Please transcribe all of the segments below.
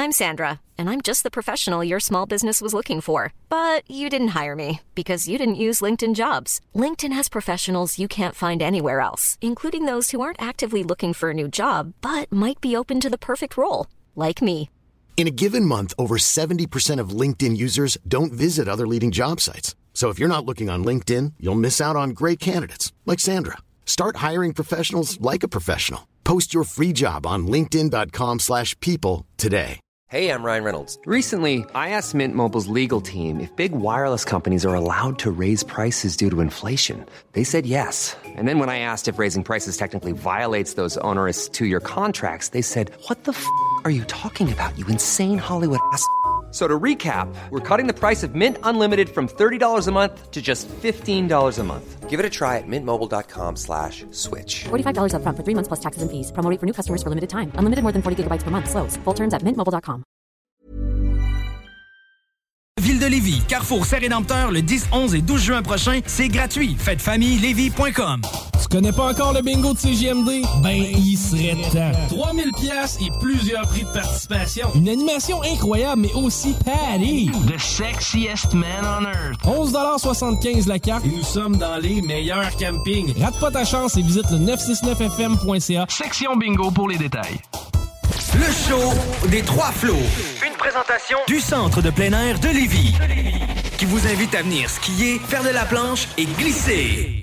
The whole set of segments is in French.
I'm Sandra, and I'm just the professional your small business was looking for. But you didn't hire me because you didn't use LinkedIn Jobs. LinkedIn has professionals you can't find anywhere else, including those who aren't actively looking for a new job, but might be open to the perfect role, like me. In a given month, over 70% of LinkedIn users don't visit other leading job sites. So if you're not looking on LinkedIn, you'll miss out on great candidates like Sandra. Start hiring professionals like a professional. Post your free job on linkedin.com/people today. Hey, I'm Ryan Reynolds. Recently, I asked Mint Mobile's legal team if big wireless companies are allowed to raise prices due to inflation. They said yes. And then when I asked if raising prices technically violates those onerous two-year contracts, they said, "What the f*** are you talking about, you insane Hollywood ass?" So to recap, we're cutting the price of Mint Unlimited from $30 a month to just $15 a month. Give it a try at mintmobile.com/switch. $45 up front for 3 months plus taxes and fees. Promo rate for new customers for limited time. Unlimited more than 40 gigabytes per month. Slows full terms at mintmobile.com. Ville de Lévis, Carrefour Saint-Rédempteur, le 10, 11 et 12 juin prochain, c'est gratuit. Fêtefamillelévis.com. Tu connais pas encore le bingo de CJMD? Ben, il serait temps. 3000 pièces et plusieurs prix de participation. Une animation incroyable, mais aussi Patty. The sexiest man on earth. 11,75$ la carte et nous sommes dans les meilleurs campings. Rate pas ta chance et visite le 969fm.ca. Section bingo pour les détails. Le show des Trois Flots. Une présentation du Centre de plein air de Lévis. Qui vous invite à venir skier, faire de la planche et glisser.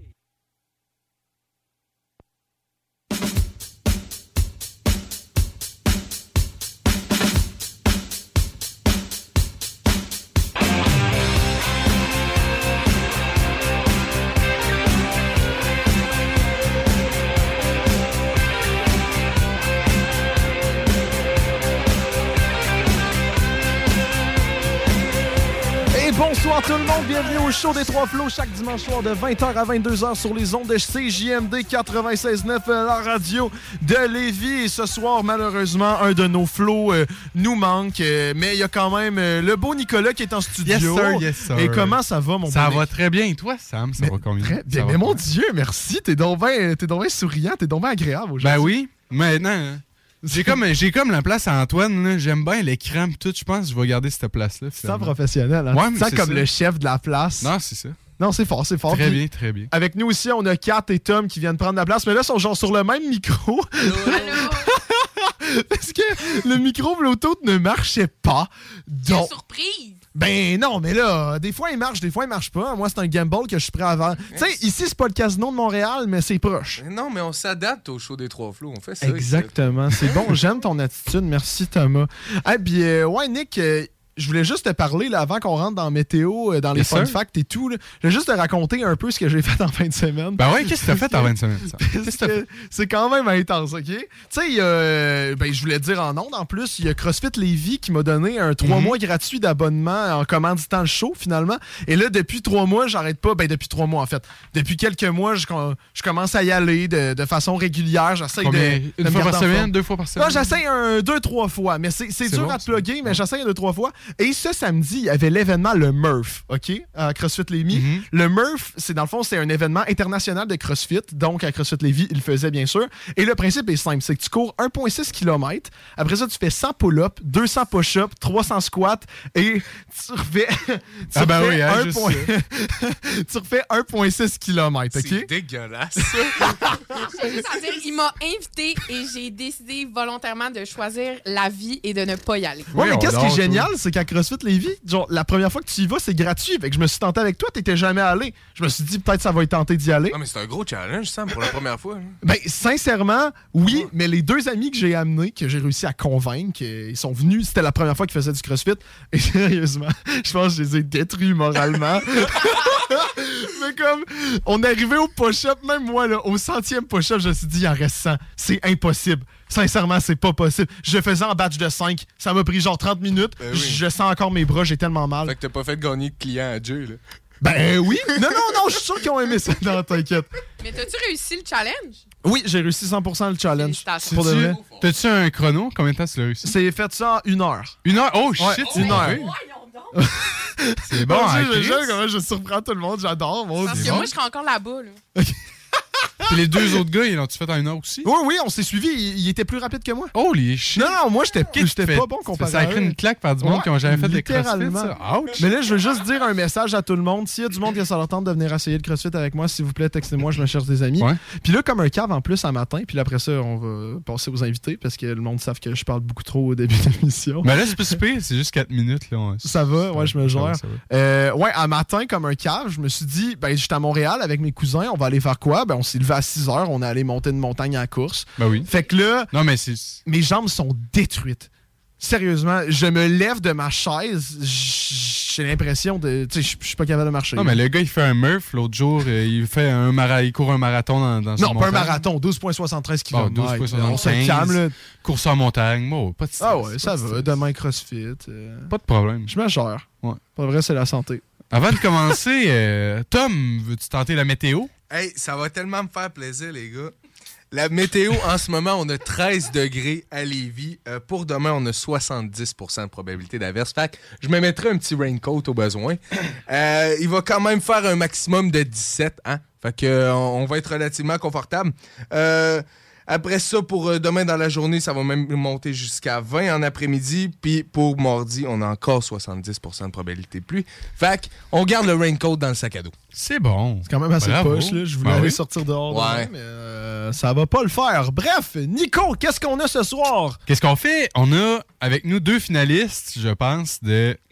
Bonsoir tout le monde, bienvenue au show des Trois Flots chaque dimanche soir de 20h à 22h sur les ondes de CJMD 96.9, la radio de Lévis. Et ce soir, malheureusement, un de nos flots nous manque, mais il y a quand même le beau Nicolas qui est en studio. Yes sir, yes sir. Et comment ça va, mon Ça beau va Nick? très bien. Et toi, Sam, ça va combien? Très bien. Mais mon Dieu, merci. T'es donc bien souriant, t'es donc bien agréable aujourd'hui. Ben oui, maintenant... J'ai comme la place à Antoine, là. J'aime bien l'écran pis tout, je pense que je vais garder cette place-là. C'est ça professionnel, hein? Ouais, tu te sens comme le chef de la place. Non, c'est ça. Non, c'est fort, c'est fort. Très bien, très bien. Avec nous ici, on a Kat et Tom qui viennent prendre la place, mais là, ils sont genre sur le même micro. Allô? Parce que le micro Bluetooth ne marchait pas. Donc... Quelle surprise! Ben non, mais là, des fois il marche pas. Moi, c'est un gamble que je suis prêt à vendre. Tu sais, ici, c'est pas le casino de Montréal, mais c'est proche. Non, mais on s'adapte au show des Trois Flots. On fait ça. Exactement. C'est bon. J'aime ton attitude. Merci, Thomas. Ah, puis, ouais, Nick... je voulais juste te parler, là, avant qu'on rentre dans météo, dans les fun facts et tout. Là. Je voulais juste te raconter un peu ce que j'ai fait en fin de semaine. Ben ouais, qu'est-ce que t'as fait en fin de semaine? C'est quand même intense, OK? Tu sais, je voulais te dire en ondes, en plus, il y a CrossFit Lévis qui m'a donné un 3 mois gratuit d'abonnement en commanditant le show, finalement. Et là, depuis 3 mois, j'arrête pas. Ben, depuis 3 mois, en fait. Depuis quelques mois, je commence à y aller de façon régulière. J'essaie Une fois par semaine, 2 fois par semaine? Non, j'essaie 2-3 fois. Mais c'est dur à te plugger, mais j'essaie 2-3 fois. Et ce samedi, il y avait l'événement le Murph, OK, à CrossFit Lévis. Le Murph, dans le fond, c'est un événement international de CrossFit. Donc, à CrossFit Lévis, il le faisait, bien sûr. Et le principe est simple, c'est que tu cours 1,6 km. Après ça, tu fais 100 pull-ups, 200 push-ups, 300 squats et tu refais... tu refais 1,6 km, OK? C'est dégueulasse, C'est-à-dire, il m'a invité et j'ai décidé volontairement de choisir la vie et de ne pas y aller. Ouais, mais qu'est-ce qui est génial, c'est qu'à CrossFit Lévis, genre, la première fois que tu y vas, c'est gratuit. Fait que je me suis tenté avec toi, t'étais jamais allé. Je me suis dit, peut-être ça va être tenté d'y aller. Non, mais c'est un gros challenge, Sam, pour la première fois. Hein. Ben, sincèrement, oui, mais les 2 amis que j'ai amenés, que j'ai réussi à convaincre, ils sont venus, c'était la première fois qu'ils faisaient du CrossFit. Et sérieusement, je pense que je les ai détruits moralement. Mais comme, on est arrivé au push-up, même moi, là, au 100e push-up, je me suis dit, il en reste 100. C'est impossible. Sincèrement, c'est pas possible. Je faisais en batch de 5. Ça m'a pris genre 30 minutes. Ben oui. Je sens encore mes bras, j'ai tellement mal. Fait que t'as pas fait gagner de clients à Dieu, là. Ben oui. Non, je suis sûr qu'ils ont aimé ça. Non, t'inquiète. Mais t'as-tu réussi le challenge? Oui, j'ai réussi 100% le challenge. Félicitations. Pour de vrai. T'as-tu un chrono? Combien de temps tu l'as réussi? C'est fait ça en 1 heure. 1 heure? Oh shit, ouais, c'est 1 heure. C'est bon, Dieu, comment je surprends tout le monde, j'adore. Parce que moi, je serais encore là-bas, là. Puis les 2 autres gars, ils l'ont-tu fait en 1 heure aussi? Oui, on s'est suivis. Il était plus rapide que moi. Holy shit! Non, moi, j'étais pas bon comparé Ça a créé une claque par du monde qui ont jamais fait de CrossFit, ça. Ouch! Mais là, je veux juste dire un message à tout le monde. S'il y a du monde qui a ça leur tente de venir essayer le CrossFit avec moi, s'il vous plaît, textez-moi, je me cherche des amis. Ouais. Puis là, comme un cave en plus, un matin, puis là, après ça, on va passer aux invités parce que le monde savent que je parle beaucoup trop au début de l'émission. Mais là, c'est pas super, c'est juste 4 minutes. Là. Ça va, ouais, je me gère. Ouais, ouais, un matin, comme un cave, je me suis dit, ben, j'étais à Montréal avec mes cousins, on va aller faire quoi? Ben, on s'est levé à 6 heures, on est allé monter une montagne à la course. Ben oui. Fait que là, non, mais mes jambes sont détruites. Sérieusement, je me lève de ma chaise, j'ai l'impression de. Tu sais, je suis pas capable de marcher. Non, mais le gars, il fait un Murph. L'autre jour, il court un marathon dans son non, pas montagne. un marathon, 12,73 km. 12,75. On se calme, là. Course en montagne. Oh, pas de stress. Ah ouais, ça va. Demain, CrossFit. Pas de problème. Je me gère. Ouais. Pour vrai, c'est la santé. Avant de commencer, Tom, veux-tu tenter la météo? Hey, ça va tellement me faire plaisir, les gars. La météo, en ce moment, on a 13 degrés à Lévis. Pour demain, on a 70% de probabilité d'averse. Fait que je me mettrai un petit raincoat au besoin. Il va quand même faire un maximum de 17, hein? Fait que on va être relativement confortable. Après ça, pour demain dans la journée, ça va même monter jusqu'à 20 en après-midi. Puis pour mardi, on a encore 70% de probabilité de pluie. Fait qu'on garde le raincoat dans le sac à dos. C'est bon. C'est quand même assez poche, là. Je voulais aller sortir dehors. Ouais. Mais ça va pas le faire. Bref, Nico, qu'est-ce qu'on a ce soir? Qu'est-ce qu'on fait? On a avec nous 2 finalistes, je pense,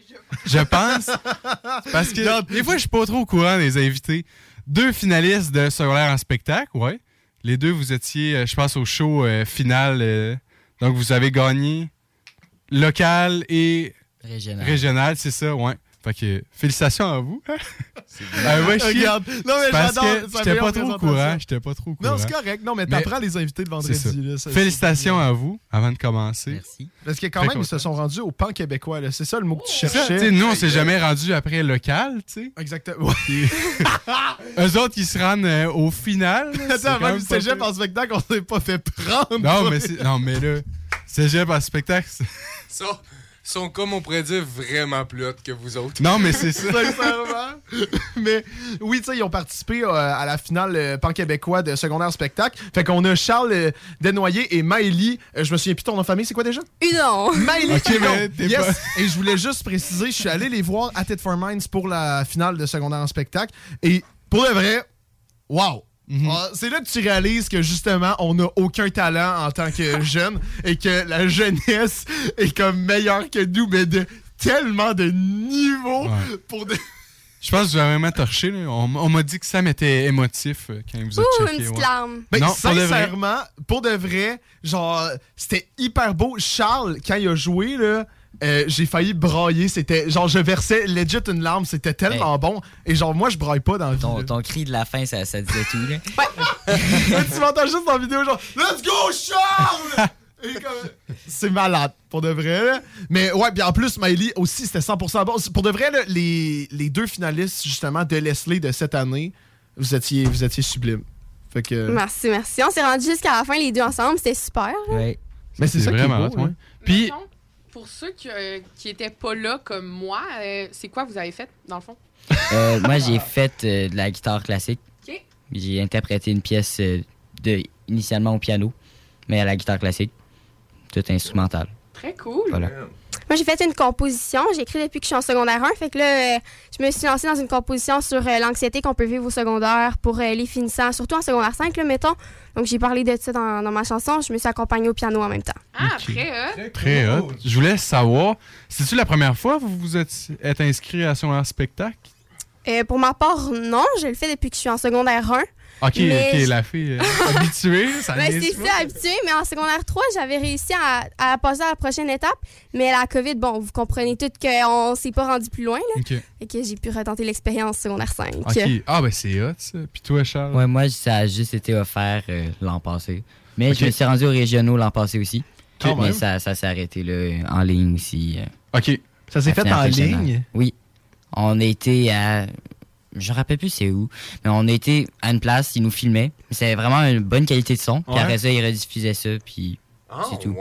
parce que des fois, je suis pas trop au courant des invités. 2 finalistes de secondaire en spectacle, ouais. Les 2, vous étiez, je pense, au show final. Donc, vous avez gagné local et régional, c'est ça, ouais. Fait que, félicitations à vous. Ouais, regarde. Non, mais parce j'adore. que j'étais pas trop au courant. Non, c'est correct. Non, mais t'apprends les invités de vendredi. Là, félicitations à vous, avant de commencer. Merci. Parce que quand même, ils se sont rendus au pan québécois. Là. C'est ça le mot que tu cherchais. Nous, on s'est jamais rendu après local, tu sais. Exactement. Eux autres, ils se rendent au final. Attends, avant le cégep en spectacle, on s'est pas fait prendre. Non, mais là, cégep en spectacle, Ça... sont, comme on pourrait dire, vraiment plus hot que vous autres. Non, mais c'est ça. Sincèrement. Mais oui, tu sais, ils ont participé à la finale pan-québécois de secondaire spectacle. Fait qu'on a Charles Desnoyers et Maëlie. Je me souviens plus ton nom de famille, c'est quoi déjà? Udon. Maëlie mais yes. Pas... Et je voulais juste préciser, je suis allé les voir à Tit for Minds pour la finale de secondaire en spectacle. Et pour le vrai, wow! Mm-hmm. C'est là que tu réalises que justement on n'a aucun talent en tant que jeune et que la jeunesse est comme meilleure que nous, mais de tellement de niveaux pour des... Je pense que vous avez vraiment torché. Là. On m'a dit que Sam était émotif quand il vous a checké. Une petite larme. Ben, non, sincèrement, pour de vrai, genre, c'était hyper beau. Charles, quand il a joué, là, j'ai failli brailler. C'était genre, je versais legit une larme. C'était tellement bon. Et genre, moi, je braille pas dans la vie. Ton cri de la fin, ça disait tout. Là. Tu m'entends juste dans la vidéo, genre, let's go, Charles! C'est malade, pour de vrai. Là. Mais ouais, puis en plus, Maëlie aussi, c'était 100% bon. Pour de vrai, là, les 2 finalistes, justement, de Leslie de cette année, vous étiez sublimes. Fait que... Merci. On s'est rendus jusqu'à la fin, les 2 ensemble. C'était super. Oui. Mais c'est ça vraiment qui est beau, Puis... Pour ceux qui étaient pas là comme moi, c'est quoi vous avez fait, dans le fond? Moi, j'ai fait de la guitare classique. OK. J'ai interprété une pièce initialement au piano, mais à la guitare classique, tout instrumental. Très cool. Voilà. Moi, j'ai fait une composition. J'ai écrit depuis que je suis en secondaire 1. Fait que là, je me suis lancée dans une composition sur l'anxiété qu'on peut vivre au secondaire pour les finissants, surtout en secondaire 5, là, mettons. Donc, j'ai parlé de ça dans ma chanson. Je me suis accompagnée au piano en même temps. Ah, okay. Très hot. Je voulais savoir, c'est-tu la première fois que vous vous êtes inscrit à son spectacle? Pour ma part, non. Je le fais depuis que je suis en secondaire 1. OK, la fille habituée. Ça c'est ça, habituée. Mais en secondaire 3, j'avais réussi à passer à la prochaine étape. Mais la COVID, bon, vous comprenez tout qu'on s'est pas rendu plus loin. Là. Okay. Et que j'ai pu retenter l'expérience secondaire 5. OK. Ah, ben c'est hot, ça. Puis toi, Charles? Ouais, moi, ça a juste été offert l'an passé. Mais je me suis rendu aux régionaux l'an passé aussi. Mais ça s'est arrêté là, en ligne aussi. OK. Ça s'est fait en ligne? Oui. On a été à... Je me rappelle plus c'est où, mais on a été à une place, ils nous filmaient. C'est vraiment une bonne qualité de son. Puis après ça, ils rediffusaient ça, puis c'est tout. Ouais.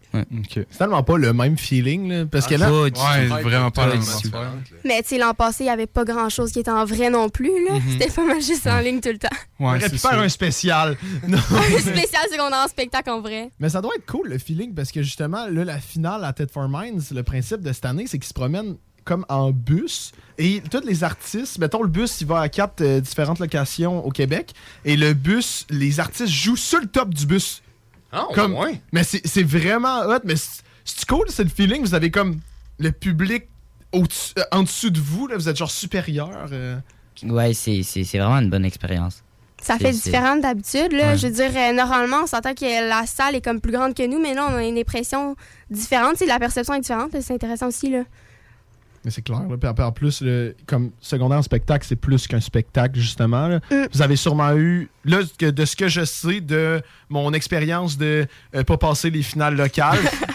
Ouais. Okay. C'est tellement pas le même feeling, là, parce que là... vraiment pas le même affaire. Mais tu sais, l'an passé, il n'y avait pas grand-chose qui était en vrai non plus. Là. C'était pas mal juste en ligne tout le temps. On aurait pu faire un spécial. Un spécial secondaire en spectacle en vrai. Mais ça doit être cool, le feeling, parce que justement, là, la finale à Ted for Minds, le principe de cette année, c'est qu'ils se promènent comme en bus. Et tous les artistes, mettons, le bus, il va à 4 différentes locations au Québec. Et le bus, les artistes jouent sur le top du bus. Ah, comme, ouais. Mais c'est vraiment hot. Mais c'est cool, c'est le feeling. Vous avez comme le public en dessous de vous. Là, vous êtes genre supérieur. Ouais, c'est vraiment une bonne expérience. Ça fait différent d'habitude. Ouais. Je veux dire, normalement, on s'entend que la salle est comme plus grande que nous, mais là, on a une impression différente. La perception est différente. C'est intéressant aussi. Là. Mais c'est clair. Là. Puis en plus, comme secondaire en spectacle, c'est plus qu'un spectacle, justement. Là. Vous avez sûrement eu, là, de ce que je sais de mon expérience de pas passer les finales locales,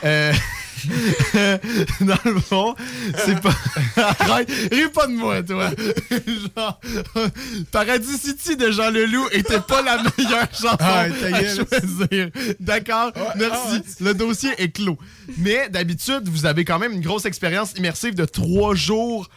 dans le fond, c'est pas... Arrête, ris pas de moi, toi. Genre, Paradis City de Jean Leloup était pas la meilleure chanson à choisir. D'accord? Merci. Le dossier est clos. Mais d'habitude, vous avez quand même une grosse expérience immersive de 3 jours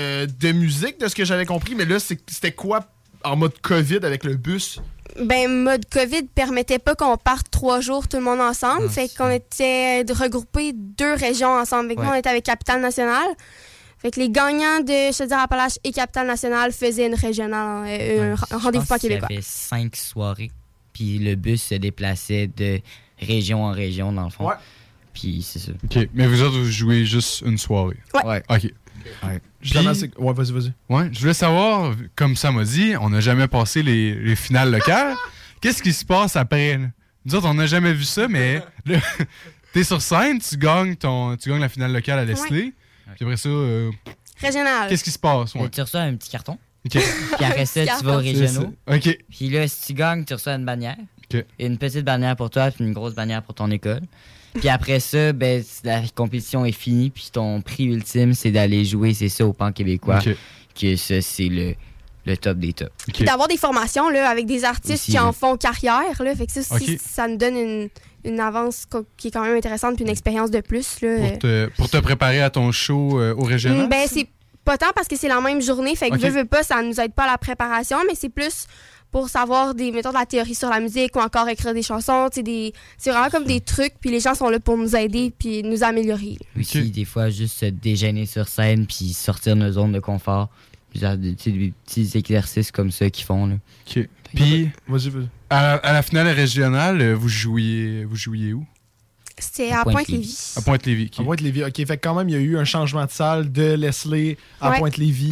de musique, de ce que j'avais compris. Mais là, c'était quoi en mode COVID avec le bus? Ben, mode COVID permettait pas qu'on parte 3 jours tout le monde ensemble. Fait qu'on était regroupés 2 régions ensemble. Fait que nous, on était avec Capitale-Nationale. Fait que les gagnants de Chaudière-Appalaches et Capitale-Nationale faisaient une régionale, un rendez-vous pas québécois. Il y avait 5 soirées. Puis le bus se déplaçait de région en région, dans le fond. Ouais. Puis c'est ça. OK. Mais vous autres, vous jouez juste une soirée. Ouais. OK. Ouais. Justement, ouais, vas-y. Ouais, je voulais savoir, comme ça m'a dit, on n'a jamais passé les finales locales. Qu'est-ce qui se passe après? Là? Nous autres, on n'a jamais vu ça, mais là, t'es sur scène, tu gagnes la finale locale à Leslie. Ouais. Puis après ça, régional. Qu'est-ce qui se passe? Ouais. Tu reçois un petit carton. OK. Puis après ça, tu vas aux régionaux. OK. Puis là, si tu gagnes, tu reçois une bannière. OK. Une petite bannière pour toi, puis une grosse bannière pour ton école. Puis après ça, ben, la compétition est finie, puis ton prix ultime, c'est d'aller jouer, c'est ça, au Pan québécois. OK. Que ça, c'est le top des tops. Puis d'avoir des formations là, avec des artistes aussi, qui en font carrière. Là, fait que ça, OK. ça nous donne une avance qui est quand même intéressante, puis une expérience de plus. Là. Pour te préparer à ton show au régional? Ben, c'est pas tant parce que c'est la même journée. Fait que OK. veux pas, ça nous aide pas à la préparation, mais c'est plus pour savoir mettons, de la théorie sur la musique ou encore écrire des chansons. C'est vraiment comme des trucs, puis les gens sont là pour nous aider puis nous améliorer. Aussi, des fois, juste se déjeuner sur scène puis sortir de nos zones de confort. Des petits exercices comme ça qu'ils font. Là. OK. Puis, vas-y. À la finale régionale, vous jouiez où? C'était à Pointe-Lévis. À Pointe-Lévis. À Pointe-Lévis. OK, fait que quand même, il y a eu un changement de salle de Leslie à Ouais. Pointe-Lévis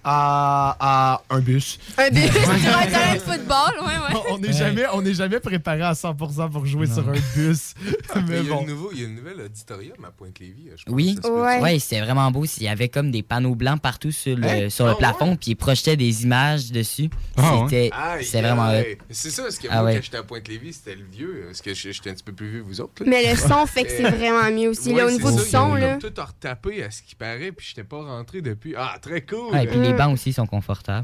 à un bus. Un bus sur un terrain de football, ouais. On n'est jamais préparé à 100% pour jouer sur un bus. Mais bon. Il y a un nouvel auditorium à Pointe-Lévis, je pense. Oui, ouais. C'était vraiment beau. Il y avait comme des panneaux blancs partout sur le plafond, puis ils projetaient des images dessus. C'était vraiment hot. C'est ça, parce que moi, quand j'étais à Pointe-Lévis, c'était le vieux. Parce que j'étais un petit peu plus vieux que vous autres. Là. Mais le son fait que c'est vraiment mieux aussi. Là, au niveau du son, ils là. ont tout retapé à ce qui paraît, puis j'étais pas rentré depuis. Ah, très cool! Et puis les bancs aussi sont confortables.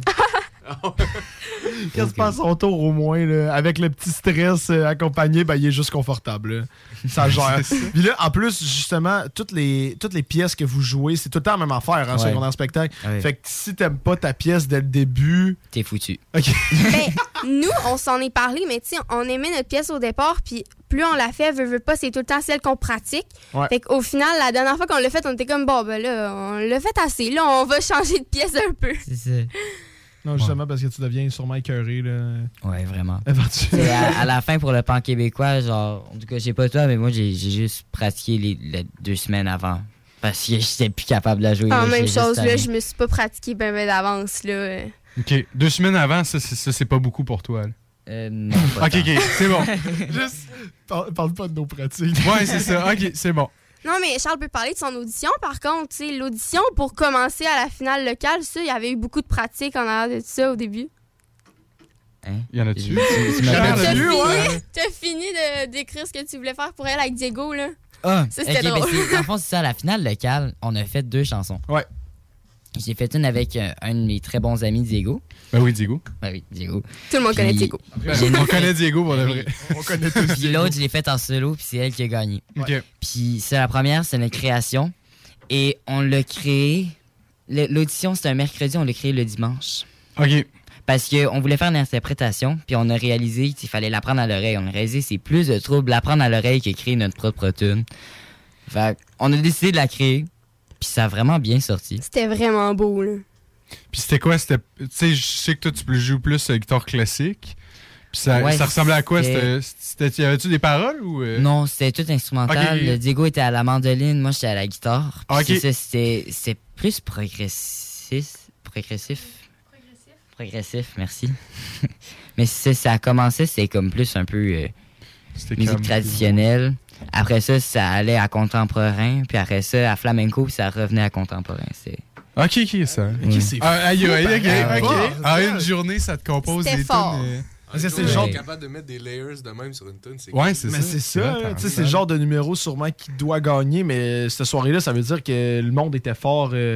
Quand se passe son tour au moins, là, avec le petit stress accompagné, ben, il est juste confortable. Là. Ça gère. Puis là, en plus, justement, toutes les pièces que vous jouez, c'est tout le temps la même affaire en secondaire spectacle. Ouais. Fait que si t'aimes pas ta pièce dès le début... T'es foutu. OK. Ben, nous, on s'en est parlé, mais tu sais, on aimait notre pièce au départ, puis plus on la fait, veut pas, c'est tout le temps celle qu'on pratique. Ouais. Fait qu'au final, la dernière fois qu'on l'a fait, on était comme, bon, ben là, on l'a fait assez. Là, on va changer de pièce un peu. C'est ça. Non, justement, parce que tu deviens sûrement écœuré, là. Ouais, vraiment. Éventuellement. À la fin, pour le Pan québécois, genre, en tout cas, je sais pas toi, mais moi, j'ai juste pratiqué les 2 semaines avant. Parce que j'étais plus capable de la jouer. En même chose, là, je me suis pas pratiqué ben d'avance, là. OK. 2 semaines avant, ça c'est pas beaucoup pour toi, là. Non. Pas OK, tant. OK, c'est bon. Juste, parle pas de nos pratiques. Ouais, c'est ça. OK, c'est bon. Non, mais Charles peut parler de son audition. Par contre, tu sais, l'audition pour commencer à la finale locale, ça, il y avait eu beaucoup de pratiques en arrière de ça au début. Hein? Il y en a-tu? T'as fini d'écrire ce que tu voulais faire pour elle avec Diego, là. Ah, ça, c'était OK, drôle. dans le fond, c'est ça. À la finale locale, on a fait 2 chansons. Ouais. J'ai fait une avec un de mes très bons amis, Diego. Ben oui, Diego. Ben oui, Diego. Tout le monde connaît Diego. On connaît Diego pour le vrai. On connaît tous Puis Diego. l'autre, je l'ai faite en solo, puis c'est elle qui a gagné. OK. Puis c'est la première, c'est notre création. Et on l'a créé... L'audition, c'était un mercredi, on l'a créé le dimanche. OK. Parce qu'on voulait faire une interprétation, puis on a réalisé qu'il fallait l'apprendre à l'oreille. On a réalisé que c'est plus de trouble l'apprendre à l'oreille que créer notre propre tune. Fait on a décidé de la créer, puis ça a vraiment bien sorti. C'était vraiment beau, là. Puis c'était quoi? Tu sais, je sais que toi, tu joues plus guitare classique. Puis ça ressemblait à quoi? Y avait-tu des paroles ou... Non, c'était tout instrumental. Okay. Diego était à la mandoline, moi j'étais à la guitare. Puis Okay. c'est plus progressif. Progressif, merci. Mais ça a commencé, c'est comme plus un peu musique traditionnelle. Après ça allait à contemporain. Puis après ça, à flamenco, puis ça revenait à contemporain. OK, ça. OK, c'est une journée, ça te compose C'était des fort. tunes. C'est le genre capable de mettre des layers de même sur une tune. Ouais, c'est mais ça. c'est ça. Tu sais, c'est le genre de numéro sûrement qui doit gagner, mais cette soirée-là, ça veut dire que le monde était fort. Tu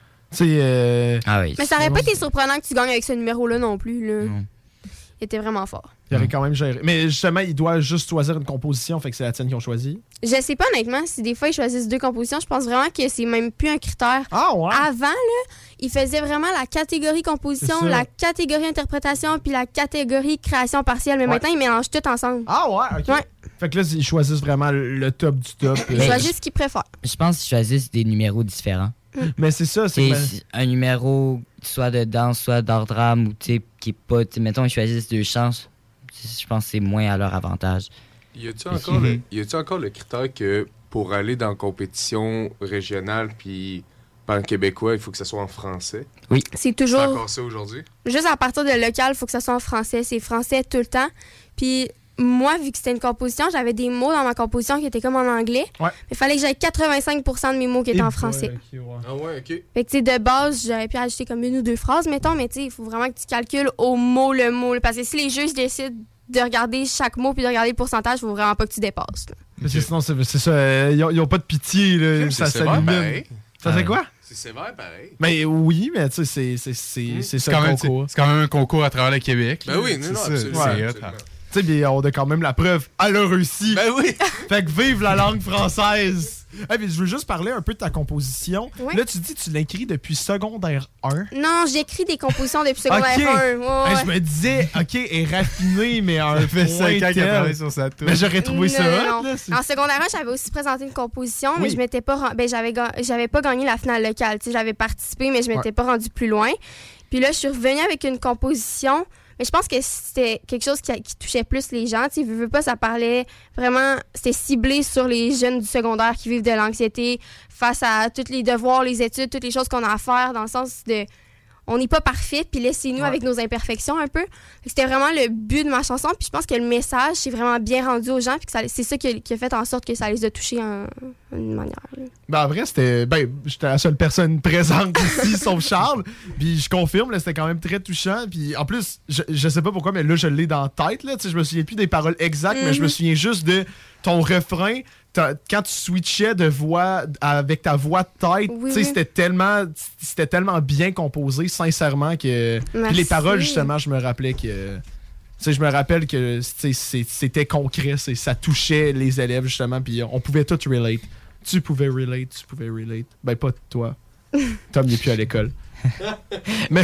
sais. Ah oui. Mais ça aurait pas été surprenant que tu gagnes avec ce numéro-là non plus, là. Non. Il était vraiment fort. Il aurait quand même géré. Mais justement, il doit juste choisir une composition, fait que c'est la tienne qu'ils ont choisi. Je sais pas honnêtement si des fois ils choisissent 2 compositions. Je pense vraiment que c'est même plus un critère. Ah ouais? Avant, là, ils faisaient vraiment la catégorie composition, C'est ça. la catégorie interprétation, puis la catégorie création partielle. Mais Ouais. maintenant, ils mélangent tout ensemble. Ah ouais, OK. Ouais. Fait que là, ils choisissent vraiment le top du top. Ils choisissent ce qu'ils préfèrent. Je pense qu'ils choisissent des numéros différents. Mais c'est ça, c'est C'est un numéro soit de danse, soit d'art-drame, ou tu sais, qui est pas... Mettons, ils choisissent 2 chances. Je pense que c'est moins à leur avantage. Y a-tu encore le critère que pour aller dans la compétition régionale puis pan-québécois, il faut que ça soit en français? Oui. C'est toujours... C'est encore ça aujourd'hui? Juste à partir de local, il faut que ça soit en français. C'est français tout le temps. Puis moi, vu que c'était une composition, j'avais des mots dans ma composition qui étaient comme en anglais. Ouais. Mais il fallait que j'aie 85% de mes mots qui étaient en français. Ah ouais, OK. Fait que, tu sais, de base, j'aurais pu ajouter comme 1 ou 2 phrases, mettons, mais tu sais, il faut vraiment que tu calcules au mot le mot. Là, parce que si les juges décident de regarder chaque mot puis de regarder le pourcentage, il faut vraiment pas que tu dépasses. Là. Parce que sinon, c'est ça. Ils ont pas de pitié, là. Ça s'illumine. Ça fait quoi? C'est sévère, pareil. Mais oui, mais tu sais, c'est ça quand le même, concours. c'est quand même un concours à travers le Québec. Ben oui, non, absolument. Ouais. Tu sais, mais on a quand même la preuve. Elle a réussi. Ben oui. Fait que vive la langue française. Hey, puis je veux juste parler un peu de ta composition. Ouais. Là, tu dis que tu l'écris depuis secondaire 1. Non, j'écris des compositions depuis secondaire Ok. 1. Ouais, Hey, ouais. je me disais, OK, elle est raffinée, mais à un Ça fait point 5 ans qu'elle tel. travaille sur sa tour. Mais j'aurais trouvé ça hot, Non. là. c'est- En secondaire 1, j'avais aussi présenté une composition, mais Oui. je m'étais pas j'avais pas gagné la finale locale. Tu sais, j'avais participé, mais je m'étais pas rendu plus loin. Puis là, je suis revenue avec une composition, mais je pense que c'était quelque chose qui touchait plus les gens. Tu sais, veux pas, ça parlait vraiment... C'était ciblé sur les jeunes du secondaire qui vivent de l'anxiété face à tous les devoirs, les études, toutes les choses qu'on a à faire, dans le sens de... On n'est pas parfait, puis laissez-nous avec nos imperfections un peu. C'était vraiment le but de ma chanson, puis je pense que le message s'est vraiment bien rendu aux gens, puis que c'est ça qui a fait en sorte que ça les a touchés en une manière. Là. Ben, en vrai, c'était. Ben, j'étais la seule personne présente ici, sauf Charles. Puis je confirme, là, c'était quand même très touchant. Puis en plus, je sais pas pourquoi, mais là, je l'ai dans la tête. Là, tu sais, je me souviens plus des paroles exactes, mais je me souviens juste de ton refrain. Quand tu switchais de voix avec ta voix de tête, Oui, tu sais, oui. c'était tellement bien composé, sincèrement, que. Puis Merci. les paroles, justement, je me rappelais que. Tu sais, je me rappelle que c'était concret, ça touchait les élèves, justement, puis on pouvait tout relate. Tu pouvais relate. Ben, pas toi. Tom n'est plus à l'école. Mais.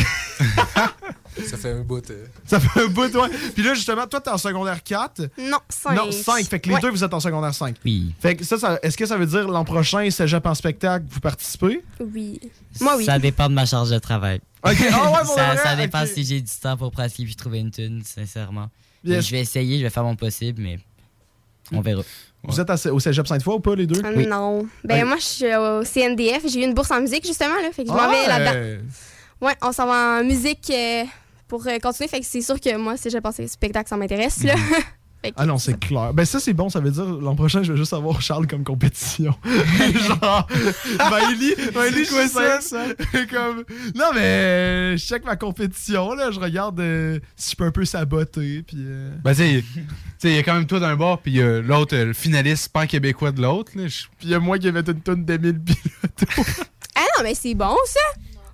Ça fait un bout. Ça fait un bout, ouais. Puis là, justement, toi, t'es en secondaire 4. Non, 5. Non, 5. Fait que les deux, vous êtes en secondaire 5. Oui. Fait que ça est-ce que ça veut dire l'an prochain, Cégep en spectacle, vous participez? Oui. Moi, oui. Ça dépend de ma charge de travail. OK. Ah ouais, pour ça, vrai? ça dépend Ok. si j'ai du temps pour pratiquer puis trouver une tune, sincèrement. Yes. Je vais essayer, je vais faire mon possible, mais on verra. Vous êtes au Cégep Sainte-Foy ou pas, les deux? Oui. Non. Ben, moi, je suis au CNDF. J'ai eu une bourse en musique, justement, là. Fait que je m'en vais là-dedans. Ouais, on s'en va en musique pour continuer. Fait que c'est sûr que moi, si j'ai pensé spectacle, ça m'intéresse, là. Fait que- Ah non, c'est clair. Ben ça, c'est bon. Ça veut dire l'an prochain, je vais juste avoir Charles comme compétition. Genre, Maëlie, quoi ça? comme... Non, mais je check ma compétition, là. Je regarde si je peux un peu saboter, puis... Ben, tu sais, il y a quand même toi d'un bord, puis il y a l'autre, le finaliste pan-québécois de l'autre. Là. Puis il y a moi qui ai fait une tonne d'Émile Bilodeau. Ah non, mais c'est bon, ça!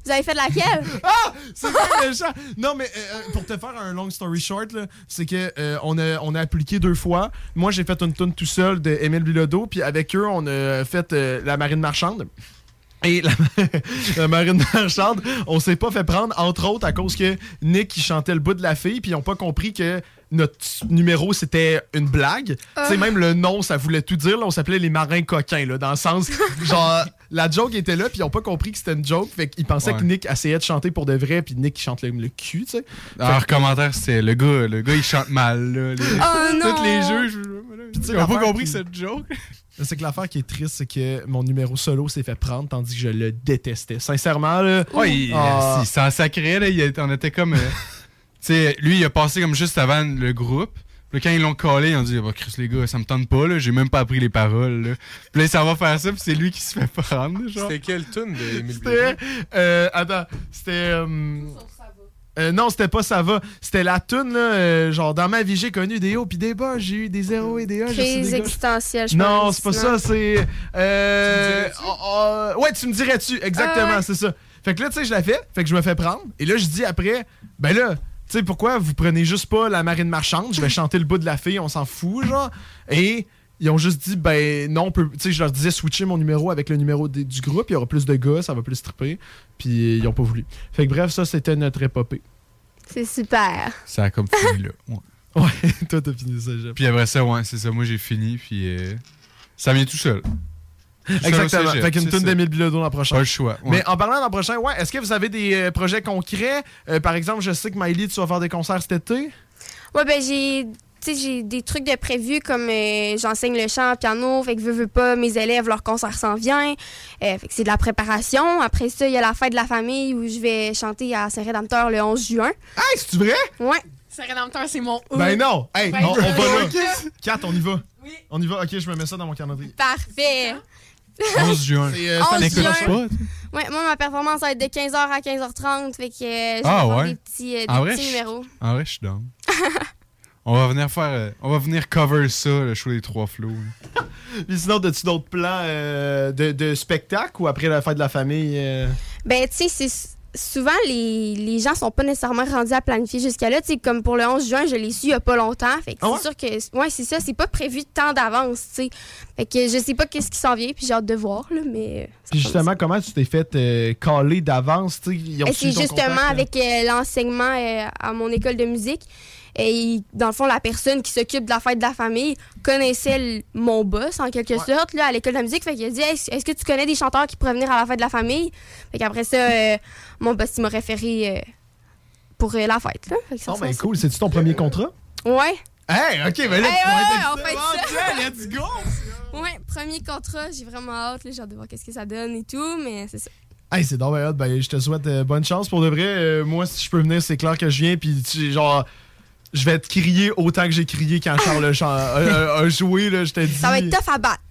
Vous avez fait laquelle? Ah! C'est pas méchant! Non, mais pour te faire un long story short, là, c'est que on a appliqué 2 fois. Moi, j'ai fait une tune tout seul de Émile Bilodeau, puis avec eux, on a fait La Marine Marchande. Et la Marine Marchande, on s'est pas fait prendre, entre autres, à cause que Nick, il chantait le bout de la fille, puis ils ont pas compris que notre numéro, c'était une blague. Tu sais, même le nom, ça voulait tout dire. Là, on s'appelait les marins coquins, là, dans le sens, genre, la joke était là, puis ils ont pas compris que c'était une joke. Fait qu'ils pensaient que Nick essayait de chanter pour de vrai, puis Nick, il chante le cul, tu sais. Alors, commentaire, c'était le gars, il chante mal, là. Tous les jeux, ils ont pas compris que c'est une joke. C'est que l'affaire qui est triste, c'est que mon numéro solo s'est fait prendre, tandis que je le détestais. Sincèrement, là. Ouais, il s'en sacrait, là. On était comme. Tu sais, lui, il a passé comme juste avant le groupe. Puis quand ils l'ont collé, ils ont dit bah, Chris, les gars, ça me tente pas, là. J'ai même pas appris les paroles, là. Puis là, ça va faire ça, puis c'est lui qui se fait prendre, genre. C'était quelle tune de Émile Bilodeau? Attends, c'était. Non, c'était pas Ça va. C'était la toune, là. Genre, dans ma vie, j'ai connu des hauts puis des bas. J'ai eu des zéros et des 1. Crise existentielle, je pense. Non, c'est pas ça. C'est. Ouais, tu me dirais-tu. Exactement, c'est ça. Fait que là, tu sais, je la fais. Fait que je me fais prendre. Et là, je dis après, ben là, tu sais, pourquoi vous prenez juste pas La Marine Marchande? Je vais chanter le bout de la fille, on s'en fout, genre. Et ils ont juste dit, ben non, tu sais, je leur disais switcher mon numéro avec le numéro du groupe. Il y aura plus de gars, ça va plus stripper. Puis ils ont pas voulu. Fait que bref, ça, c'était notre épopée. C'est super. Ça a comme fini, là. Ouais, toi, t'as fini ça, Jeff. Puis après ça, ouais, c'est ça. Moi, j'ai fini, puis ça vient tout seul. Exactement. Fait qu'une tune d'Émile Bilodeau l'an prochain. Pas le choix. Ouais. Mais en parlant l'an prochain, ouais, est-ce que vous avez des projets concrets? Par exemple, je sais que Miley, tu vas faire des concerts cet été. Ouais, ben j'ai des trucs de prévus comme j'enseigne le chant, piano, fait que veux pas, mes élèves, leur concert s'en vient. Fait que c'est de la préparation. Après ça, il y a la fête de la famille où je vais chanter à Saint-Rédempteur le 11 juin. Hey, c'est-tu vrai? Ouais. Saint-Rédempteur, c'est mon Ben non! Hey, on va là. Okay. 4, on y va. Oui. On y va. Ok, je me mets ça dans mon calendrier. Parfait. 11 juin. 11 juin. Ouais, moi, ma performance va être de 15h à 15h30. Fait que je vais faire des petits numéros. En vrai, je suis down. On va venir cover ça, le show des 3 flots. Puis sinon, as-tu d'autres plans de spectacle ou après la fête de la famille? Ben, tu sais, souvent, les gens sont pas nécessairement rendus à planifier jusqu'à là. Tu sais, comme pour le 11 juin, je l'ai su il y a pas longtemps. Fait que c'est sûr que, ouais, c'est ça, c'est pas prévu tant d'avance, tu sais. Fait que je sais pas qu'est-ce qui s'en vient, puis j'ai hâte de voir, là, mais... Puis justement, comment tu t'es fait caler d'avance, tu sais? C'est justement avec l'enseignement à mon école de musique. Et dans le fond, la personne qui s'occupe de la fête de la famille connaissait mon boss, en quelque sorte, là, à l'école de la musique. Fait qu'il a dit est-ce que tu connais des chanteurs qui pourraient venir à la fête de la famille? Fait qu'après ça, mon boss il m'a référé pour la fête. Là. Fait que oh, ben cool. C'est-tu ton premier contrat? Ouais. Hey, ok, ben là, on fait ça. Let's go! Ouais, premier contrat, j'ai vraiment hâte. J'ai hâte de voir qu'est-ce que ça donne et tout, mais c'est ça. Hey, c'est donc hâte. Ben, je te souhaite bonne chance. Pour de vrai, moi, si je peux venir, c'est clair que je viens. Puis, genre. Je vais te crier autant que j'ai crié quand Charles a joué, là, je t'ai dit. Ça va être tough à battre.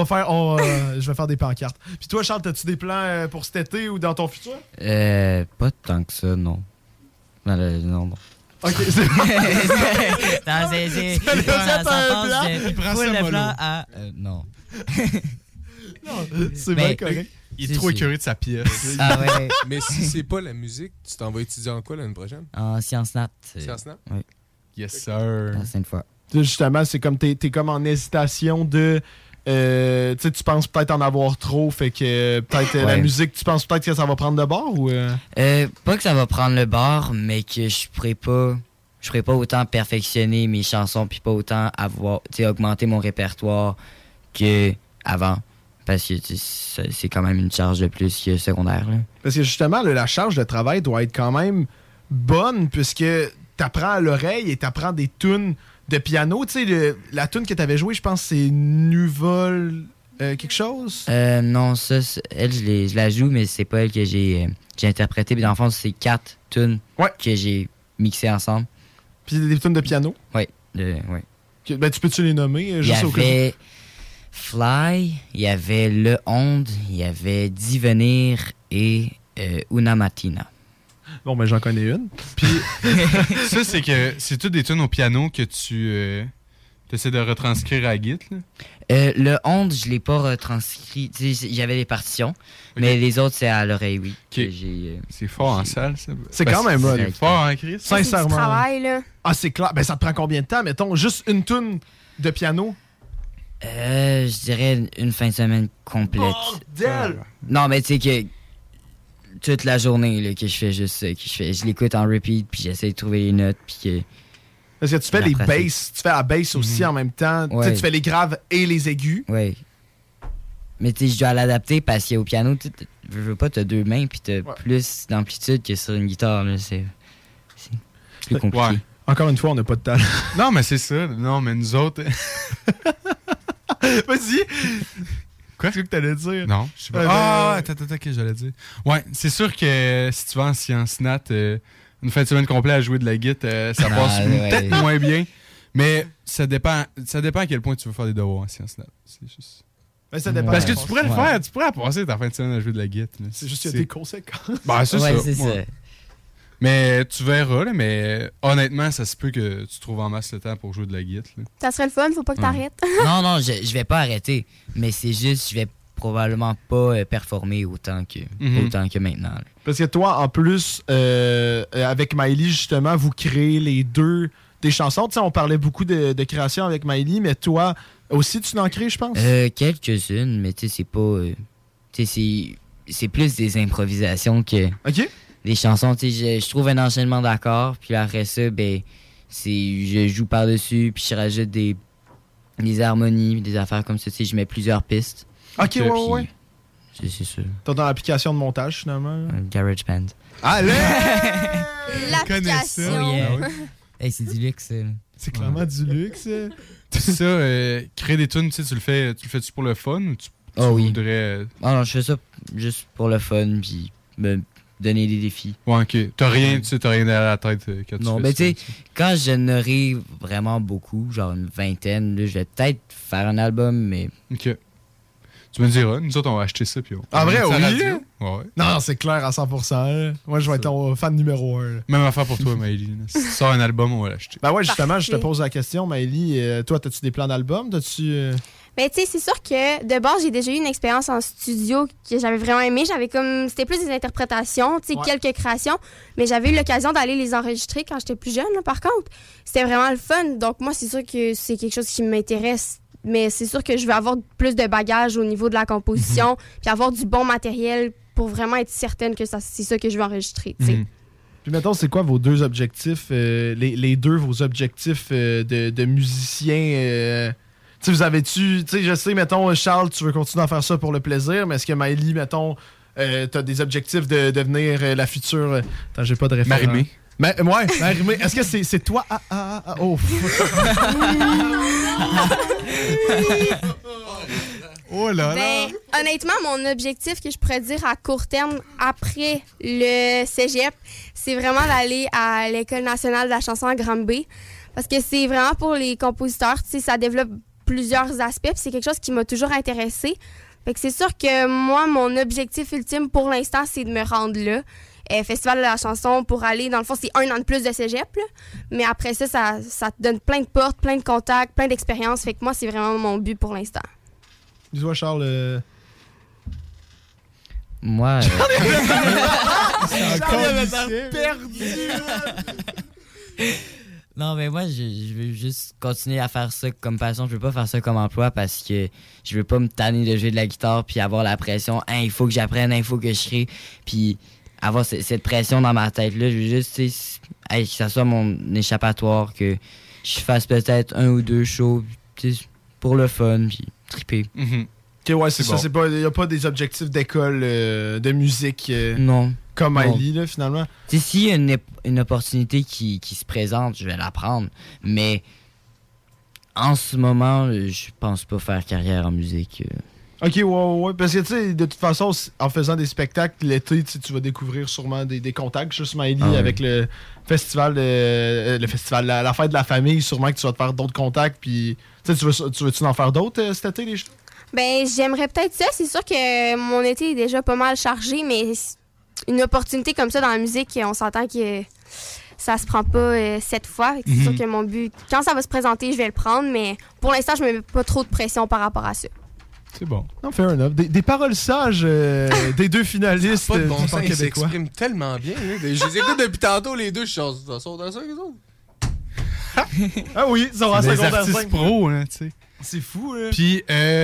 Je vais faire des pancartes. Puis toi, Charles, as-tu des plans pour cet été ou dans ton futur? Pas tant que ça, non. Non. Ok, c'est bon. Il prend ça le plan à... non. Non, c'est bien correct. Il est trop écœuré de sa pièce. Ah ouais. Mais si c'est pas la musique, tu t'en vas étudier en quoi l'année prochaine? En sciences nat. Sciences nat? Oui. Yes, sir. La 5 fois. Justement, c'est comme t'es comme en hésitation de... tu penses peut-être en avoir trop, fait que peut-être la musique, tu penses peut-être que ça va prendre le bord ou... Pas que ça va prendre le bord, mais que je pourrais pas autant perfectionner mes chansons puis pas autant augmenter mon répertoire qu'avant. Parce que c'est quand même une charge de plus que secondaire. Là. Parce que justement, la charge de travail doit être quand même bonne puisque t'apprends à l'oreille et t'apprends des tunes de piano. Tu sais, la tune que t'avais jouée, je pense c'est Nuvol quelque chose? Non, ça, elle, je la joue, mais c'est pas elle que j'ai interprétée. Puis dans le fond, c'est 4 tunes que j'ai mixées ensemble. Puis des tunes de piano? Oui. Ben, tu peux-tu les nommer? Il y avait Fly, il y avait Le Onde, il y avait Divenir et Una Mattina. Bon, ben j'en connais une. Puis ça, c'est que c'est toutes des tunes au piano que Tu essaies de retranscrire à Git, là? Le Onde, je l'ai pas retranscrit. J'avais les partitions, mais les autres, c'est à l'oreille, oui. C'est fort en salle, ça. C'est quand même c'est fort, hein, Chris? Sincèrement. C'est du travail, là. Ah, c'est clair. Ben, ça te prend combien de temps, mettons? Juste une toune de piano? Je dirais une fin de semaine complète. Bordel! Non, mais tu sais que toute la journée là, que je fais juste ça, je l'écoute en repeat, puis j'essaie de trouver les notes, puis que... Parce que tu fais les basses, tu fais la bass aussi en même temps. Ouais. Tu fais les graves et les aigus. Oui. Mais tu sais, je dois l'adapter parce qu'au piano, tu veux pas, t'as 2 mains, puis t'as plus d'amplitude que sur une guitare. Là, c'est plus compliqué. Ouais. Encore une fois, on n'a pas de talent. Non, mais c'est ça. Non, mais nous autres... Vas-y! Quoi? C'est ce que t'allais dire? Non, je sais pas. Attends, ok, j'allais dire. Ouais, c'est sûr que si tu vas en sciences nat, une fin de semaine complète à jouer de la guitare, ça passe peut-être moins bien. Mais ça dépend à quel point tu veux faire des devoirs en sciences nat. C'est juste... Ben, ça dépend. Parce que tu pourrais le faire, tu pourrais passer ta fin de semaine à jouer de la guitare. C'est juste qu'il y a des conséquences. Ben, c'est ça. C'est ça. Mais tu verras, là, mais honnêtement, ça se peut que tu trouves en masse le temps pour jouer de la guitare. Là. Ça serait le fun, faut pas que t'arrêtes. Non, je vais pas arrêter. Mais c'est juste, je vais probablement pas performer autant que maintenant. Là. Parce que toi, en plus, avec Miley, justement, vous créez les deux des chansons. Tu sais, on parlait beaucoup de création avec Miley, mais toi aussi, tu n'en crées, je pense? Quelques-unes, mais tu sais, c'est pas... tu sais, c'est plus des improvisations que... OK. Des chansons, tu sais, je trouve un enchaînement d'accords, puis après ça, ben, je joue par-dessus, puis je rajoute des harmonies, des affaires comme ça, tu sais, je mets plusieurs pistes. OK, ouais. C'est ça. T'as dans l'application de montage, finalement? GarageBand. Allez! L'application! Oh, yeah. Hey, c'est du luxe, C'est clairement du luxe. Ça, créer des tunes, tu le fais-tu pour le fun ou tu voudrais... Non, je fais ça juste pour le fun, puis me donner des défis. Ouais, OK. T'as rien derrière la tête quand tu fais ça? Non, ben tu sais, quand j'en aurai vraiment beaucoup, genre une vingtaine, là, je vais peut-être faire un album, mais... OK. Tu me diras, nous autres, on va acheter ça, puis on... En vrai, oui? Ouais. Non, c'est clair à 100%. Moi, je vais être ton fan numéro 1. Même affaire pour toi, Miley. Si tu sors un album, on va l'acheter. Ben ouais, justement, je te pose la question, Miley. Toi, as-tu des plans d'album? T'as-tu... Ben, tu sais, c'est sûr que de base, j'ai déjà eu une expérience en studio que j'avais vraiment aimé. C'était plus des interprétations, tu sais, quelques créations, mais j'avais eu l'occasion d'aller les enregistrer quand j'étais plus jeune, là, par contre. C'était vraiment le fun. Donc, moi, c'est sûr que c'est quelque chose qui m'intéresse, mais c'est sûr que je veux avoir plus de bagages au niveau de la composition, puis avoir du bon matériel pour vraiment être certaine que c'est ça que je veux enregistrer, tu sais. Puis mettons, c'est quoi vos deux objectifs, vos objectifs de musiciens? Tu sais, vous avez-tu... Tu sais, je sais, mettons, Charles, tu veux continuer à faire ça pour le plaisir, mais est-ce que Miley, mettons, t'as des objectifs de devenir la future... Attends, j'ai pas de référence. Marimé. Ouais, Marimé. Est-ce que c'est toi? Oh. Oh là là. Ben, honnêtement, mon objectif que je pourrais dire à court terme après le cégep, c'est vraiment d'aller à l'École nationale de la chanson à Granby. Parce que c'est vraiment pour les compositeurs, tu sais, ça développe plusieurs aspects, puis c'est quelque chose qui m'a toujours intéressée. Fait que c'est sûr que moi, mon objectif ultime pour l'instant, c'est de me rendre là. Festival de la chanson pour aller, dans le fond, c'est 1 an de plus de cégep, là. Mais après ça te donne plein de portes, plein de contacts, plein d'expériences. Fait que moi, c'est vraiment mon but pour l'instant. Dis-moi, Charles... Moi... Charles avait perdu! Non, mais moi, je veux juste continuer à faire ça comme passion. Je veux pas faire ça comme emploi parce que je veux pas me tanner de jouer de la guitare puis avoir la pression. Hein, il faut que j'apprenne, il faut que je crée. Puis avoir cette pression dans ma tête. Là, je veux juste, tu sais, que ça soit mon échappatoire, que je fasse peut-être 1 ou 2 shows pour le fun, puis triper. Ok, ouais, c'est ça. Il n'y a pas des objectifs d'école de musique non. Comme Miley, là, finalement. Tu sais, s'il y a une opportunité qui se présente, je vais la prendre. Mais en ce moment, je pense pas faire carrière en musique. Ok, ouais. Parce que, tu sais, de toute façon, en faisant des spectacles, l'été, tu vas découvrir sûrement des contacts. Juste Miley, avec le festival, la fête de la famille, sûrement que tu vas te faire d'autres contacts. Puis, tu veux-tu en faire d'autres cet été, les choses? Ben, j'aimerais peut-être ça. C'est sûr que mon été est déjà pas mal chargé, mais une opportunité comme ça dans la musique, on s'entend que ça se prend pas 7 fois. C'est sûr que mon but, quand ça va se présenter, je vais le prendre, mais pour l'instant, je me mets pas trop de pression par rapport à ça. C'est bon. Non, fair enough. Des paroles sages des deux finalistes pas de bon du sens, Pan ils québécois. s'expriment tellement bien. Là. Je les écoute depuis tantôt, les deux. Je suis sont dans ça, les autres. Ah oui, ils sont en des secondaire artistes 5. pros, hein, tu sais. C'est fou, là. Puis,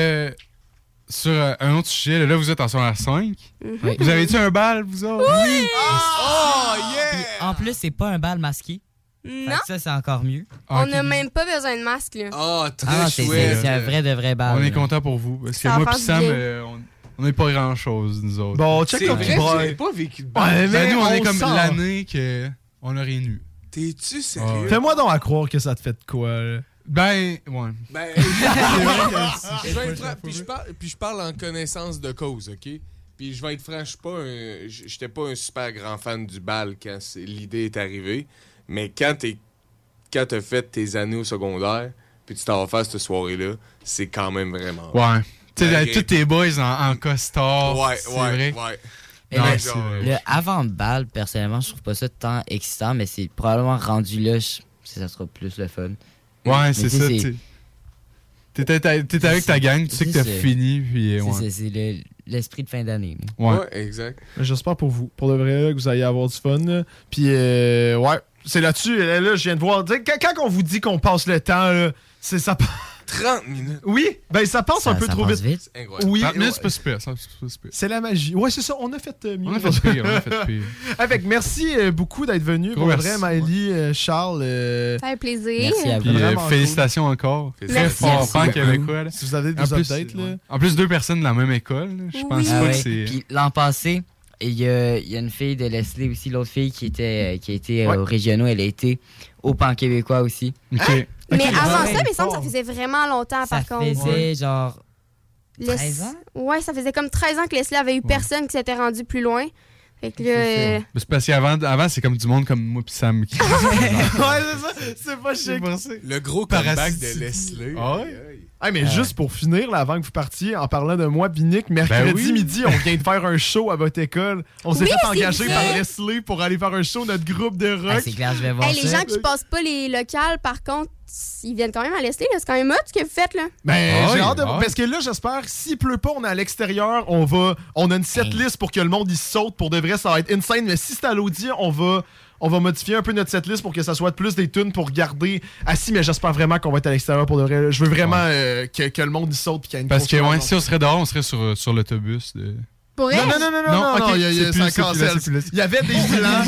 sur un autre sujet, là, vous êtes en secondaire 5. Oui. Vous avez-tu un bal, vous autres? Oui! Oh, yeah! Puis, en plus, c'est pas un bal masqué. Non, Fait que ça, c'est encore mieux. on n'a même pas besoin de masque, là. Ah, très c'est chouette. un vrai de vrai bal. On est là. content pour vous. Parce que Ça va moi faire et Sam, du bien. on n'est pas grand-chose, nous autres. Bon, check C'est comme vrai, tu brailles. j'avais pas vécu de Ouais, balle. mais nous, on est comme sent. l'année qu'on a rien eu. T'es-tu sérieux? Fais-moi donc à croire que ça te fait de quoi, là. Ben, ouais. Ben, C'est je vais vrai être franc, puis je parle en connaissance de cause, OK? Puis je vais être franc, j'étais pas un super grand fan du bal quand l'idée est arrivée, mais quand t'as fait tes années au secondaire, puis tu t'en vas faire cette soirée-là, c'est quand même vraiment... Ouais. Tu sais, Malgré- tous tes boys en costard. Ouais, c'est ouais, vrai. ouais. Mais Non, le, c'est vrai. le avant-balle, personnellement, je trouve pas ça tant excitant, mais c'est probablement rendu là, ça sera plus le fun. Ouais, c'est ça. c'est- T'es avec ta gang, tu sais que t'as c'est- fini, puis ouais. C'est l'esprit de fin d'année. Ouais. Ouais, exact. J'espère pour vous. Pour de vrai, là, que vous allez avoir du fun. Là. Puis, ouais, c'est là-dessus. Là, je viens de voir. Quand on vous dit qu'on passe le temps, là, c'est ça. 30 minutes. Oui, ben ça passe un peu trop vite. C'est incroyable. Oui, 30 minutes, ouais. c'est pas super. C'est pas super. C'est la magie. Ouais, c'est ça. On a fait mieux. On a fait pire, on a fait pire. Avec, merci beaucoup d'être venu. Gros Pour merci. vrai, Maëlie, Charles. Ça fait plaisir. Merci à vous. Puis Vraiment félicitations encore. Très Merci. fort, Merci Pan beaucoup. québécois. Là. Si vous avez des En plus, updates, là. ouais. En plus, 2 personnes de la même école. Là. Je pense Oui. pas Ah que ouais. c'est. Puis l'an passé, il y a une fille de Leslie aussi, l'autre fille qui a été Ouais. aux régionaux, elle a été au Pan québécois aussi. Ok. Mais Ok, avant ouais. ça, il me semble que ça Fort. faisait vraiment longtemps, Ça par contre. faisait genre 13 ans? Ouais, ça faisait comme 13 ans que Leslie avait eu personne qui s'était rendu plus loin. Fait que là, Mais c'est parce qu'avant, c'est comme du monde comme moi pis Sam qui. Ouais, c'est ça. C'est pas chic. Le gros comeback Parasite. de Leslie. Ah ouais? Aïe, aïe. Ah, mais juste pour finir, là, avant que vous partiez, en parlant de moi, Binic, mercredi Ben oui. midi, on vient de faire un show à votre école. On s'est Oui, fait c'est engager vrai. par Leslie pour aller faire un show, notre groupe de Ah, rock. c'est clair, je vais voir hey, les ça. gens qui passent pas les locales, par contre, ils viennent quand même à Leslie. là. C'est quand même hot ce que vous faites, là. Ben, Ah j'ai oui, hâte de... ah oui. Parce que là, j'espère, s'il pleut pas, on est à l'extérieur, on a une setlist pour que le monde y saute. Pour de vrai, ça va être insane. Mais si c'est à l'Audi, on va modifier un peu notre setlist pour que ça soit plus des tunes pour garder assis. Mais j'espère vraiment qu'on va être à l'extérieur pour de vrai. Je veux vraiment que le monde y saute puis qu'il y ait une Parce que grosse ouais, ambiance. si on serait dehors, on serait sur l'autobus. Pour Non, elle? non, ok, il y a- c'est plus- ça c'est plus là, cancelle. c'est plus là. Il y avait des plans.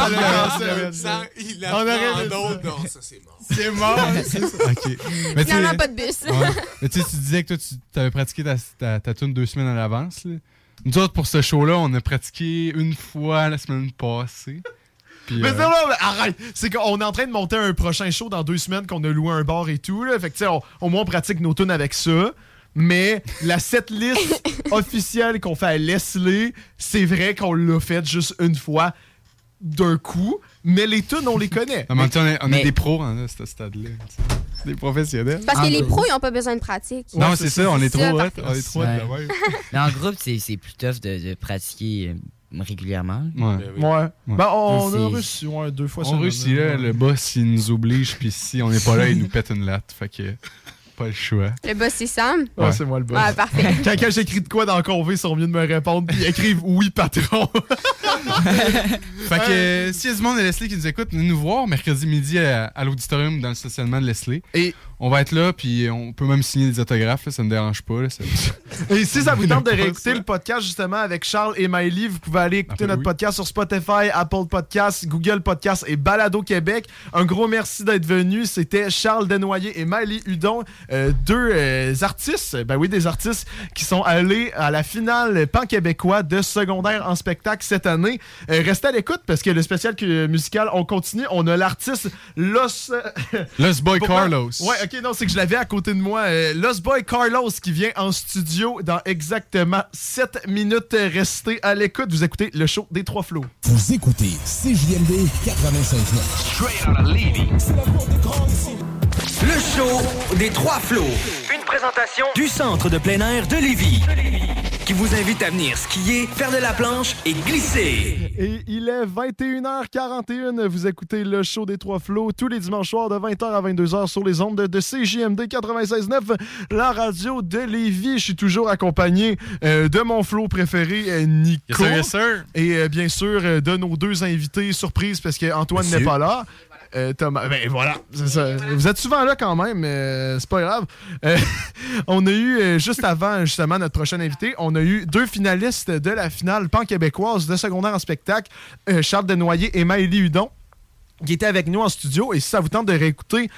Ça, il On aurait a fait d'autres. Non, ça, c'est mort. C'est mort. Ok. Mais tu sais- Finalement, pas de bus. Ouais. Mais tu sais, tu disais que toi, tu avais pratiqué ta tune 2 semaines à l'avance. là. Nous autres, pour ce show-là, on a pratiqué une fois la semaine passée. Puis, Mais non, non, mais arrête! C'est qu'on est en train de monter un prochain show dans 2 semaines qu'on a loué un bar et tout. Là. Fait que, tu sais, au moins, on pratique nos tunes avec ça. Mais la setlist officielle qu'on fait à Leslie, c'est vrai qu'on l'a faite juste une fois d'un coup. Mais les tunes, on les connaît. en même temps, on mais- est des pros à ce stade-là. tu sais. Des professionnels. Parce que Ah, les oui. pros, ils ont pas besoin de pratique. Non, Ouais, c'est ça, on est trop ça, hot. parfait. On est trop hot Ouais. de même. Mais en groupe, c'est plus tough de pratiquer régulièrement. Ouais. Ben oui. Ouais. Ben, on C'est- a réussi 2 fois On semaine, réussit là, le boss il nous oblige, puis si on n'est pas là, il nous pète une latte. Fait que pas le choix. Le boss, c'est Sam. Ouais, Ouais. c'est moi le boss. Ouais, parfait. Quand j'écris de quoi dans le convé, ils sont mieux de me répondre puis ils écrivent oui, patron. Fait que s'il y a du monde de Leslie qui nous écoute, venez nous voir mercredi midi à l'auditorium dans le stationnement de Leslie. Et On va être là, puis on peut même signer des autographes, là, ça me dérange pas. Là, ça- Et si ça vous tente de Pas réécouter ça. le podcast justement avec Charles et Maëlie, vous pouvez aller écouter Ah, ben notre oui. podcast sur Spotify, Apple Podcasts, Google Podcasts et Balado Québec. Un gros merci d'être venus. C'était Charles Desnoyers et Maëlie Hudon, deux artistes, ben oui, des artistes qui sont allés à la finale pan-québécois de secondaire en spectacle cette année. Restez à l'écoute parce que le spécial musical, on continue. On a l'artiste Los... Lost Boy Pourquoi? Carlos. Ouais, ok, non, c'est que je l'avais à côté de moi. Lost Boy Carlos qui vient en studio dans exactement 7 minutes. Restez à l'écoute. Vous écoutez le show des Trois Flots. Vous écoutez CJMD 85.9. Straight out of Levy. Le show des Trois Flots. Une présentation du Centre de plein air de Lévis. qui vous invite à venir skier, faire de la planche et glisser. Et il est 21h41. Vous écoutez le show des Trois Flots tous les dimanches soirs de 20h à 22h sur les ondes de CJMD 96.9, la radio de Lévis. Je suis toujours accompagné de mon flow préféré, Nico. Yes, sir. Et bien sûr, de nos deux invités surprises parce qu'Antoine n'est pas là. Thomas, ben voilà, c'est ça. Vous êtes souvent là quand même, mais c'est pas grave. On a eu, juste avant justement notre prochain invité, on a eu deux finalistes de la finale pan-québécoise de secondaire en spectacle, Charles Desnoyers et Maëlie Hudon, qui étaient avec nous en studio. Et si ça vous tente de réécouter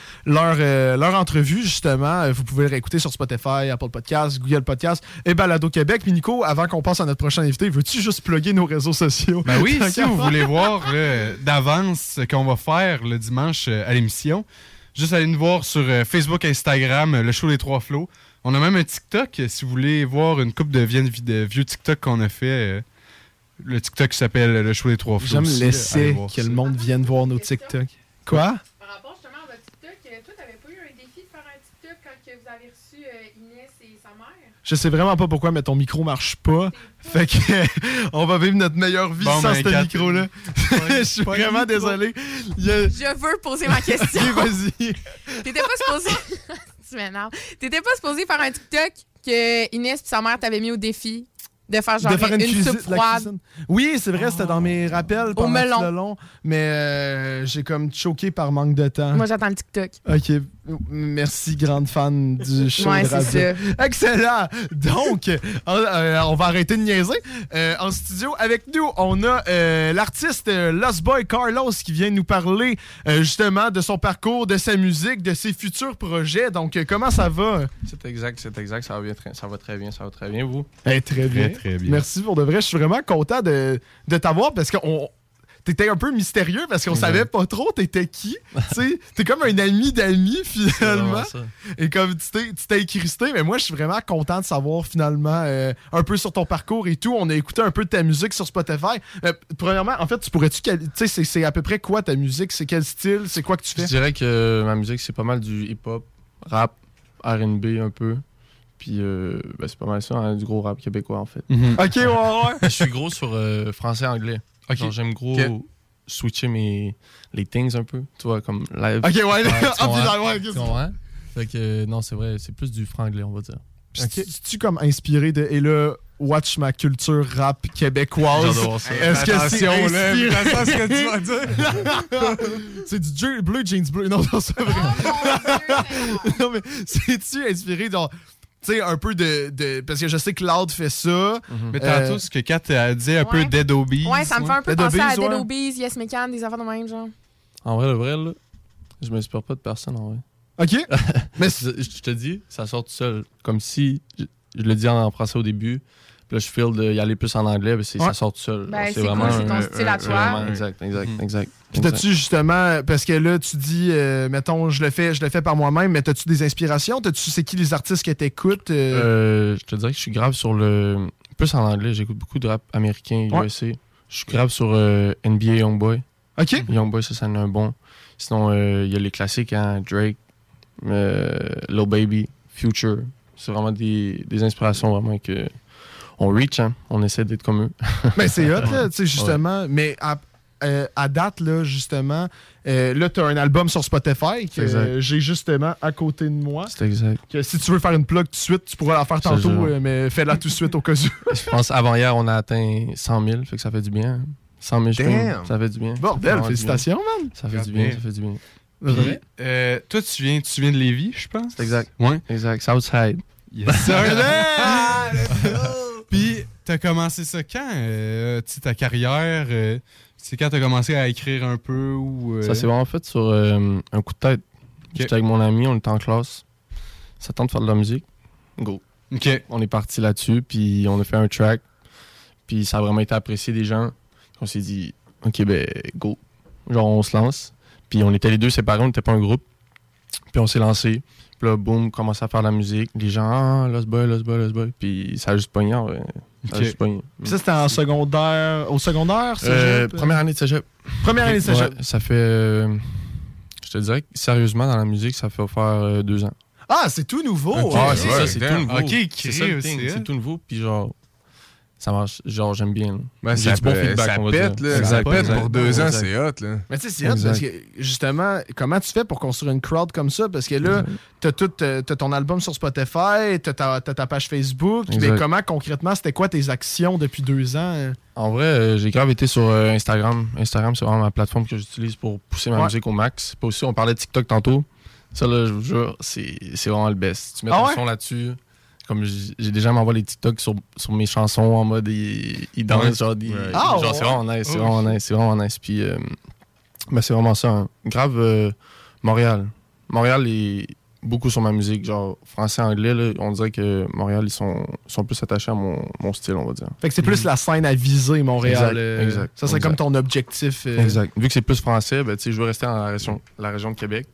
leur entrevue, justement, vous pouvez le réécouter sur Spotify, Apple Podcasts, Google Podcasts et Balado Québec. Puis Nico, avant qu'on passe à notre prochain invité, veux-tu juste plugger nos réseaux sociaux? Ben oui, si vous voulez voir d'avance ce qu'on va faire le dimanche à l'émission, juste allez nous voir sur Facebook, Instagram, le show des Trois Flots. On a même un TikTok, si vous voulez voir une couple de vieux TikTok qu'on a fait. Le TikTok qui s'appelle le show des Trois Flots. J'aime laisser que le monde vienne voir nos TikTok. Quoi? Par rapport justement à votre TikTok, toi, t'avais pas eu un défi de faire un TikTok quand vous avez reçu Inès et sa mère? Je sais vraiment pas pourquoi, mais ton micro marche pas. Fait que on va vivre notre meilleure vie sans ce micro-là. Je suis vraiment désolé. Je veux poser ma question. Vas-y. T'étais pas supposé... Tu m'énerves. T'étais pas supposé faire un TikTok que Inès et sa mère t'avaient mis au défi de faire genre une soupe froide. Oui, c'est vrai, c'était dans mes rappels pendant le long. Mais j'ai comme choqué par manque de temps. Moi, j'attends le TikTok. OK. Merci, grande fan du show de radio. C'est ça. Excellent. Donc, on va arrêter de niaiser. En studio, avec nous, on a l'artiste Lost Boy Carlos qui vient nous parler justement de son parcours, de sa musique, de ses futurs projets. Donc, comment ça va? C'est exact. Ça va très bien, vous? Très bien. Très bien. Merci pour de vrai. Je suis vraiment content de t'avoir parce que t'étais un peu mystérieux parce qu'on savait pas trop t'étais qui. T'es comme un ami d'amis finalement. Et comme tu t'es incrusté, mais moi je suis vraiment content de savoir finalement un peu sur ton parcours et tout. On a écouté un peu de ta musique sur Spotify. Premièrement, en fait, tu pourrais-tu... c'est à peu près quoi ta musique? C'est quel style? C'est quoi que tu fais? Je dirais que ma musique c'est pas mal du hip-hop, rap, R&B un peu. Puis c'est pas mal ça, hein, du gros rap québécois en fait. OK, ouais. Je suis gros sur français-anglais. Okay. Genre, j'aime gros switcher les things un peu, tu vois, comme live. OK, ouais. Fait que non, c'est vrai, c'est plus du franglais, on va dire. Tu comme inspiré de... Et là, watch ma culture rap québécoise. J'adore ça. Est-ce que c'est inspiré? C'est ce que tu vas dire. C'est du bleu, jeans bleu. Non, c'est vrai. Non, mais c'est-tu inspiré genre... Tu sais, un peu de... Parce que je sais que Loud fait ça. Mais tantôt, ce que Kat a dit, un peu Dead Obies. Ouais, ça me fait un peu penser à Dead Obies, Yes Mecan, des affaires de même, genre. En vrai, là, je m'inspire pas de personne, en vrai. OK. Mais je te dis, ça sort tout seul. Comme si, je le dis en français au début, puis là, je feel d'y aller plus en anglais, mais ça sort tout seul. Ben, c'est vraiment cool, c'est ton style à toi. Exact. Puis t'as-tu justement, parce que là, tu dis, mettons, je le fais par moi-même, mais t'as-tu des inspirations? C'est qui les artistes que t'écoutes? Je te dirais que je suis grave sur le... Plus en anglais, j'écoute beaucoup de rap américain, USA. Je suis grave sur NBA Youngboy. OK. Youngboy, ça en est un bon. Sinon, il y a les classiques, hein, Drake, Lil Baby, Future. C'est vraiment des inspirations vraiment que... On reach, hein. On essaie d'être comme eux. Mais c'est hot, là, tu sais, justement. Ouais. Mais à date, là, justement, là, tu as un album sur Spotify que j'ai justement à côté de moi. C'est exact. Que si tu veux faire une plug tout de suite, tu pourras la faire tantôt, mais fais-la tout de suite au cas où. Je pense avant-hier, on a atteint 100 000, fait que ça fait du bien. 100 000 streams, ça fait du bien. Bordel, félicitations, man. Ça fait du bien, ça fait du bien. Puis, toi, tu viens de Lévis, je pense? C'est exact. Ouais. Exact. Southside. Yes, sir. Puis, t'as commencé ça quand? Ta carrière, c'est quand t'as commencé à écrire un peu? Ou, Ça s'est vraiment fait sur un coup de tête. J'étais avec mon ami, on était en classe. Ça tente de faire de la musique. Go. OK. On est parti là-dessus, puis on a fait un track. Puis ça a vraiment été apprécié des gens. On s'est dit, OK, ben, go. Genre, on se lance. Puis on était les deux séparés, on n'était pas un groupe. Puis on s'est lancé. Puis là, boum, commence à faire de la musique. Les gens, Lost Boy. Puis ça a juste pogné, en vrai. Ça a juste pogné. Puis ça, c'était en secondaire. Au secondaire, cégep? Première année de cégep. Première année de cégep. Ouais, ça fait... je te dirais que sérieusement, dans la musique, ça fait faire 2 ans. Ah, c'est tout nouveau! Okay. Ah, c'est ça, c'est tout nouveau. OK, c'est ça le thing, c'est tout nouveau. Puis genre, ça marche. Genre, j'aime bien. Ben, j'ai du bon feedback, ça on va pète, dire. là. Ça pète pour 2 ans, c'est hot, là. Mais tu sais, c'est hot parce que, justement, comment tu fais pour construire une crowd comme ça? Parce que là, t'as ton album sur Spotify, t'as ta page Facebook. Mais comment, concrètement, c'était quoi tes actions depuis 2 ans? En vrai, j'ai grave été sur Instagram. Instagram, c'est vraiment ma plateforme que j'utilise pour pousser ma musique au max. Puis aussi, on parlait de TikTok tantôt. Ça, là, je vous jure, c'est vraiment le best. Tu mets ton son là-dessus. Comme j'ai déjà m'envoyé les TikTok sur mes chansons en mode ils dansent, genre c'est vraiment nice, c'est vraiment nice. Puis c'est vraiment ça. Hein. Grave Montréal. Montréal est beaucoup sur ma musique, genre français, anglais. Là, on dirait que Montréal, ils sont plus attachés à mon style, on va dire. Fait que c'est plus la scène à viser, Montréal. Exact. Ça serait comme ton objectif. Exact. Vu que c'est plus français, ben, je veux rester dans la région de Québec.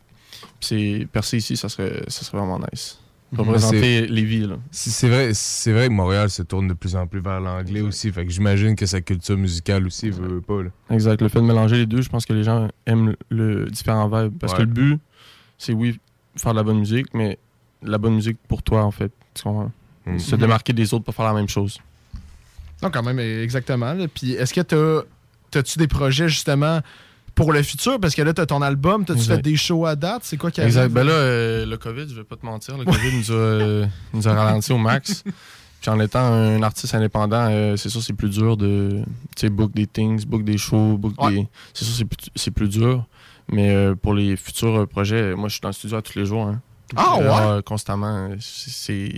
Puis percer ici, ça serait vraiment nice. Représenter Lévis, là. C'est vrai que Montréal se tourne de plus en plus vers l'anglais aussi. Fait que j'imagine que sa culture musicale aussi veut pas. Là. Exact. Le fait de mélanger les deux, je pense que les gens aiment le différent vibe. Parce que le but, c'est faire de la bonne musique, mais la bonne musique pour toi, en fait. Tu comprends? Se démarquer des autres pour faire la même chose. Non, quand même, exactement. Là. Puis est-ce que t'as-tu des projets, justement, pour le futur? Parce que là, t'as ton album, t'as-tu fait des shows à date? C'est quoi qui arrive? Exact. Ben là, le COVID, je vais pas te mentir, le COVID nous a ralenti au max. Puis en étant un artiste indépendant, c'est sûr c'est plus dur de book des things, book des shows, c'est sûr c'est plus dur. Mais pour les futurs projets, moi je suis dans le studio tous les jours. Hein. Ouais? Constamment. C'est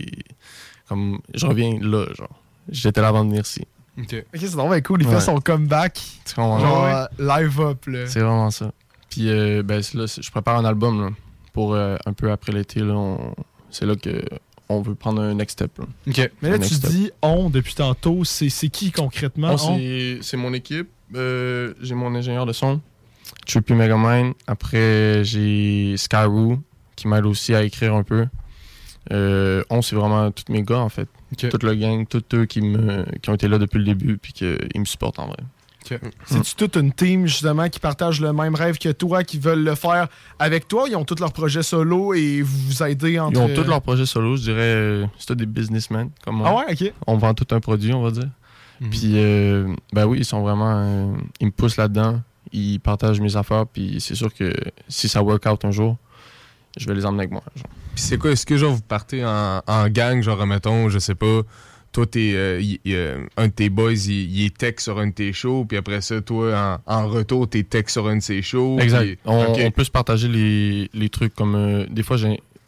comme je reviens là, genre. J'étais là avant de venir ici. Ok, c'est vraiment cool. Il fait son comeback. Genre live up. Là. C'est vraiment ça. Puis là, je prépare un album là, pour un peu après l'été. C'est là que on veut prendre un next step. Là. OK. Mais là, tu dis on depuis tantôt. C'est qui concrètement? C'est mon équipe. J'ai mon ingénieur de son, Trippy Megamind. Après, j'ai Skyroo qui m'aide aussi à écrire un peu. C'est vraiment tous mes gars, en fait. Okay. Toute le gang, tous eux qui ont été là depuis le début puis qu'ils me supportent en vrai. Okay. C'est-tu toute une team, justement, qui partage le même rêve que toi, qui veulent le faire avec toi? Ils ont tous leurs projets solo et vous vous aidez entre... Ils ont tous leurs projets solo, je dirais. C'est des businessmen. Comme OK. On vend tout un produit, on va dire. Puis, oui, ils sont vraiment... ils me poussent là-dedans. Ils partagent mes affaires. Puis c'est sûr que si ça work out un jour, je vais les emmener avec moi. Genre. Puis c'est quoi? Est-ce que genre vous partez en gang, genre, mettons, je sais pas, toi, un de tes boys, il est tech sur un de tes shows, puis après ça, toi, en retour, t'es tech sur un de ses shows. Exact. Puis... On peut se partager les trucs comme... des fois,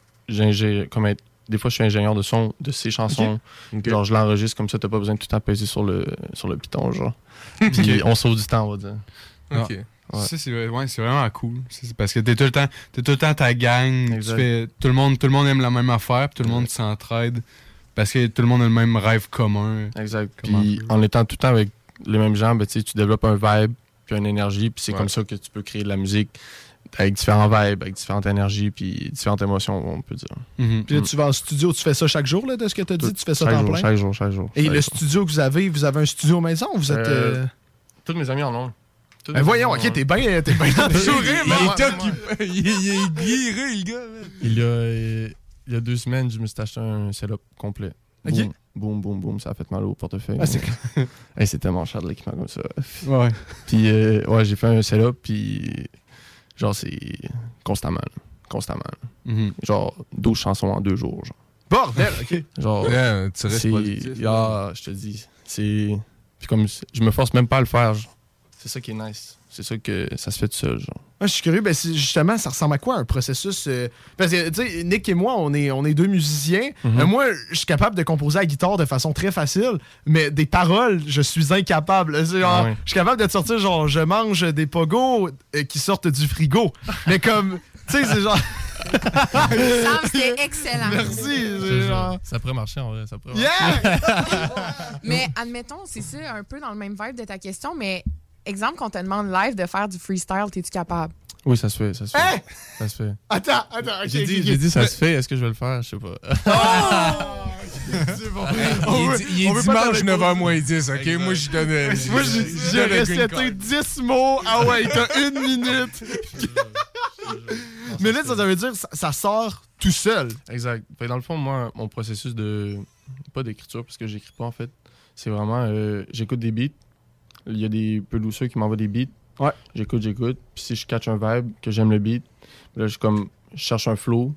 des fois, je suis ingénieur de son de ses chansons. Okay. Genre, je l'enregistre comme ça, t'as pas besoin de tout apaiser sur le piton, genre. Puis on sauve du temps, on va dire. OK. Ouais. Ça, c'est vraiment cool. C'est parce que t'es tout le temps ta gang. Tout le monde aime la même affaire, puis tout le monde s'entraide. Parce que tout le monde a le même rêve commun. Exact. Puis en étant tout le temps avec les mêmes gens, ben, tu développes un vibe, puis une énergie, puis c'est comme ça que tu peux créer de la musique avec différents vibes, avec différentes énergies, puis différentes émotions, on peut dire. Puis là, tu vas en studio, tu fais ça chaque jour, là, de ce que tu as dit? Tu fais ça temps plein? Chaque jour. Et le studio que vous avez un studio maison ou vous êtes... Tous mes amis en ont. Voyons, OK, t'es bien entouré, il est guiré, le gars. Il y a 2 semaines, je me suis acheté un setup complet. OK. Boum, ça a fait mal au portefeuille. Ah, c'est tellement cher de l'équipement comme ça. Ouais. Puis, j'ai fait un setup, puis genre, c'est constamment. Genre, 12 chansons en 2 jours, genre. Bordel, OK. Genre, tu restes productif. Je te dis, c'est... Puis comme, je me force même pas à le faire, genre. C'est ça qui est nice. C'est ça que ça se fait tout seul, genre. Moi, je suis curieux, justement, ça ressemble à quoi un processus? Parce que, tu sais, Nick et moi, on est 2 musiciens. Moi, je suis capable de composer à la guitare de façon très facile, mais des paroles, je suis incapable. Genre, je suis capable de te sortir, genre, je mange des pogos qui sortent du frigo. Mais comme, tu sais, c'est genre... Sam, c'était excellent. Merci. Ça pourrait marcher, en vrai. Ça pourrait Mais admettons, c'est ça, un peu dans le même vibe de ta question, mais... Exemple, qu'on te demande live de faire du freestyle, t'es-tu capable? Oui, ça se fait. Ça se fait. Attends. J'ai dit ça se fait. Est-ce que je vais le faire? Je sais pas. C'est bon. Il est dimanche 9h moins 10, OK? Exact. Moi, je donnais... Moi, j'ai receté 10 mots. Ah ouais, t'as 1 minute. Mais là, ça veut dire que ça sort tout seul. Exact. Fait, dans le fond, moi, mon processus pas d'écriture, parce que j'écris pas, en fait, C'est vraiment, j'écoute des beats. Il y a des producers qui m'envoient des beats. Ouais. J'écoute. Puis si je catch un vibe, que j'aime le beat, là, je cherche un flow,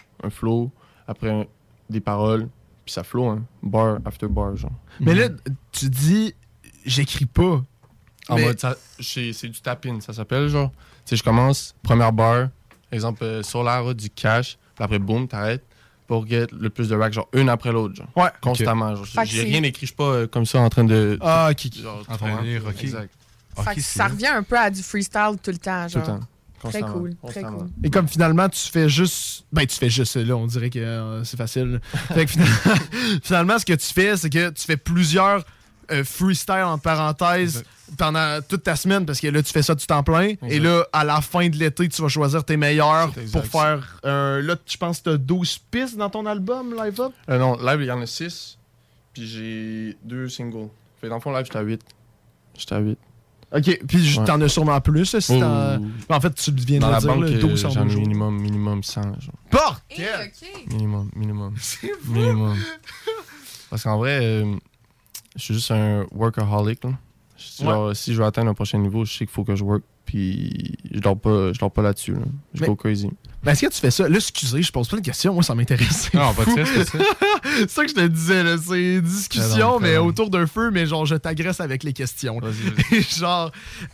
après des paroles, puis ça flow, hein. Bar after bar, genre. Mais là, tu dis, j'écris pas. En mode, c'est du tap-in, ça s'appelle, genre. Tu sais, je commence, première bar, exemple, sur l'air du cash, puis après, boum, t'arrêtes pour get le plus de racks, genre une après l'autre, genre. Ouais. Constamment, genre. J'ai rien écrit, je suis pas comme ça en train de. Ah, ok. En train de lire, ok. Exact. Fait que ça revient un peu à du freestyle tout le temps, genre. Tout le temps. Très cool, Constamment. très cool. Et comme finalement, tu fais juste. Ben, tu fais juste là, on dirait que c'est facile. Fait que finalement, ce que tu fais, c'est que tu fais plusieurs freestyle en parenthèse pendant toute ta semaine parce que là, tu fais ça du temps plein. Exact. Et là, à la fin de l'été, tu vas choisir tes meilleurs pour faire. Là, je pense que tu as 12 pistes dans ton album, Live Up? Non, Live, il y en a 6. Puis j'ai 2 singles. Fait dans le fond, Live, j'étais à 8. Ok, puis t'en as sûrement plus. Si en fait, tu viens de dans le dire, 12 j'en ai minimum 100. Genre. Bordel! Minimum. C'est fou! Minimum. Parce qu'en vrai, je suis juste un workaholic. Là. Genre, si je veux atteindre un prochain niveau, je sais qu'il faut que je work. Puis je dors pas là-dessus. Là. Je go crazy. Mais est-ce que tu fais ça? Là, excusez, je pose pas de questions. Moi, ça m'intéresse. Non, pas de stress, c'est ça. C'est ça que je te disais, là. C'est une discussion, mais autour d'un feu, mais genre, je t'agresse avec les questions. Vas-y. Genre,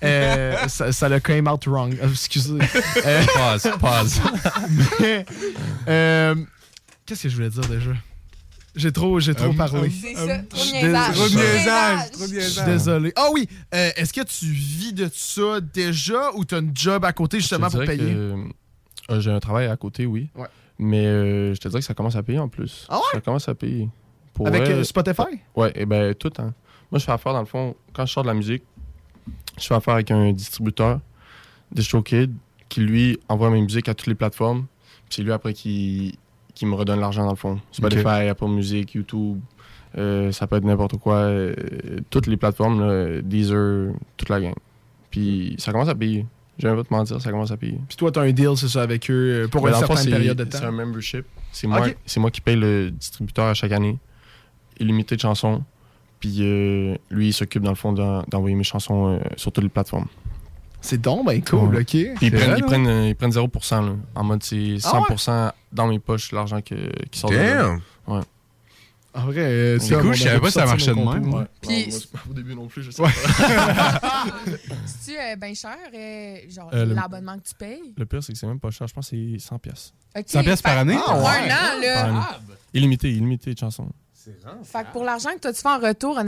ça l'a came out wrong. Excusez. Pause. Mais, qu'est-ce que je voulais dire déjà? J'ai trop parlé. C'est ça, trop niaisage. Je suis désolé. Ah oui, est-ce que tu vis de ça déjà ou tu as un job à côté justement pour payer? J'ai un travail à côté, oui. Ouais. Mais je te dirais que ça commence à payer en plus. Ah ouais? Ça commence à payer. Avec Spotify? Ouais, et ben tout. Hein. Moi, je fais affaire dans le fond, quand je sors de la musique, je fais affaire avec un distributeur, DistroKid, qui lui envoie mes musiques à toutes les plateformes. Puis c'est lui après qui me redonne l'argent dans le fond. Spotify, Apple Music, YouTube, ça peut être n'importe quoi. Toutes les plateformes, là, Deezer, toute la gang. Puis ça commence à payer. Je viens pas te mentir, ça commence à payer. Puis toi, tu as un deal, c'est ça, avec eux pour une certaine période de temps? C'est un membership. C'est moi qui paye le distributeur à chaque année. Illimité de chansons. Puis lui, il s'occupe dans le fond d'envoyer mes chansons sur toutes les plateformes. C'est donc ben cool, ok. Puis ils prennent 0%. Là. En mode, c'est 100% dans mes poches, l'argent qui sort de là. Ouais. En vrai, c'est cool, je savais pas si ça marchait de même. Ouais. Puis, au début non plus, je sais pas. c'est-tu bien cher, genre l'abonnement que tu payes? Le pire, c'est que c'est même pas cher. Je pense que c'est 100$. Okay. 100$ par année? Pour un an, là. Illimité de chansons. C'est rare. Fait que pour l'argent que toi, tu fais en retour,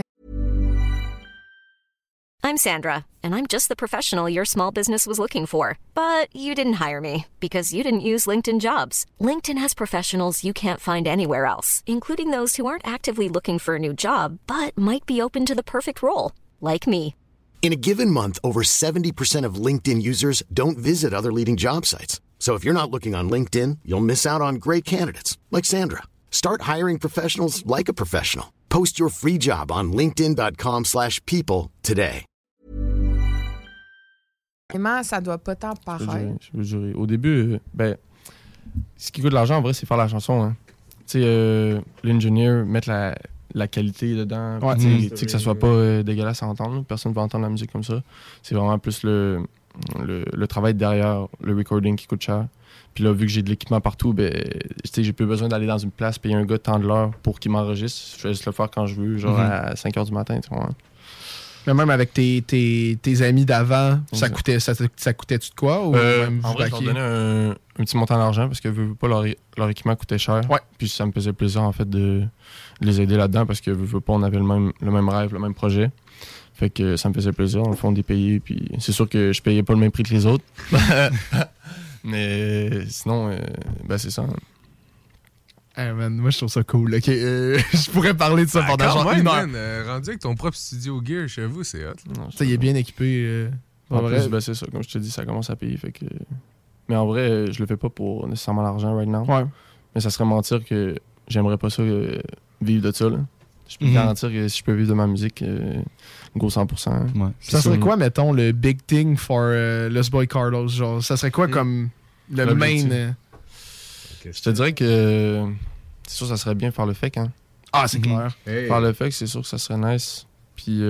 I'm Sandra, and I'm just the professional your small business was looking for. But you didn't hire me because you didn't use LinkedIn Jobs. LinkedIn has professionals you can't find anywhere else, including those who aren't actively looking for a new job, but might be open to the perfect role, like me. In a given month, over 70% of LinkedIn users don't visit other leading job sites. So if you're not looking on LinkedIn, you'll miss out on great candidates like Sandra. Start hiring professionals like a professional. Post your free job on linkedin.com/people today. Ça doit pas tant paraître. Je veux jurer. Au début, ce qui coûte de l'argent, en vrai, c'est faire la chanson. Hein. Tu sais, l'ingénieur, mettre la qualité dedans, que ça soit pas dégueulasse à entendre. Là. Personne ne va entendre la musique comme ça. C'est vraiment plus le travail derrière le recording qui coûte cher. Puis là, vu que j'ai de l'équipement partout, j'ai plus besoin d'aller dans une place, payer un gars tant de l'heure pour qu'il m'enregistre. Je vais juste le faire quand je veux, genre à 5h du matin. Tu vois. Mais même avec tes amis d'avant, ça coûtait-tu de quoi? Ou même en vrai, je leur donnais un petit montant d'argent parce que leur équipement coûtait cher. Ouais. Puis ça me faisait plaisir en fait de les aider là-dedans parce que on avait le même rêve, le même projet. Fait que ça me faisait plaisir, dans le fond, de les payer. Puis c'est sûr que je payais pas le même prix que les autres. Mais sinon, c'est ça. Hey man, moi je trouve ça cool. Ok, je pourrais parler de ça pendant genre une heure. Rendu avec ton propre studio gear chez vous, c'est hot. Il est bien équipé. En plus, c'est ça. Comme je te dis, ça commence à payer. Fait que... Mais en vrai, je le fais pas pour nécessairement l'argent right now. Ouais. Mais ça serait mentir que j'aimerais pas ça vivre de ça. Là. Je peux te garantir que si je peux vivre de ma musique, go 100%. Ouais. Ça serait quoi, mettons, le big thing for Los Boy Carlos? Genre, ça serait quoi comme le main... Je te dirais que c'est sûr ça serait bien faire le fake, hein. Ah, c'est clair. Par le fait que c'est sûr que ça serait nice. Puis,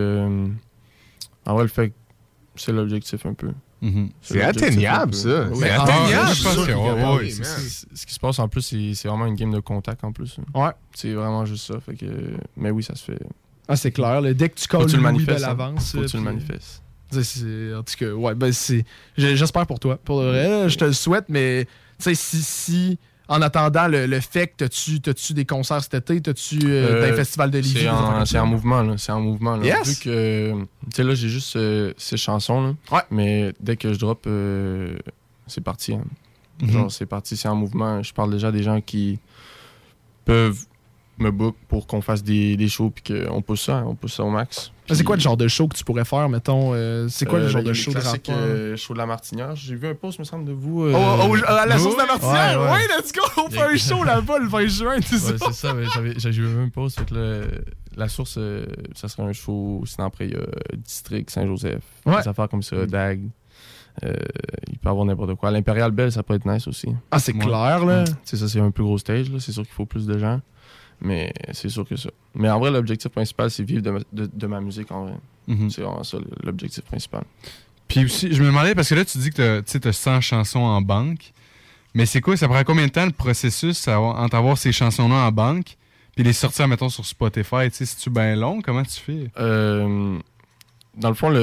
en vrai, le fait que c'est l'objectif un peu. C'est atteignable, ça. Oui, c'est atteignable. Je pense que ce qui se passe en plus, c'est vraiment une game de contact en plus. Ouais. C'est vraiment juste ça. Fait que, mais oui, ça se fait. Ah, c'est clair. Dès que tu colles Louis de l'avance. Faut que tu le manifestes. En tout cas, ouais, ben j'espère pour toi. Pour le vrai, je te le souhaite, mais tu sais, si en attendant le fait que t'as-tu des concerts cet été, t'as-tu des festivals de Lévis? C'est en mouvement, là. C'est en mouvement, là. Yes! Vu que, tu sais, là, j'ai juste ces chansons, là. Ouais. Mais dès que je drop, c'est parti. Hein. Genre, c'est parti, c'est en mouvement. Je parle déjà des gens qui peuvent me book pour qu'on fasse des shows puis qu'on pousse ça au max. Puis, c'est quoi le genre de show que tu pourrais faire, mettons? C'est quoi le genre de show de rapport? Show de la Martinière. J'ai vu un post, me semble, de vous. À la sauce de la Martinière? Ouais, let's go! On fait un show là-bas le 20 juin, tout ça. C'est ça, j'ai vu un post. Fait que la source, ça serait un show. Sinon, après, il y a District, Saint-Joseph. Des affaires comme ça, DAG. Il peut y avoir n'importe quoi. L'Impérial Belle, ça peut être nice aussi. Ah, c'est clair, là. C'est ça, c'est un plus gros stage, là. C'est sûr qu'il faut plus de gens. Mais c'est sûr que ça. Mais en vrai, l'objectif principal, c'est vivre de ma musique, en vrai. C'est vraiment ça, l'objectif principal. Puis aussi, je me demandais, parce que là, tu dis que tu as 100 chansons en banque. Mais c'est quoi, ça prend combien de temps le processus entre avoir ces chansons-là en banque puis les sortir, mettons, sur Spotify? C'est-tu bien long? Comment tu fais? Dans le fond,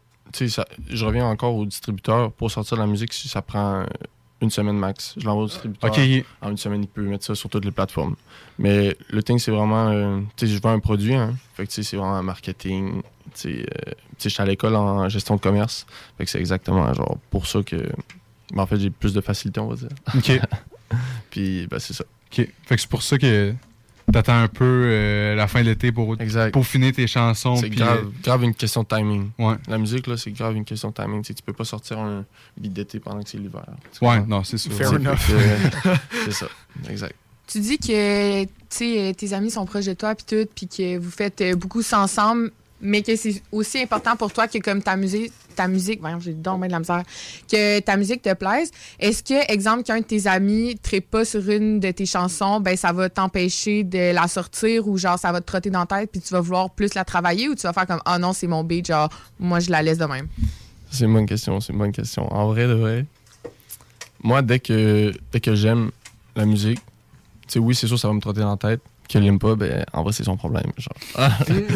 je reviens encore au distributeur. Pour sortir la musique, ça prend une semaine max. Je l'envoie au distributeur. Okay. En une semaine, il peut mettre ça sur toutes les plateformes. Mais le thing, c'est vraiment... je vends un produit, hein. Fait que c'est vraiment un marketing. Je suis à l'école en gestion de commerce. Fait que c'est exactement genre pour ça que... en fait, j'ai plus de facilité, on va dire. OK. Puis, c'est ça. OK. Fait que c'est pour ça que t'attends un peu la fin de l'été pour finir tes chansons. C'est grave une question de timing. Ouais. La musique, là, c'est grave une question de timing. Tu peux pas sortir un beat d'été pendant que c'est l'hiver. Ouais, non, c'est sûr. Fair enough. C'est ça, exact. Tu dis que tes amis sont proches de toi puis tout, puis que vous faites beaucoup ça ensemble, mais que c'est aussi important pour toi que comme ta musique, voyons, j'ai dormi de la misère, que ta musique te plaise. Est-ce que, exemple, qu'un de tes amis trippe pas sur une de tes chansons, ben ça va t'empêcher de la sortir ou genre ça va te trotter dans la tête puis tu vas vouloir plus la travailler ou tu vas faire comme ah non, c'est mon beat, genre moi je la laisse de même? C'est une bonne question. En vrai, de vrai, moi, dès que j'aime la musique, oui, c'est sûr, ça va me trotter dans la tête. Qu'elle l'aime pas, ben, en vrai, c'est son problème. Genre.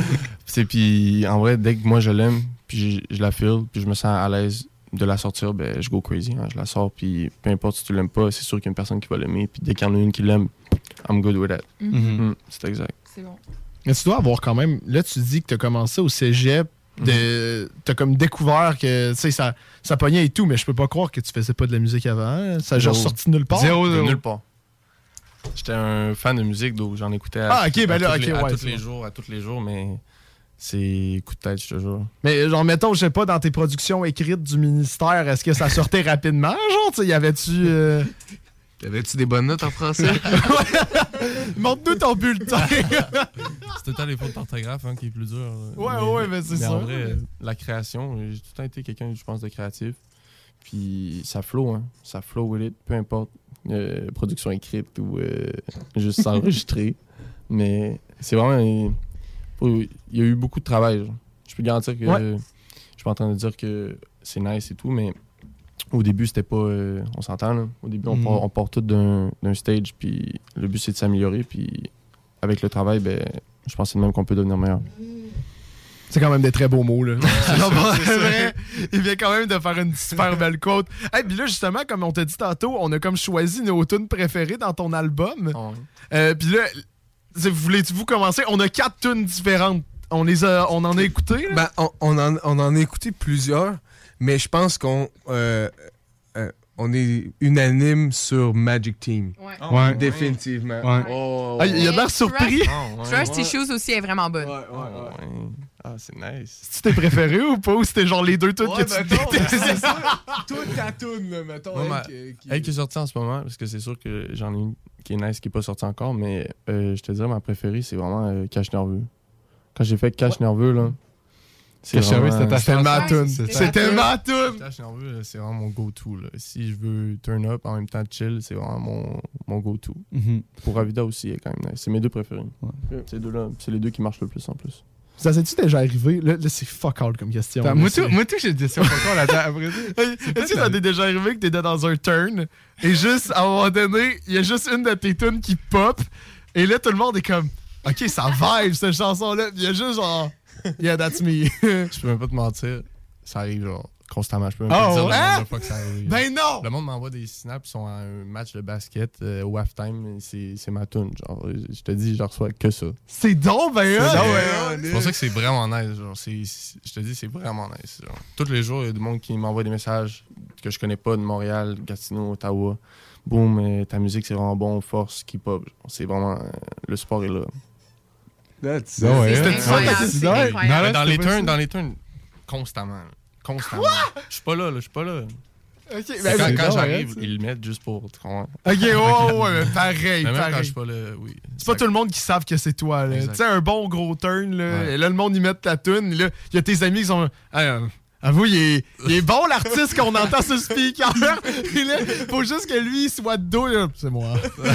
Puis, en vrai, dès que moi, je l'aime, puis je la feel, puis je me sens à l'aise de la sortir, ben, je go crazy. Hein, je la sors, puis peu importe si tu l'aimes pas, c'est sûr qu'il y a une personne qui va l'aimer. Puis dès qu'il y en a une qui l'aime, I'm good with that. C'est exact. C'est bon. Mais tu dois avoir quand même... Là, tu dis que tu as commencé au cégep, t'as comme découvert que ça pognait et tout, mais je peux pas croire que tu faisais pas de la musique avant. Ça a genre sorti de nulle part. Zéro. Nulle part. J'étais un fan de musique, donc j'en écoutais à tous les jours, mais c'est coup de tête, je te jure. Mais genre, mettons, je sais pas, dans tes productions écrites du ministère, est-ce que ça sortait rapidement? Genre, y avait-tu... Avais-tu des bonnes notes en français? Montre-nous ton bulletin! C'est tout le temps les fautes d'orthographe qui est plus dur. Ouais, mais c'est ça. En vrai, la création, j'ai tout le temps été quelqu'un, je pense, de créatif. Puis ça flow, hein. Ça flow with it, peu importe. Production écrite ou juste s'enregistrer. Mais c'est vraiment... Il y a eu beaucoup de travail. Genre. Je peux garantir que... Je suis pas en train de dire que c'est nice et tout, mais au début, c'était pas... on s'entend, là. Au début, on part tout d'un stage, puis le but, c'est de s'améliorer. Puis avec le travail, ben, je pense que c'est de même qu'on peut devenir meilleur. C'est quand même des très beaux mots, là. C'est vrai. Il vient quand même de faire une super belle quote. Hey, puis là, justement, comme on t'a dit tantôt, on a comme choisi nos tunes préférées dans ton album. Puis là, voulez-vous commencer? On a 4 tunes différentes. On en a écouté? Ben, on en a écouté plusieurs, mais je pense qu'on est unanime sur Magic Team. Ouais. Définitivement. Ouais. Il a l'air surpris. Trust Tissues aussi est vraiment bonne. Ah, c'est nice. C'est tes préférés ou pas? Ou c'était genre les deux tunes que tu détestes? C'est ça. Toute ta tune, là, mettons. Elle qui est sortie en ce moment, parce que c'est sûr que j'en ai une qui est nice, qui n'est pas sortie encore, mais je te dirais, ma préférée, c'est vraiment Cache Nerveux. Quand j'ai fait Cache Nerveux, là, C'était ma tune. C'était ma tune. Tâche nerveux, c'est vraiment mon go-to. Là. Si je veux turn up en même temps chill, c'est vraiment mon go-to. Pour Avida aussi, quand même nice. C'est mes deux préférés. Ouais. Ces deux-là, c'est les deux qui marchent le plus en plus. Ça s'est-tu déjà arrivé? Là c'est fuck all comme question. Moi, tout, j'ai dit ça fuck all après. Est-ce que ça t'est déjà arrivé que t'étais dans un turn et juste, à un moment donné, il y a juste une de tes tunes qui pop et là, tout le monde est comme, OK, ça vibe, cette chanson-là. Il y a juste genre, yeah, that's me. Je peux même pas te mentir, ça arrive genre constamment. Je peux même pas te dire le nombre de fois que ça arrive. Ben non! Le monde m'envoie des snaps, ils sont à un match de basket au halftime, c'est ma tune. Genre, je te dis, je reçois que ça. C'est donc ben c'est pour ça que c'est vraiment nice. Genre, je te dis, c'est vraiment nice. Genre. Tous les jours, il y a du monde qui m'envoie des messages que je connais pas de Montréal, Gatineau, Ottawa. Boom, ta musique c'est vraiment bon, force, K-pop. C'est vraiment. Le sport est là. That's Dans les turns, constamment. Je suis pas là. Okay, quand j'arrive, ils le mettent juste pour. Ok, ouais, pareil. Même quand je suis pas là, oui. C'est pas tout le monde qui savent que c'est toi. Tu sais, un bon gros turn, là, et là, le monde, ils mettent ta tune. Là, il y a tes amis qui sont. Avoue, il est bon l'artiste qu'on entend sur le speaker. Et là, faut juste que lui il soit de dos. Là. C'est moi.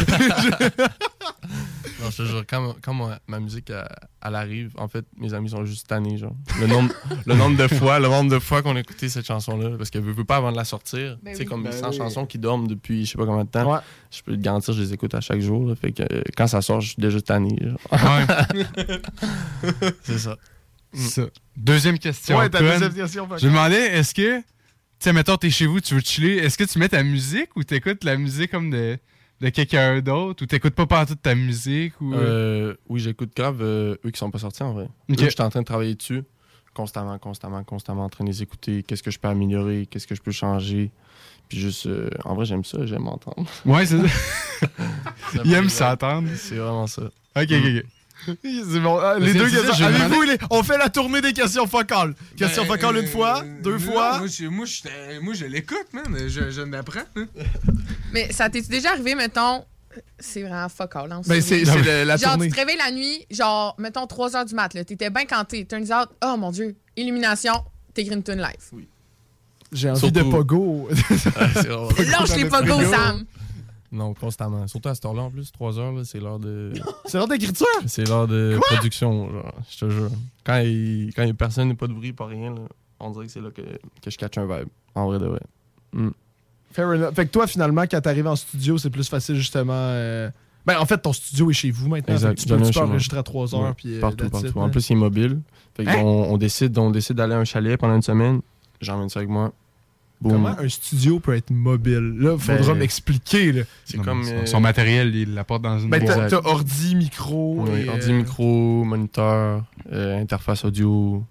Non, je te jure, quand ma musique elle arrive, en fait, mes amis sont juste tannés. Genre. Le nombre de fois qu'on a écouté cette chanson-là, parce qu'elle veut pas avant de la sortir. Ben C'est comme 100 chansons qui dorment depuis je sais pas combien de temps. Ouais. Je peux te garantir, je les écoute à chaque jour. Là, fait que quand ça sort, je suis déjà tanné. Genre. Ouais. C'est ça. Ça. Deuxième question. Ouais, ta deuxième question. Je me demandais, est-ce que, tu sais, mettons, t'es chez vous, tu veux chiller, est-ce que tu mets ta musique ou t'écoutes la musique comme de quelqu'un d'autre ou t'écoutes pas partout de ta musique ou... Oui, j'écoute grave eux qui sont pas sortis en vrai. Okay. Je suis en train de travailler dessus constamment en train de les écouter. Qu'est-ce que je peux améliorer, qu'est-ce que je peux changer. Puis juste, en vrai, j'aime ça, j'aime entendre. Ouais, c'est ça. Il aime s'entendre. C'est vraiment ça. Ok. C'est bon. Les deux questions. Avez-vous, on fait la tournée des questions focales. Question focale une fois, deux fois. Moi, je l'écoute, man. Je l'apprends. Hein. Mais ça t'est déjà arrivé, mettons. C'est vraiment focal. Hein, ben, c'est la genre, tournée. Tu te réveilles la nuit, genre, mettons 3h du mat'. T'étais bien canté. Turns out, oh mon Dieu, illumination, t'écris une tune live. Oui. J'ai envie de pogo. Lâche les pogos, Sam. Non, constamment. Surtout à cette heure-là, en plus, 3h, là, c'est l'heure de... C'est l'heure d'écriture? C'est l'heure de production, genre, je te jure. Quand il y a personne, il n'y a pas de bruit, pas rien, là, on dirait que c'est là que je catch un vibe. En vrai de vrai. Fair enough. Fait que toi, finalement, quand t'arrives en studio, c'est plus facile, justement... Ben, en fait, ton studio est chez vous maintenant. Exact. Tu peux enregistrer à 3h. Ouais, puis partout. En plus, il est mobile. Fait qu'on décide d'aller à un chalet pendant une semaine. J'emmène ça avec moi. Boom. Comment un studio peut être mobile? Là, il faudra m'expliquer. Là. C'est comme... Son matériel, il l'apporte dans une boîte. T'as ordi, micro... Oui, ordi, micro, moniteur, interface audio.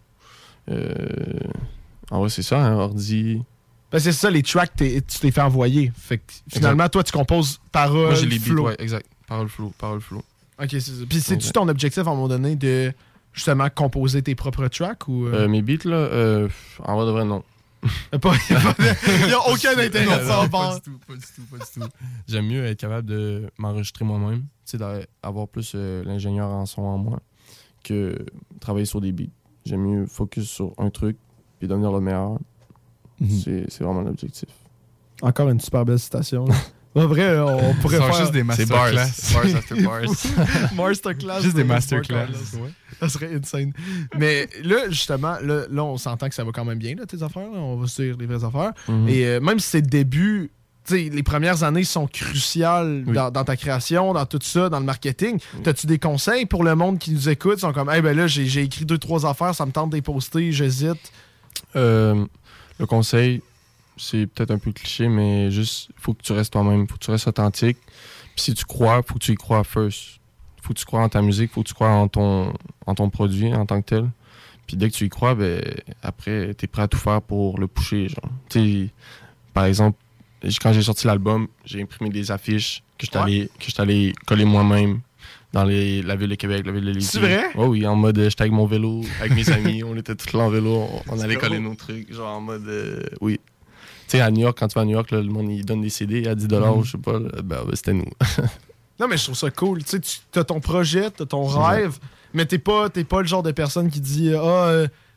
En vrai, c'est ça, un ordi... Ben, c'est ça, les tracks, tu t'es fait envoyer. Fait que finalement, toi, tu composes parole, moi, j'ai les flow. beats, ouais, exact. Parole, flow. OK, c'est ça. Puis c'est-tu ton objectif, à un moment donné, de justement composer tes propres tracks? Ou mes beats, là, en vrai de vrai, non. Il n'y a aucun intérêt de ça. Pas du tout. J'aime mieux être capable de m'enregistrer moi-même, tu sais, d'avoir plus l'ingénieur en son en moi que travailler sur des beats. J'aime mieux focus sur un truc puis devenir le meilleur. C'est vraiment l'objectif. Encore une super belle citation. En vrai, on pourrait faire... juste des masterclass. Bars after bars. Masterclass. Juste des masterclass. Ouais. Ça serait insane. Mais là, justement, là, on s'entend que ça va quand même bien, là, tes affaires. Là. On va se dire les vraies affaires. Et même si c'est le début, les premières années sont cruciales dans ta création, dans tout ça, dans le marketing. T'as-tu des conseils pour le monde qui nous écoute? Ils sont comme, hey, ben là, j'ai écrit 2-3 affaires, ça me tente de les poster, j'hésite. Le conseil, c'est peut-être un peu cliché, mais juste, il faut que tu restes toi-même, il faut que tu restes authentique. Puis si tu crois, il faut que tu y crois first. Il faut que tu crois en ta musique, il faut que tu crois en ton produit en tant que tel. Puis dès que tu y crois, ben après, t'es prêt à tout faire pour le pusher. Genre. T'sais, par exemple, quand j'ai sorti l'album, j'ai imprimé des affiches que je t'allais coller moi-même dans la ville de Québec, la ville de Lévis. C'est vrai? Oh oui, en mode, j'étais avec mon vélo, avec mes amis, on était tous là en vélo, on allait coller nos trucs, genre en mode, oui. Tu sais, à New York, quand tu vas à New York, là, le monde, il donne des CD à 10$, je sais pas, ben c'était nous. Non, mais je trouve ça cool. Tu as ton projet, tu as ton rêve, mais t'es pas le genre de personne qui dit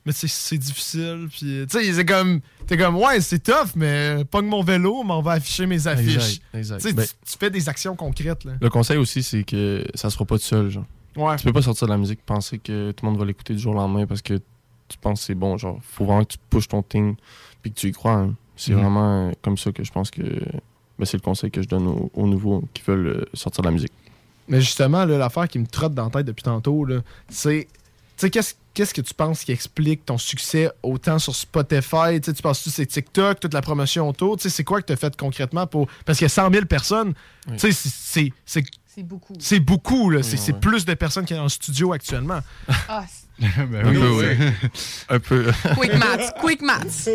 mais c'est difficile. Puis, tu sais, c'est comme. T'es comme, ouais, c'est tough, mais pogne mon vélo, mais on va afficher mes affiches. Exact. Tu sais, tu fais des actions concrètes, là. Le conseil aussi, c'est que ça se fera pas tout seul, genre. Ouais. Tu peux pas sortir de la musique, penser que tout le monde va l'écouter du jour au lendemain parce que tu penses que c'est bon, genre. Faut vraiment que tu pushes ton thing puis que tu y crois, hein. C'est vraiment comme ça que je pense que c'est le conseil que je donne aux nouveaux qui veulent sortir de la musique. Mais justement, là, l'affaire qui me trotte dans la tête depuis tantôt, là, c'est... Tu sais, qu'est-ce que tu penses qui explique ton succès autant sur Spotify? Tu penses que c'est TikTok, toute la promotion autour? C'est quoi que tu as fait concrètement pour... Parce qu'il y a 100 000 personnes. Oui. C'est beaucoup. C'est beaucoup, là. C'est plus de personnes qu'il y a en studio actuellement. Ah, ben oui. Un peu. Quick maths.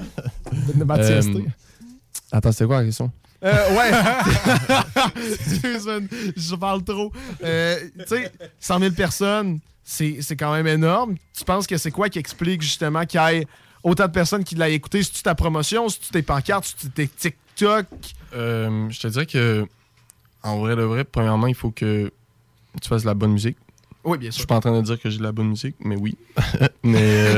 Attends, c'était quoi la question? Ouais. Je parle trop. Tu sais, 100 000 personnes, c'est quand même énorme. Tu penses que c'est quoi qui explique justement qu'il y ait autant de personnes qui l'aient écouté? C'est-tu ta promotion? C'est-tu tes pancartes? C'est-tu tes TikTok? Je te dirais que, en vrai de vrai, premièrement, il faut que tu fasses de la bonne musique. Oui, bien sûr. Je suis pas en train de dire que j'ai de la bonne musique, mais oui. Mais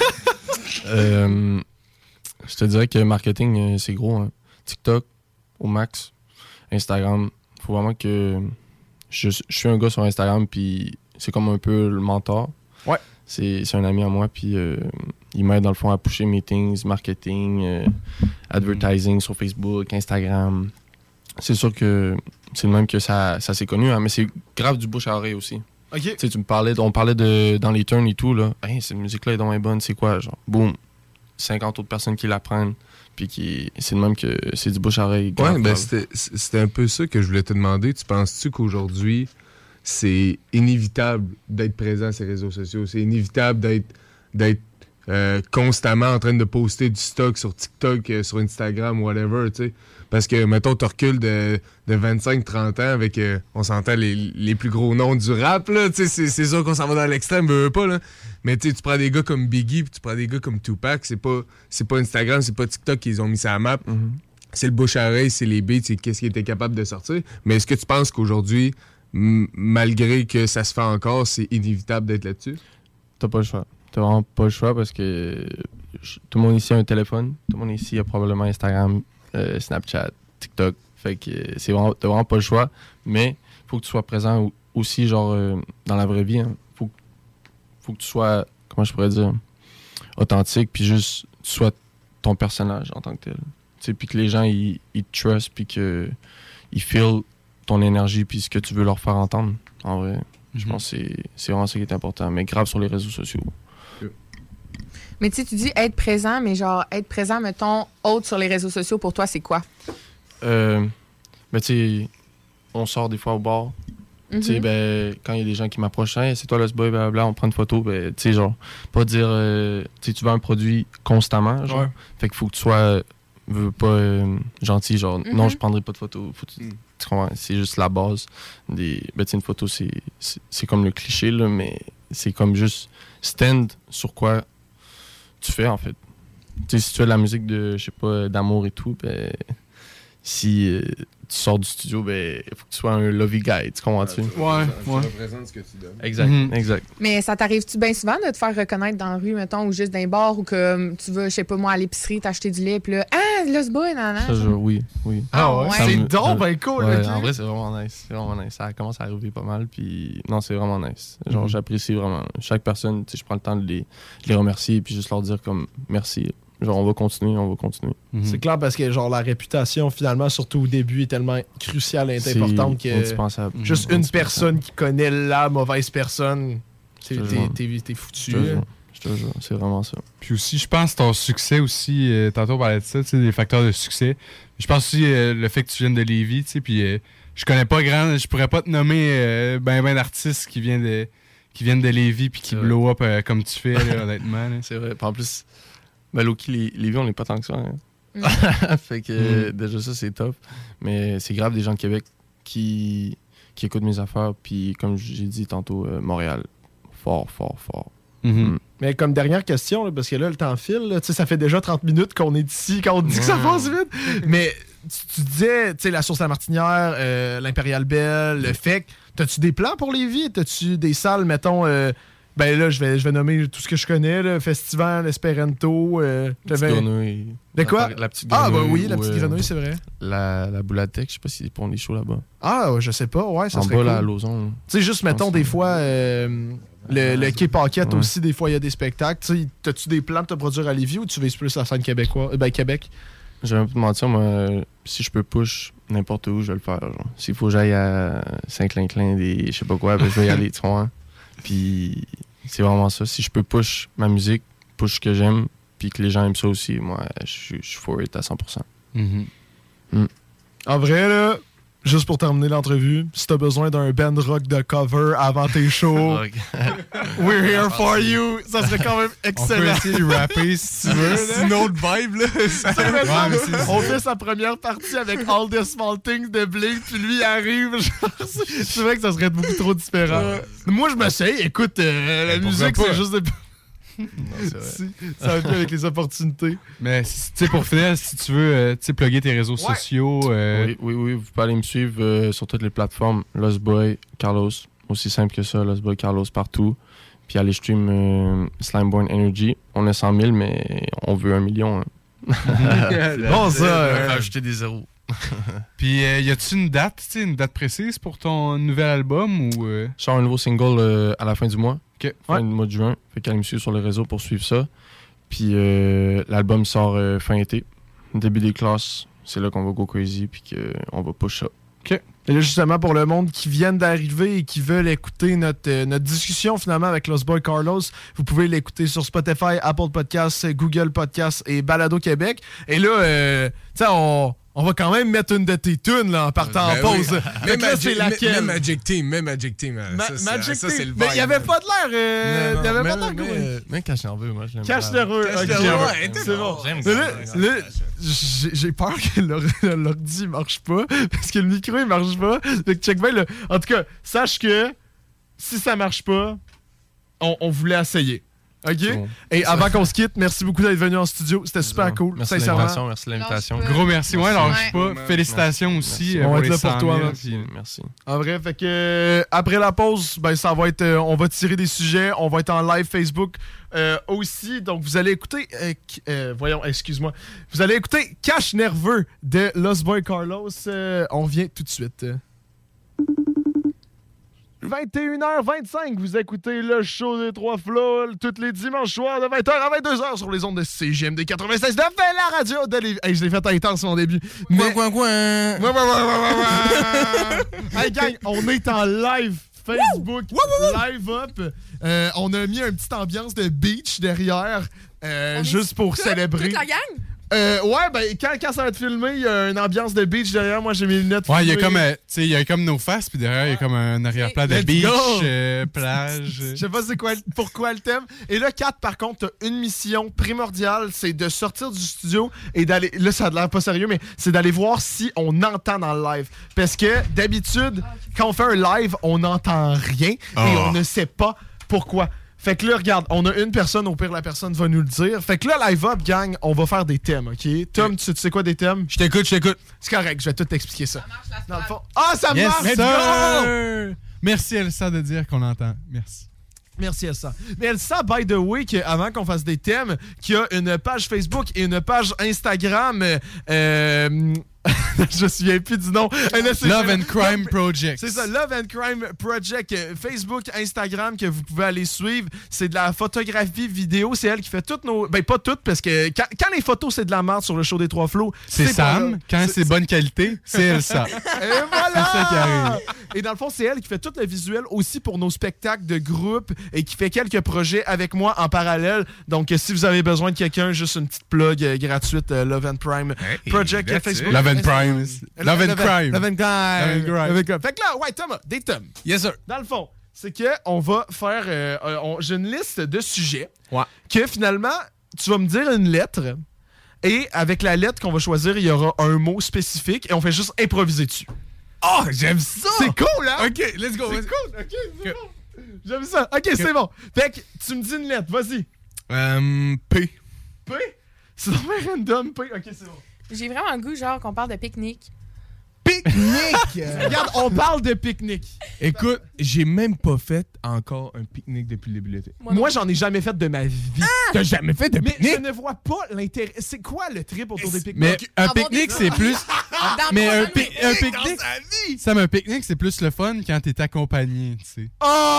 je te dirais que marketing, c'est gros. Hein. TikTok, au max. Instagram. Il faut vraiment que... Je suis un gars sur Instagram, puis c'est comme un peu le mentor. Ouais. C'est un ami à moi, puis il m'aide dans le fond à pusher mes things, marketing, advertising sur Facebook, Instagram. C'est sûr que c'est le même que ça s'est connu, hein, mais c'est grave du bouche à oreille aussi. OK. Tu sais, on parlait de dans les turns et tout, là. Hey, cette musique-là est donc bonne, c'est quoi? Genre, boum, 50 autres personnes qui l'apprennent. Puis c'est le même que c'est du bouche à oreille. Ouais, ben c'était un peu ça que je voulais te demander. Tu penses-tu qu'aujourd'hui, c'est inévitable d'être présent sur les réseaux sociaux? C'est inévitable d'être constamment en train de poster du stock sur TikTok, sur Instagram, whatever, tu sais? Parce que, mettons, tu recules de 25-30 ans avec, on s'entend, les plus gros noms du rap, là, tu sais, c'est sûr qu'on s'en va dans l'extrême, veut pas, là. Mais tu prends des gars comme Biggie, puis tu prends des gars comme Tupac, c'est pas Instagram, c'est pas TikTok qu'ils ont mis ça à la map. Mm-hmm. C'est le bouche à oreille, c'est les beats, c'est qu'est-ce qu'ils étaient capables de sortir. Mais est-ce que tu penses qu'aujourd'hui, malgré que ça se fait encore, c'est inévitable d'être là-dessus? T'as pas le choix. T'as vraiment pas le choix parce que tout le monde ici a un téléphone. Tout le monde ici a probablement Instagram, Snapchat, TikTok. Fait que t'as vraiment pas le choix. Mais faut que tu sois présent aussi, genre, dans la vraie vie. Hein. Faut que tu sois, comment je pourrais dire, authentique, puis juste tu sois ton personnage en tant que tel. Puis que les gens, ils te trust, puis qu'ils feel ton énergie, puis ce que tu veux leur faire entendre. En vrai, je pense que c'est vraiment ça qui est important. Mais grave sur les réseaux sociaux. Mais tu dis être présent, mais genre être présent, mettons, autre sur les réseaux sociaux, pour toi, c'est quoi? Ben, tu sais, on sort des fois au bar. Tu sais, ben, quand il y a des gens qui m'approchent, hey, c'est toi le boy, blablabla, on prend une photo, ben, tu sais, genre, pas dire, tu veux un produit constamment, genre. Ouais. Fait qu'il faut que tu sois, gentil, genre, non, je prendrai pas de photo. Tu comprends? C'est juste la base. Ben, tu sais, une photo, c'est comme le cliché, là, mais c'est comme juste stand sur quoi tu fais, en fait. Tu sais, si tu fais de la musique de, je sais pas, d'amour et tout, ben, si tu sors du studio, ben, il faut que tu sois un lovey guy, tu comprends-tu? Ouais. Tu représentes ce que tu donnes. Exact, exact. Mais ça t'arrive-tu bien souvent de te faire reconnaître dans la rue, mettons, ou juste dans un bar, ou que tu vas, je sais pas moi, à l'épicerie, t'acheter du lait, puis là, là, ce boy, nanana. Oui. Ah ouais? C'est donc ben cool. Ouais, en vrai, c'est vraiment nice. C'est vraiment nice. Ça commence à arriver pas mal, puis non, c'est vraiment nice. Genre, j'apprécie vraiment. Chaque personne, tu sais, je prends le temps de les remercier, puis juste leur dire comme merci. Genre, on va continuer. C'est clair parce que, genre, la réputation, finalement, surtout au début, est tellement cruciale et importante que juste une personne qui connaît la mauvaise personne, t'es foutu. Je te jure, c'est vraiment ça. Puis aussi, je pense ton succès aussi, tantôt on parlait de ça, tu sais, des facteurs de succès. Je pense aussi le fait que tu viennes de Lévis, tu sais, puis je connais pas je pourrais pas te nommer ben d'artistes qui viennent de Lévis puis qui blow up comme tu fais, là, honnêtement. Là. C'est vrai. En plus... Ben, Loki, Lévis, on n'est pas tant que ça. Hein. Fait que déjà, ça, c'est top. Mais c'est grave des gens de Québec qui écoutent mes affaires. Puis, comme j'ai dit tantôt, Montréal, fort. Mais comme dernière question, là, parce que là, le temps file, là, ça fait déjà 30 minutes qu'on est ici, quand on dit que ça passe vite. Mais tu disais, tu sais, la Source La Martinière, l'Impérial Belle, le FEC. T'as-tu des plans pour Lévis? T'as-tu des salles, mettons... Ben là, je vais nommer tout ce que je connais, le Festival, Esperanto. Petite grenouille. De quoi? La petite grenouille. Ah, bah oui, la petite grenouille, c'est vrai. La Boulatec, je sais pas s'ils font des shows là-bas. Ah, je sais pas, ouais, ça en serait bas, cool. là, à Lauson. Tu sais, juste, mettons, des fois, le Quai Paquette aussi, des fois, il y a des spectacles. Tu sais, t'as-tu des plans de te produire à Lévis ou tu vises plus la scène québécoise? Québec? Je vais un peu te mentir, moi, si je peux push n'importe où, je vais le faire. Genre. S'il faut que j'aille à Saint-Clinclin, je sais pas quoi, ben, je vais y aller, tu vois. Puis c'est vraiment ça. Si je peux push ma musique, push ce que j'aime, puis que les gens aiment ça aussi, moi, je suis for it à 100%. En vrai, là, juste pour terminer l'entrevue, si t'as besoin d'un band rock de cover avant tes shows, we're here for you. Ça serait quand même excellent. On peut essayer de rapper si tu veux. C'est une autre vibe, là. On fait sa première partie avec All the Small Things de Blink, puis lui il arrive. C'est vrai que ça serait beaucoup trop différent. Moi, je m'essaye. Écoute, la musique, c'est juste de... Non, c'est vrai. Ça va bien avec les opportunités. Mais pour finir, si tu veux plugger tes réseaux sociaux. Oui, vous pouvez aller me suivre sur toutes les plateformes. Lost Boy Carlos, aussi simple que ça, Lost Boy Carlos partout. Puis aller stream Slimeborn Energy. On a 100 000, mais on veut 1 million. Hein. C'est bon ça. Rajouter des zéros. Puis y a-tu une date précise pour ton nouvel album ou Je sors un nouveau single à la fin du mois. Fin du mois de juin. Fait qu'allez me suivre sur les réseaux pour suivre ça. Puis l'album sort fin été. Début des classes. C'est là qu'on va go crazy puis qu'on va push ça. OK. Et là, justement, pour le monde qui vient d'arriver et qui veulent écouter notre discussion finalement avec Lost Boy Carlos, vous pouvez l'écouter sur Spotify, Apple Podcasts, Google Podcasts et Balado Québec. Et là, tu sais, on va quand même mettre une de tes tunes là, en partant en pause. Oui. Même c'est laquelle? Même Magic Team. Magic ça, Team. c'est le vibe. Mais il n'y avait pas de l'air. Il n'y avait pas de l'air. Même Cache Nerveux, moi, je l'aime. Cache Nerveux. C'est bon. Là, j'ai peur que l'ordi marche pas. Parce que le micro, il marche pas. Fait que check bien. En tout cas, sache que si ça marche pas, on voulait essayer. OK? Bon. Et avant qu'on se quitte, merci beaucoup d'être venu en studio. C'était super cool. Merci de l'invitation. Gros merci. Ouais, alors je sais pas. Félicitations aussi. On va être là pour toi. Merci. En vrai, fait que après la pause, ben ça va être, on va tirer des sujets. On va être en live Facebook aussi. Donc vous allez écouter, voyons, excuse-moi. Vous allez écouter Cache Nerveux de Lost Boy Carlos. On revient tout de suite. 21h25, vous écoutez le show des Trois Flots tous les dimanches soirs de 20h à 22h sur les ondes de CJMD 96.9, la radio de Lévis. Hey, je l'ai fait intense mon début. Hey gang, on est en live Facebook, live up. On a mis une petite ambiance de beach derrière, juste pour célébrer. Toute la gang? Ouais, ben quand ça va être filmé, il y a une ambiance de beach derrière. Moi, j'ai mes lunettes. Ouais, il y a comme nos faces, puis derrière, il y a comme un arrière-plan de beach, plage. Je sais pas pourquoi le thème. Et là, 4, par contre, t'as une mission primordiale, c'est de sortir du studio et d'aller. Là, ça a l'air pas sérieux, mais c'est d'aller voir si on entend dans le live. Parce que d'habitude, quand on fait un live, on n'entend rien et on ne sait pas pourquoi. Fait que là, regarde, on a une personne, au pire, la personne va nous le dire. Fait que là, live up, gang, on va faire des thèmes, OK? Tom, tu sais quoi des thèmes? Je t'écoute. C'est correct, je vais tout t'expliquer ça. Dans le fond. Ah, ça marche! Let's go! Merci, Elsa, de dire qu'on entend. Merci. Merci Elsa. Mais Elsa, by the way, avant qu'on fasse des thèmes, qui a une page Facebook et une page Instagram. Je me souviens plus du nom. Love and Crime Project. C'est ça, Love and Crime Project. Facebook, Instagram, que vous pouvez aller suivre. C'est de la photographie vidéo. C'est elle qui fait toutes nos... Ben, pas toutes, parce que quand les photos, c'est de la merde sur le show des Trois Flots... C'est Sam. Quand c'est bonne qualité, c'est Elsa. Et voilà! C'est ça qui arrive. Et dans le fond, c'est elle qui fait tout le visuel aussi pour nos spectacles de groupe et qui fait quelques projets avec moi en parallèle. Donc, si vous avez besoin de quelqu'un, juste une petite plug gratuite, Love and Crime Project Facebook. Love and Prime. Love and Crime. Love and Crime. Fait que là, ouais, Thomas, des tomes. Yes, sir. Dans le fond, c'est qu'on va faire... j'ai une liste de sujets que finalement, tu vas me dire une lettre et avec la lettre qu'on va choisir, il y aura un mot spécifique et on fait juste improviser dessus. Oh, j'aime ça! C'est cool, hein? OK, let's go. C'est cool, OK, c'est bon. J'aime ça. OK, c'est bon. Fait que tu me dis une lettre, vas-y. P. P? C'est vraiment random, P. OK, c'est bon. J'ai vraiment le goût, genre, qu'on parle de pique-nique. Pique-nique! Regarde, on parle de pique-nique. Écoute, j'ai même pas fait encore un pique-nique depuis le début de l'été. Moi, j'en ai jamais fait de ma vie. T'as jamais fait de Mais pique-nique? je ne vois pas l'intérêt. C'est quoi le trip autour des pique-niques? Mais un pique-nique, c'est plus. Mais un pique-nique. Ça, mais un pique-nique, c'est plus le fun quand t'es accompagné, tu sais.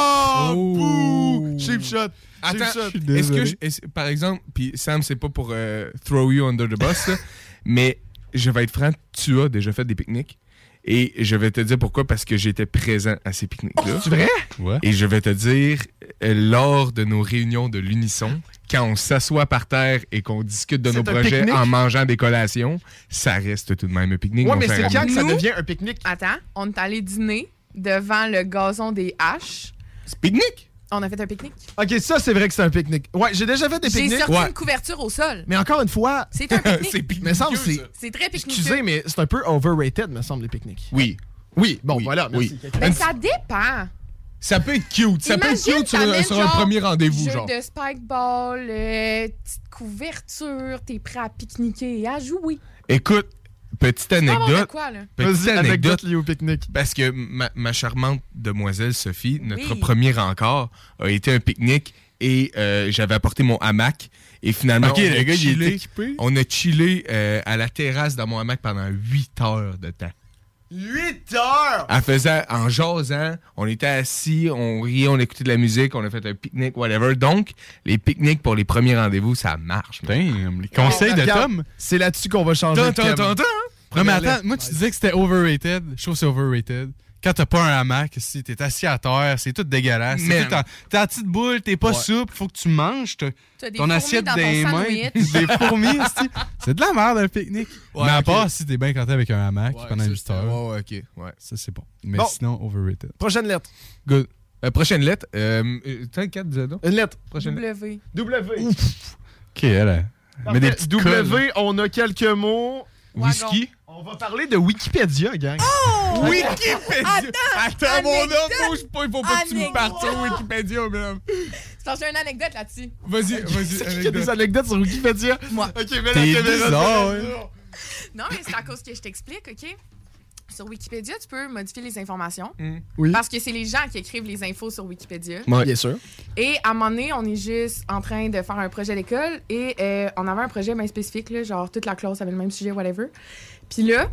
Oh! Cheap shot. Attends, Cheap shot. est-ce que par exemple, puis Sam, c'est pas pour throw you under the bus, là, mais je vais être franc, tu as déjà fait des pique-niques. Et je vais te dire pourquoi, parce que j'étais présent à ces pique-niques-là. C'est vrai? Ouais. Et je vais te dire, lors de nos réunions de l'unisson, quand on s'assoit par terre et qu'on discute de nos projets pique-nique? en mangeant des collations, ça reste tout de même un pique-nique. Ouais, mon mais cher c'est ami. quand que ça devient un pique-nique? Attends, on est allé dîner devant le gazon des haches. C'est pique-nique? On a fait un pique-nique. OK, ça, c'est vrai que c'est un pique-nique. Ouais, j'ai déjà fait des J'ai pique-niques. sorti une couverture au sol. Mais encore une fois... C'est un pique-nique. C'est pique-nique. Me semble c'est... C'est très pique-nique. Excusez, mais c'est un peu overrated, me semble, les pique-niques. Oui. Oui, bon, voilà, merci. Oui. Mais ça dépend. Ça peut être cute. Ça peut être cute sur un premier rendez-vous, jeu genre. de spike-ball, petite couverture, t'es prêt à pique-niquer et à jouer. Écoute, petite anecdote. Quoi, là? Petite anecdote liée au pique-nique. Parce que ma charmante demoiselle Sophie, notre Oui. premier encart, a été un pique-nique et j'avais apporté mon hamac. Et finalement, Ok, le gars, il est équipé. On a chillé à la terrasse dans mon hamac pendant 8 heures de temps. 8 heures! Elle faisait, en jasant, on était assis, on riait, on écoutait de la musique, on a fait un pique-nique, whatever. Donc, les pique-niques pour les premiers rendez-vous, ça marche. Damn, les conseils de Regarde, Tom. C'est là-dessus qu'on va changer de thème. Non, mais attends, moi, tu disais que c'était overrated. Je trouve que c'est overrated. Quand t'as pas un hamac, si t'es assis à terre, c'est tout dégueulasse. Man. T'es en petite boule, t'es pas souple, faut que tu manges. T'as des ton fourmis assiette dans des ton mains. sandwich. Des fourmis, aussi. C'est de la merde, un pique-nique. Ouais, mais à ok. part si t'es bien quand t'es avec un hamac Ouais, pendant ça, 8 heures. Ouais, ok. Ouais. Ça, c'est bon. Mais Bon. sinon, overrated. Prochaine lettre. Good. Prochaine lettre. T'inquiète, Zado. Une lettre. Prochaine lettre. W. W. Ok, elle. Mais des petites W, colles. on a quelques mots. Whisky. On va parler de Wikipédia, gang. Oh! Wikipédia! Attends, mon homme, anecdote. bouge pas, il faut pas que tu me Anecdote. partes sur Wikipédia, madame. C'est parce que j'ai une anecdote là-dessus. Vas-y, C'est qui qui a des anecdotes sur Wikipédia? Moi. Ok, mets la T'es caméra. bizarre, ouais. Non, mais c'est à cause que je t'explique, OK? Sur Wikipédia, tu peux modifier les informations. Oui. Parce que c'est les gens qui écrivent les infos sur Wikipédia. Ouais. Bien sûr. Et à un moment donné, on est juste en train de faire un projet d'école et on avait un projet bien spécifique, là, genre toute la classe avait le même sujet, whatever. Puis là,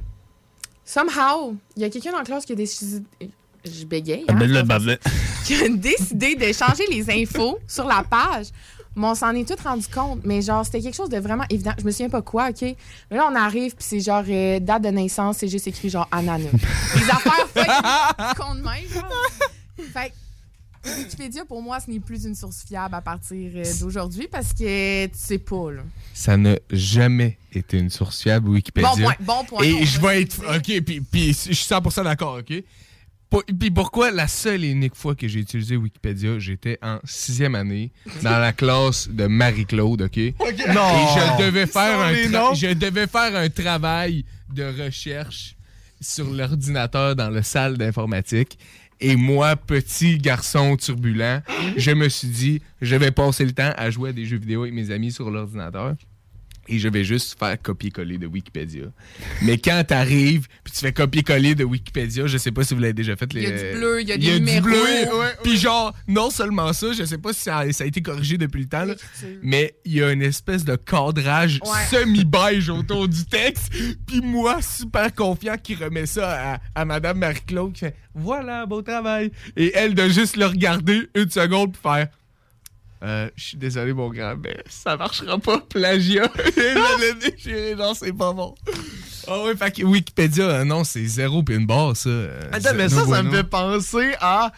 somehow, il y a quelqu'un dans la classe qui a décidé... Je bégaye, hein? Qui a décidé de changer les infos sur la page. Mais on s'en est tous rendu compte. Mais genre, c'était quelque chose de vraiment évident. Je me souviens pas quoi, OK? Mais là, on arrive, puis c'est genre date de naissance, c'est juste écrit genre ananas. Les affaires qu'on de même, genre. Fait que Wikipédia, pour moi, ce n'est plus une source fiable à partir d'aujourd'hui parce que tu sais pas, là. Ça n'a jamais été une source fiable, Wikipédia. Bon point. Et on je va vais se être. dire. OK, puis je suis 100% d'accord, OK? Puis pourquoi la seule et unique fois que j'ai utilisé Wikipédia, j'étais en 6e année dans la classe de Marie-Claude, OK? Non. Et je devais Sors les faire un travail de recherche sur l'ordinateur dans la salle d'informatique. Et moi, petit garçon turbulent, je me suis dit, je vais passer le temps à jouer à des jeux vidéo avec mes amis sur l'ordinateur. Et je vais juste faire copier-coller de Wikipédia. Mais quand t'arrives, puis tu fais copier-coller de Wikipédia, je sais pas si vous l'avez déjà fait. Il y a du bleu, il y a des numéros. Puis genre, non seulement ça, je sais pas si ça a été corrigé depuis le temps, là, mais il y a une espèce de cadrage semi-beige autour du texte. Puis moi, super confiant, qui remet ça à Madame Marie-Claude, qui fait « Voilà, beau travail! » Et elle de juste le regarder une seconde puis faire je suis désolé, mon grand, mais ça marchera pas, plagiat. Et je l'ai déchiré, genre, c'est pas bon. Ah ouais, fait que Wikipédia, non, c'est 0 puis une barre, ça. Attends, mais ça me fait penser à...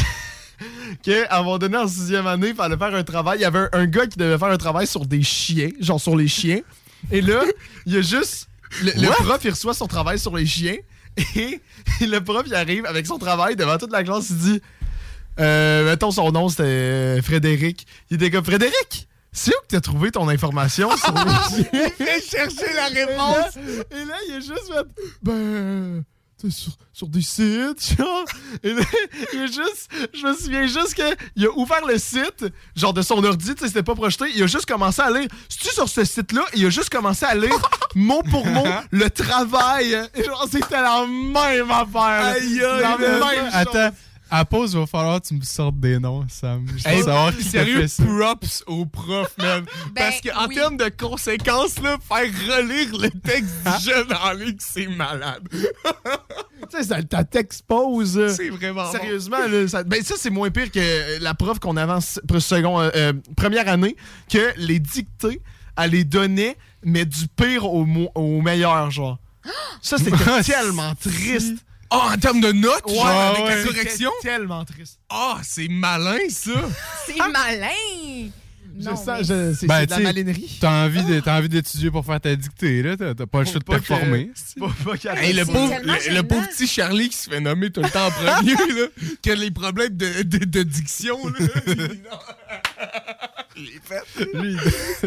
qu'à un moment donné, en 6e année, il fallait faire un travail. Il y avait un gars qui devait faire un travail sur des chiens, genre sur les chiens. Et là, il y a juste... Le prof, il reçoit son travail sur les chiens. Et le prof, il arrive avec son travail devant toute la classe, il dit... mettons son nom, c'était Frédéric. Il était comme Frédéric, c'est où que t'as trouvé ton information sur les chiens? Il fait chercher la réponse. Et là, il a juste fait sur des sites, genre. Et là, je me souviens juste qu'il a ouvert le site, genre de son ordi, tu sais, c'était pas projeté. Il a juste commencé à lire. C'est-tu sur ce site-là? Il a juste commencé à lire. mot pour mot, le travail. Et genre, c'était la même affaire. Aïe, la même chose. Attends, à pause, il va falloir que tu me sortes des noms, Sam. Je veux savoir qui t'a sérieux, fait ça. props aux profs, man. Parce qu'en termes de conséquences, là, faire relire le texte du jeune en ligne, c'est malade. Tu sais, ça t'expose. C'est vraiment sérieusement, là, ça c'est moins pire que la prof qu'on avait en première année, que les dictées, elle les donnait, mais du pire au meilleur, genre. Ça, c'était tellement triste. Ah, en termes de notes, ouais, genre, avec la correction? C'est tellement triste. Ah, c'est malin, ça! C'est malin! Non, c'est de la malinerie. T'as envie d'étudier pour faire ta dictée, là. T'as pas le choix de te former. Hey, le pauvre petit Charlie qui se fait nommer tout le temps en premier, là, qui a les problèmes de diction, là. Il est fait. Lui,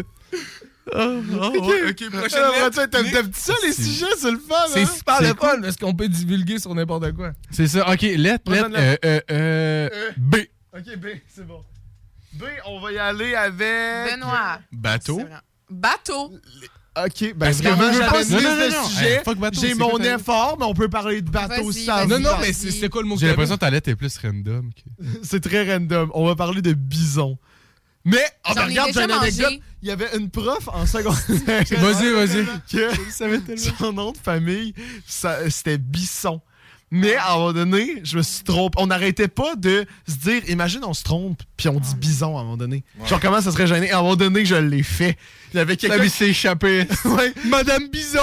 ok, prochaine lettre. T'as dit ça, les sujets, c'est le fun. C'est super le fun, parce qu'on peut divulguer sur n'importe quoi. C'est ça, ok, lettre, B. Ok, B, c'est bon. B, on va y aller avec... Benoît. Bateau. Bateau. Ok, ben vraiment, j'avais une liste de sujets. Bateau, j'ai mon effort, mais on peut parler de bateau aussi. Non, mais c'est quoi le mot que j'ai l'impression que ta lettre est plus random. C'est très random. On va parler de bison. Mais, regarde, j'ai une anecdote. Il y avait une prof en secondaire. Vas-y. Son nom de famille, c'était Bisson. Mais à un moment donné, je me suis trompé. On n'arrêtait pas de se dire, imagine, on se trompe, puis on dit bison à un moment donné. Ouais. Genre, comment ça serait gêné? À un moment donné, je l'ai fait. Il y avait quelqu'un qui s'est échappé. Ouais. Madame Bison!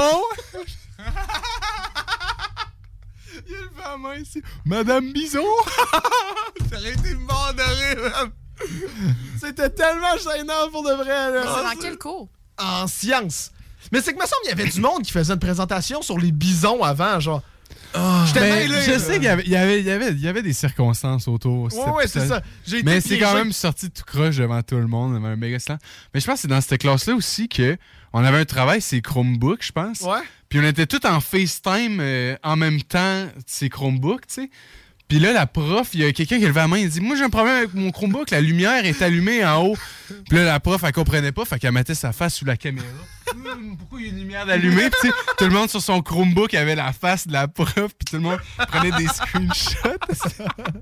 Il a levé la main ici. Madame Bison! T'aurais été mort de rire, man. C'était tellement gênant pour de vrai. Là. C'est dans quel cours? En sciences. Mais c'est que, me semble, il y avait du monde qui faisait une présentation sur les bisons avant, genre. Je sais qu'il y avait des circonstances autour. Ouais, c'est ça. Mais c'est quand même sorti tout croche devant tout le monde, devant un méga stand. Mais je pense que c'est dans cette classe-là aussi qu'on avait un travail, c'est Chromebook, je pense. Ouais. Puis on était tous en FaceTime en même temps, c'est Chromebook, tu sais. Puis là, la prof, il y a quelqu'un qui a levé la main, il dit « Moi, j'ai un problème avec mon Chromebook, la lumière est allumée en haut. » Puis là, la prof, elle comprenait pas, fait qu'elle mettait sa face sous la caméra. Pourquoi il y a une lumière allumée? Puis tu sais, tout le monde sur son Chromebook avait la face de la prof, puis tout le monde prenait des screenshots.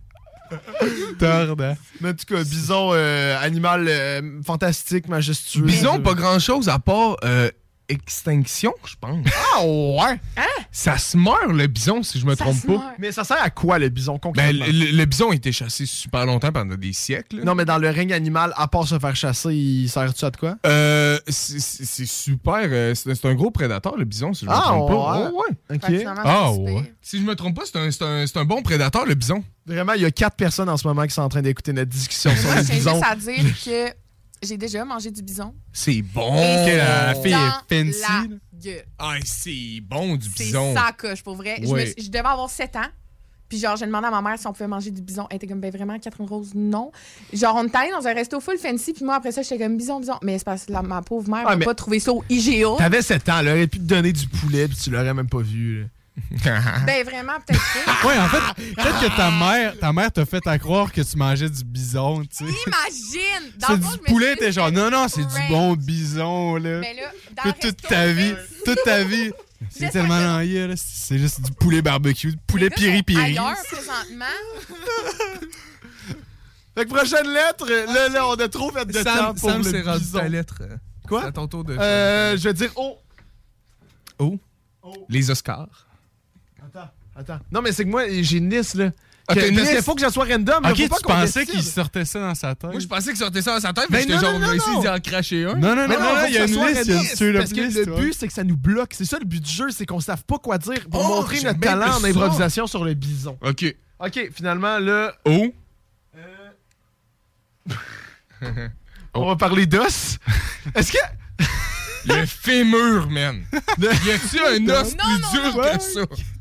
Tordant. Mais en tout cas, bison, animal fantastique, majestueux. Bison, pas grand-chose à part... extinction, je pense. Ah ouais? Hein? Ça se meurt, le bison, si je me trompe pas. Mais ça sert à quoi, le bison, concrètement? Le bison a été chassé super longtemps, pendant des siècles. Non, mais dans le règne animal, à part se faire chasser, il sert-tu à de quoi? C'est super... c'est un gros prédateur, le bison, si je me trompe pas. Ouais. OK. Ouais. Si je me trompe pas, c'est un bon prédateur, le bison. Vraiment, il y a 4 personnes en ce moment qui sont en train d'écouter notre discussion sur les bisons. bisons. Juste à dire que j'ai déjà mangé du bison. C'est bon! La fille est fancy. Ah, c'est bon, du bison. C'est ça coche, pour vrai. Ouais. Je devais avoir 7 ans. Puis genre, j'ai demandé à ma mère si on pouvait manger du bison. Elle était comme, ben vraiment, Catherine Rose, non. Genre, on était allé dans un resto full fancy. Puis moi, après ça, j'étais comme, bison. Mais c'est parce que ma pauvre mère n'a pas trouvé ça au IGA. T'avais 7 ans, elle aurait pu te donner du poulet. Puis tu l'aurais même pas vu, là. Ben vraiment, peut-être pas. Ouais, en fait, peut-être que ta mère t'a fait à croire que tu mangeais du bison, tu sais. Imagine! C'est du poulet, t'es genre, non, c'est du bon bison, là. Mais là, dans toute ta vie. C'est tellement l'envie, là. C'est juste du poulet barbecue, du poulet piri-piri. Ailleurs, présentement. Fait que prochaine lettre, là, on a trop fait de temps pour Sam, le c'est rendu bison. ta lettre. Quoi? C'est à ton tour de... je vais dire O. O? Les Oscars. Attends. Non, mais c'est que moi, j'ai une liste, là. Parce qu'il faut que ça soit random. Ok, faut pas tu pensais qu'il sortait ça dans sa tête? Moi, je pensais qu'il sortait ça dans sa tête, mais j'étais genre, on va essayer d'en cracher un. Non, il y a une liste. Parce que le but, c'est que ça nous bloque. C'est ça le but du jeu, c'est qu'on ne sache pas quoi dire pour montrer notre talent en improvisation sur le bison. OK, finalement, là... O. On va parler d'os. Est-ce que... Le fémur, man. Y a-tu un os plus dur que ça?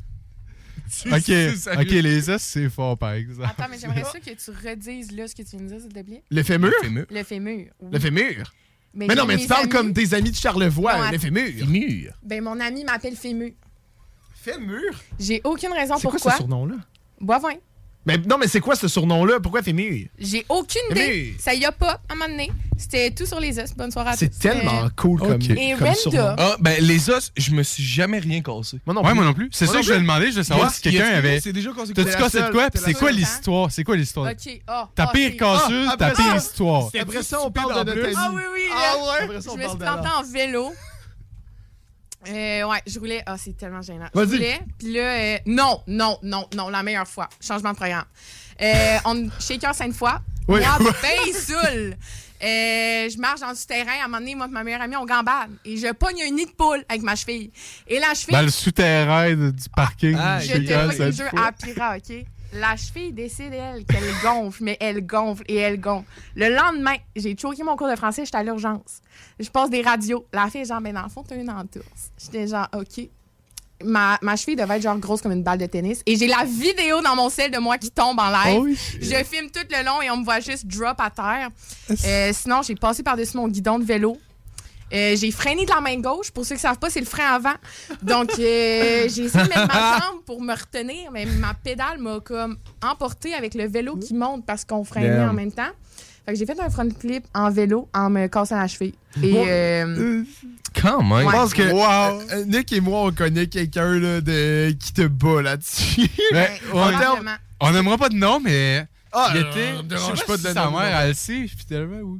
Ok, les os, c'est fort, par exemple. Attends, mais j'aimerais ça que tu redises là ce que tu viens de dire, s'il te plaît. Le fémur? Le fémur. Oui. Le fémur? Mais non, mais tu parles comme des amis de Charlevoix, le fémur. Ben, mon ami m'appelle Fémur. Fémur? J'ai aucune raison pourquoi. C'est quoi ce surnom-là? Boivin. Mais non, mais c'est quoi ce surnom-là? Pourquoi Fémir? J'ai aucune idée. Ça y a pas, à un moment donné. C'était tout sur les os. Bonne soirée à tous. C'est tellement cool comme Et comme surnom. Renda. Ah, ben, les os, je me suis jamais rien cassé. Moi Ouais, moi non plus. C'est ça que je voulais demander. Je veux savoir si quelqu'un avait. C'est déjà cassé. T'as-tu cassé de quoi? Puis c'est quoi seule, l'histoire? C'est quoi l'histoire? OK. Ta pire casseuse, ta pire histoire. Après ça, on parle de notre ami. Ah oui, oui. Ah là. ouais? Après ça, Je on me suis parle plantée d'elle. en vélo. Ouais, je roulais. Ah, c'est tellement gênant. Vas-y. Je roulais, puis là, non, la meilleure fois. Changement de programme. Shaker Sainte-Foy. Oui. Moi, ben saoul. Je marche dans du terrain. À un moment donné, moi et ma meilleure amie, on gambade. Et je pogne un nid de poule avec ma cheville. Et la cheville... Dans le souterrain du parking. je te jure à Pira, OK? La cheville décide, elle, qu'elle gonfle, mais elle gonfle et elle gonfle. Le lendemain, j'ai choqué mon cours de français, j'étais à l'urgence. Je passe des radios. La fille est genre, ben dans le fond, t'as une entorse. J'étais genre, OK. Ma cheville devait être genre grosse comme une balle de tennis. Et j'ai la vidéo dans mon cell de moi qui tombe en live. Oh, je filme tout le long et on me voit juste drop à terre. Sinon, j'ai passé par-dessus mon guidon de vélo. J'ai freiné de la main gauche. Pour ceux qui ne savent pas, c'est le frein avant. Donc, j'ai essayé de mettre ma jambe pour me retenir, mais ma pédale m'a comme emporté avec le vélo qui monte parce qu'on freinait en même temps. Fait que j'ai fait un front flip en vélo en me cassant la cheville. Et quand même. Je pense que Nick et moi, on connaît quelqu'un là, qui te bat là-dessus. On n'aimera pas de nom, mais. Ah, il était. me Je dérange sais pas pas de si le sa nommer. mère, elle le sait, finalement, ou.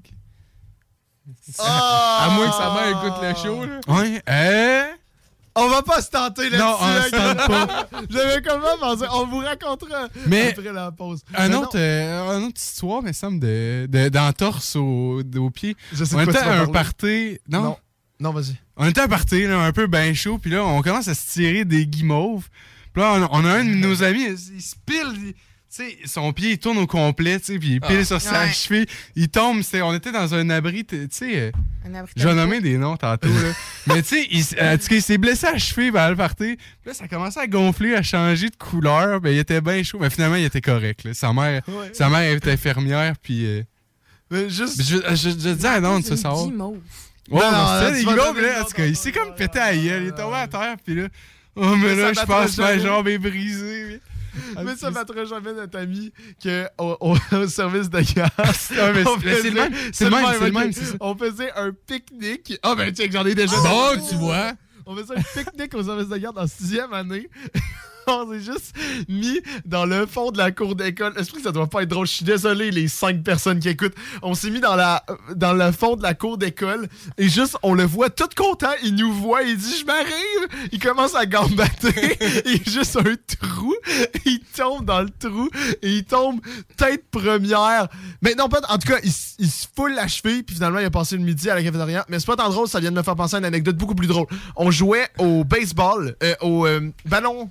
À moins que sa mère écoute le show, là. Ouais, On va pas se tenter là-dessus. Non, on se tente pas. J'avais comment pensé. On vous racontera après la pause. Une autre histoire, mais semble d'entorse au pied. Je sais On de quoi était tu vas à un parler. party. Non, vas-y. On était à un party, là, un peu ben chaud, puis là, on commence à se tirer des guimauves. Puis là, on a un de nos amis, il se pile. Tu sais, son pied, il tourne au complet, tu sais, puis il pile sur sa cheville. Il tombe, on était dans un abri, tu sais. Je vais nommer des noms tantôt, là. Mais tu sais, il s'est blessé à la cheville vers le party. Puis là, ça a commencé à gonfler, à changer de couleur. Ben, il était bien chaud, mais finalement, il était correct, là. Sa mère était infirmière, puis. Juste. Je disais à non de se savoir. Ouais, c'était des guimauves, là. En tout cas, il s'est comme pété à la gueule. Il est tombé à terre, puis là. Oh, mais là, je pense que ma jambe est brisée. Mais ça battra jamais notre ami au service de gaz. C'est le même. On faisait un pique-nique. Ah, ben, tiens, j'en ai déjà. Bon, tu vois. On faisait un pique-nique au service de garde en 6e année. On s'est juste mis dans le fond de la cour d'école. Est-ce que ça doit pas être drôle? Je suis désolé, les 5 personnes qui écoutent. On s'est mis dans le fond de la cour d'école et juste, on le voit tout content. Il nous voit, il dit « Je m'arrive! » Il commence à gambater. Il y a juste un trou. Il tombe dans le trou et il tombe tête première. Mais non, pas... En tout cas, il se foule la cheville puis finalement, il a passé le midi à la cafétéria. Mais c'est pas tant drôle, ça vient de me faire penser à une anecdote beaucoup plus drôle. On jouait au baseball, au ballon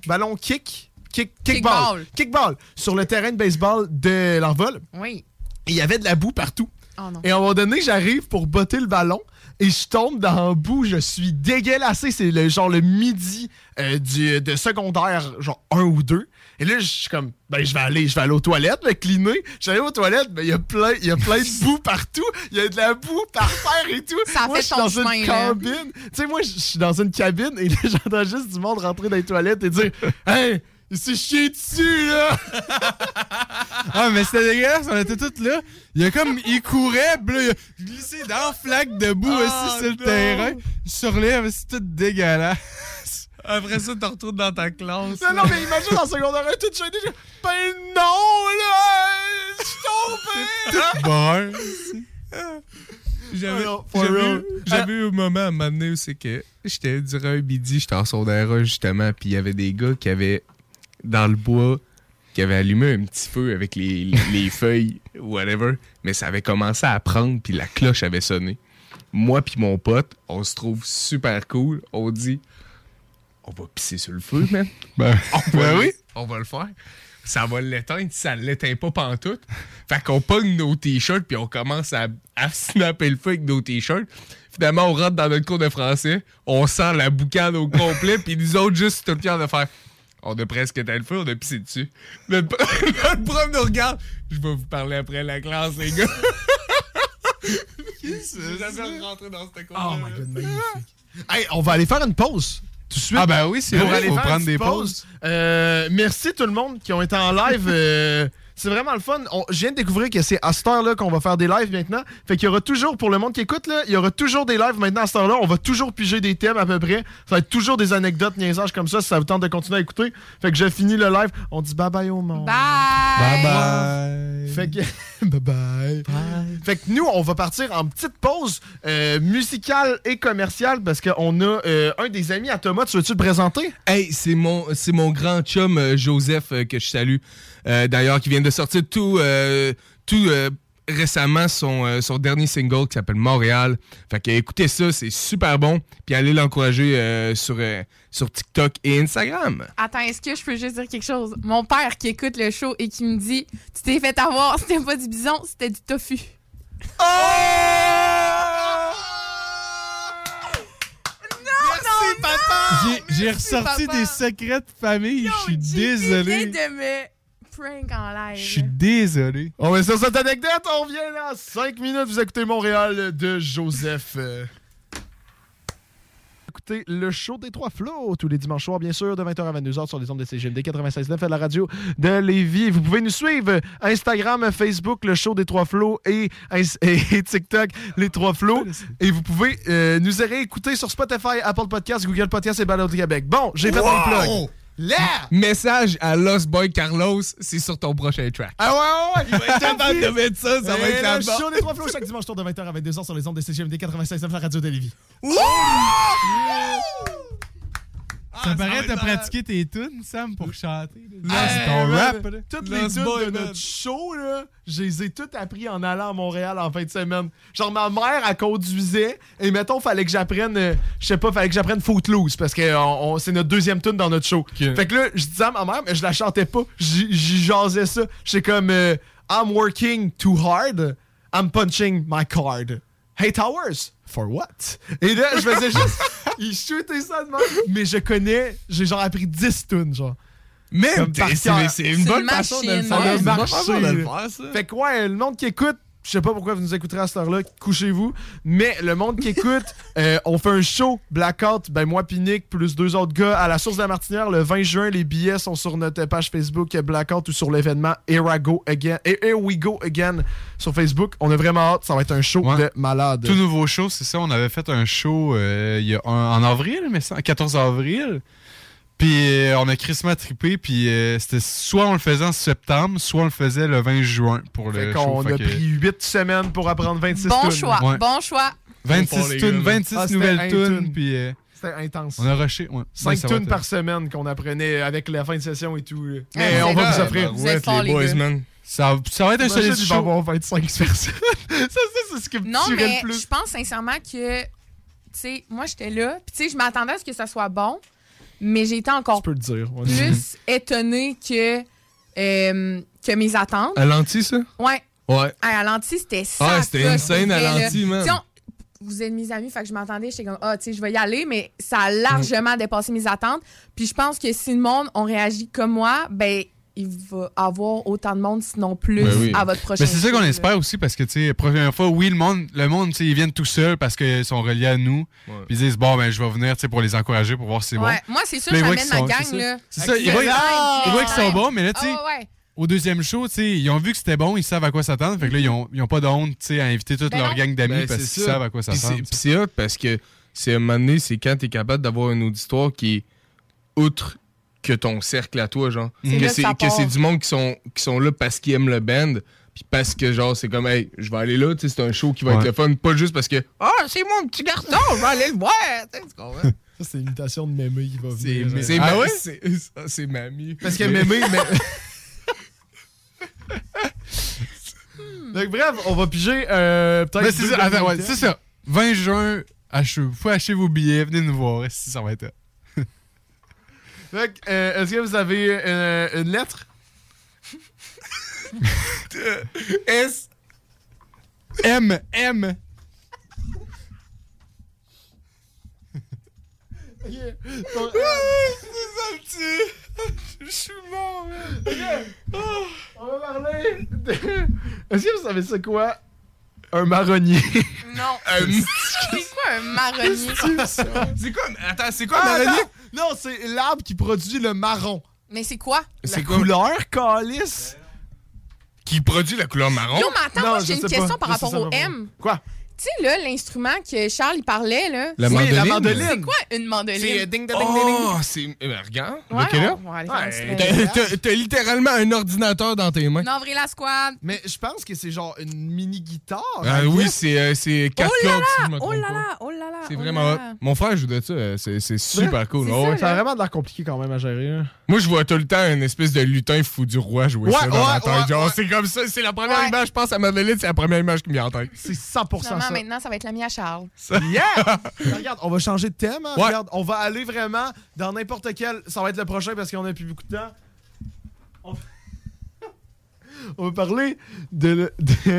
kickball sur le terrain de baseball de l'Envol. Oui. Et il y avait de la boue partout. Oh non. Et à un moment donné, j'arrive pour botter le ballon et je tombe dans la boue. Je suis dégueulassé. C'est le midi de secondaire, genre 1 ou 2. Et là, je suis comme, ben, je vais aller aux toilettes, me cleaner. J'arrive aux toilettes, ben, il y a plein de boue partout. Il y a de la boue par terre et tout. Ça moi, fait je suis ton dans chemin, une là. cabine. Tu sais, moi, je suis dans une cabine et là, j'entends juste du monde rentrer dans les toilettes et dire, hey, il s'est chié dessus, là! Ah, mais c'était dégueulasse, on était tous là. Il courait, pis là, il a glissé dans la flaque de boue aussi sur le terrain. Il se relève, c'est tout dégueulasse. Après ça, tu retournes dans ta classe. Non, mais imagine en secondaire 1, tout chaîné. Ben non, là! Je suis tombé! J'avais eu un moment à un moment donné où c'est que j'étais durant un midi, j'étais en secondaire 1 justement, puis il y avait des gars qui avaient dans le bois, qui avaient allumé un petit feu avec les feuilles, whatever, mais ça avait commencé à prendre, puis la cloche avait sonné. Moi puis mon pote, on se trouve super cool, on dit on va pisser sur le feu, man. On va le faire. Ça va l'éteindre, ça l'éteint pas pantoute. Fait qu'on pogne nos t-shirts puis on commence à snapper le feu avec nos t-shirts. Finalement, on rentre dans notre cours de français, on sent la boucane au complet puis nous autres juste tout fiers de faire on a presque éteint le feu, on a pissé dessus. Notre prof nous regarde. Je vais vous parler après la classe, les gars. J'ai jamais rentré dans cette cour. Oh my god, magnifique. Hey, on va aller faire une pause. tout de suite. Ah ben oui, c'est pour vrai, aller faut faire prendre une des petite pauses. Merci tout le monde qui ont été en live. C'est vraiment le fun. Je viens de découvrir que c'est à cette heure-là qu'on va faire des lives maintenant. Fait qu'il y aura toujours, pour le monde qui écoute, là, il y aura toujours des lives maintenant à cette heure-là. On va toujours piger des thèmes à peu près. Ça va être toujours des anecdotes niaisages comme ça si ça vous tente de continuer à écouter. Fait que j'ai fini le live. On dit bye-bye au monde. Bye! Bye-bye. Fait que... bye-bye. Fait que nous, on va partir en petite pause musicale et commerciale parce qu'on a un des amis à Thomas. Tu veux-tu le présenter? Hey, c'est mon grand chum Joseph que je salue. D'ailleurs, qui vient de sortir tout récemment son dernier single qui s'appelle Montréal. Fait que écoutez ça, c'est super bon. Puis allez l'encourager sur TikTok et Instagram. Attends, est-ce que je peux juste dire quelque chose? Mon père qui écoute le show et qui me dit « Tu t'es fait avoir, c'était pas du bison, c'était du tofu. » Merci, papa! J'ai ressorti papa. des secrets de famille. Je suis désolé. J'ai de me prank en live. Je suis désolé. On va sur cette anecdote. On revient dans 5 minutes. Vous écoutez Montréal de Joseph. Écoutez le show des Trois Flots tous les dimanches soirs, bien sûr, de 20h à 22h sur les ondes de CGMD 96.9 à la radio de Lévis. Vous pouvez nous suivre Instagram, Facebook, le show des Trois Flots et TikTok, les Trois Flots. Et vous pouvez nous réécouter sur Spotify, Apple Podcasts, Google Podcasts et Balado Québec. Bon, j'ai fait mon plug. Là! Message à Lost Boy Carlos, c'est sur ton prochain track. Ah ouais! Il va être capable de mettre ça va être le là-bas. show des Trois Flots chaque dimanche soir de 20h à 22h sur les ondes de CGMD 96.9 la radio de Lévis. Ça paraît de pratiquer tes tunes, Sam, pour chanter. C'est ton rap. Toutes les tunes de notre show, là, je les ai toutes appris en allant à Montréal en fin de semaine. Genre, ma mère, elle conduisait et mettons, fallait que j'apprenne, fallait que j'apprenne Footloose parce que c'est notre deuxième tune dans notre show. Okay. Fait que là, je disais à ma mère, mais je la chantais pas. J'y jasais ça. J'étais comme, I'm working too hard, I'm punching my card. Hey Towers, for what? Et là, je faisais juste, il shootait ça de même. Mais j'ai genre appris 10 tunes, genre. Même, c'est une bonne façon de le faire. Ça a marché. Fait que ouais, le monde qui écoute, je sais pas pourquoi vous nous écouterez à cette heure-là, couchez-vous, mais le monde qui écoute, on fait un show Blackout, ben moi pis Nick, plus 2 autres gars, à la Source de la Martinière, le 20 juin, les billets sont sur notre page Facebook Blackout ou sur l'événement Here We Go Again sur Facebook. On a vraiment hâte, ça va être un show de malade. Tout nouveau show, c'est ça, on avait fait un show en avril, mais ça, 14 avril. Puis on a crissement trippé, puis c'était soit on le faisait en septembre, soit on le faisait le 20 juin pour le show. On a pris 8 semaines pour apprendre 26 bon tunes. Choix, ouais. bon choix. 26 tunes, 26 nouvelles tunes, puis c'était intense. on a rushé. 5 tunes par semaine qu'on apprenait avec la fin de session et tout. Mais on va vous offrir. Vous êtes forts, les boys, man. Ça va être un solide show. Il va y avoir 25 personnes. ça, c'est ce qui me tuerait le plus. Je pense sincèrement que, tu sais, moi, j'étais là, puis tu sais, je m'attendais à ce que ça soit bon. Mais j'ai été encore plus étonnée que mes attentes. À l'anti, ça? Ouais. À l'anti, c'était ça. C'était insane à l'anti, man. Vous êtes mes amis, fait que je m'attendais, j'étais comme, tu sais, je vais y aller, mais ça a largement dépassé mes attentes. Puis je pense que si le monde on réagit comme moi, ben, il va avoir autant de monde, sinon plus, à votre prochain. Mais c'est ça qu'on espère aussi, parce que, tu sais, première fois, oui, le monde, tu sais, ils viennent tout seuls parce qu'ils sont reliés à nous. Puis ils disent, bon, ben, je vais venir, tu sais, pour les encourager, pour voir si c'est bon. Moi, c'est sûr, j'amène ma gang, là. C'est ça, ils voient qu'ils sont bons, mais là, tu sais, au deuxième show, tu sais, ils ont vu que c'était bon, ils savent à quoi s'attendre. Fait que là, ils ont pas de honte, tu sais, à inviter toute leur gang d'amis parce qu'ils savent à quoi s'attendre. Puis c'est hot parce que, c'est à un moment donné, c'est quand t'es capable d'avoir un auditoire qui est outre que ton cercle à toi, genre. Que c'est du monde qui sont là parce qu'ils aiment le band, puis parce que, genre, c'est comme, hey, je vais aller là, tu sais, c'est un show qui va être le fun, pas juste parce que, c'est mon petit garçon, je vais aller le voir, tu comprends? Ça, c'est l'imitation de Mémé qui va venir. C'est Mamie. Parce que Mémé, Donc, bref, on va piger peut-être. C'est ça. 20 juin, faut acheter vos billets, venez nous voir, si ça va être. Donc, est-ce que vous avez une lettre? S. M. C'est gentil. Je suis mort, man. On va parler de... Est-ce que vous savez c'est quoi? Un marronnier. Non. C'est quoi un marronnier? C'est quoi? Attends, c'est quoi un marronnier? Non, c'est l'arbre qui produit le marron. Mais c'est quoi? La couleur, calice. Qui produit la couleur marron? Yo, mais attends, moi, j'ai une question par rapport au M. Quoi? Tu sais, là, l'instrument que Charles il parlait, là. La mandoline. La mandoline. C'est quoi une mandoline? C'est ding, ding, ding, Oh, ding. c'est... regarde. Ouais, lequel là? on va aller faire un T'as littéralement un ordinateur dans tes mains. Non, vrai la squad. Mais je pense que c'est genre une mini-guitare. Oui, c'est 4 cordes, si je me trompe pas. Oh là là. C'est vraiment hot. Mon frère joue de ça. C'est super cool. C'est Oh, ouais. Ça a vraiment de l'air compliqué quand même à gérer. Hein. Moi, je vois tout le temps une espèce de lutin fou du roi jouer ça dans la tête. Genre, c'est comme ça. C'est la première image, je pense, à Madeleine, c'est la première image qui me vient en tête. C'est 100% Finalement, ça. maintenant, ça va être l'ami à Charles. Yeah! Regarde, on va changer de thème. Hein? Ouais. Regarde, on va aller vraiment dans n'importe quel... Ça va être le prochain parce qu'on a plus beaucoup de temps. On va parler de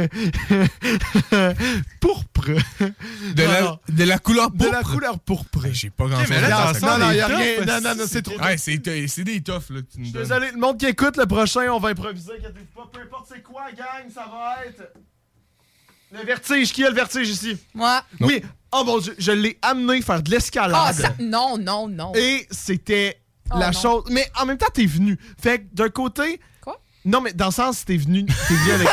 pourpre. De la couleur pourpre? De la couleur pourpre. J'ai pas grand-chose. mais là, à non, ça. y a rien. Non, c'est trop. Ouais, c'est des toughs, là. Je suis désolé, le monde qui écoute, le prochain, on va improviser. Inquiétez-vous pas, peu importe c'est quoi, gang, ça va être... Le vertige. Qui a le vertige ici? Moi. Oui. Oh mon Dieu, je l'ai amené faire de l'escalade. Non. Et c'était non. la chose... Mais en même temps, t'es venu. Fait que d'un côté... Quoi? Non, mais dans le sens, t'es venu avec...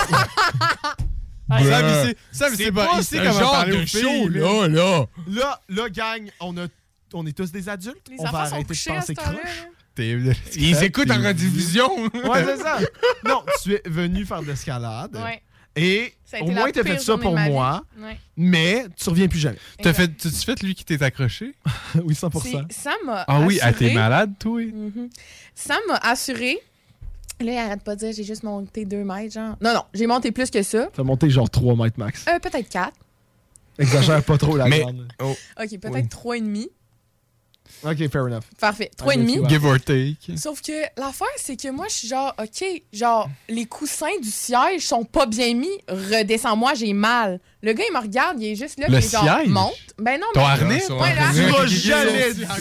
Sam, c'est pas ici un comment genre parler de aux show, filles, là. Là, gang, on est tous des adultes. Les on va enfants sont arrêter de couchés à penser ce temps-là. croche. Ils écoutent en rediffusion. Ouais, c'est ça. Non, tu es venu faire de l'escalade. Ouais. Et Ça a au été moins, la t'as fait pire ça journée pour de ma moi. vie. Ouais. Mais tu reviens plus jamais. T'as-tu fait lui qui t'est accroché? Oui, 100%. Ça m'a Ah oui, assuré... t'es malade, toi? Ça m'a assuré... Là, il arrête pas de dire j'ai juste monté 2 mètres, genre. Non, j'ai monté plus que ça. T'as monté genre 3 mètres max. Peut-être 4. Exagère pas trop la Mais- grande. Oh. OK, peut-être 3,5. Ok, fair enough. Parfait. 3,5. Give or take. Sauf que l'affaire, c'est que moi, je suis genre, OK, genre, les coussins du siège sont pas bien mis. Redescends-moi, j'ai mal. Le gars, il me regarde, il est juste là, Le puis genre, siège? monte. Ben non, Ton mais... harnais? Ouais, là. Tu vas jamais dire ça.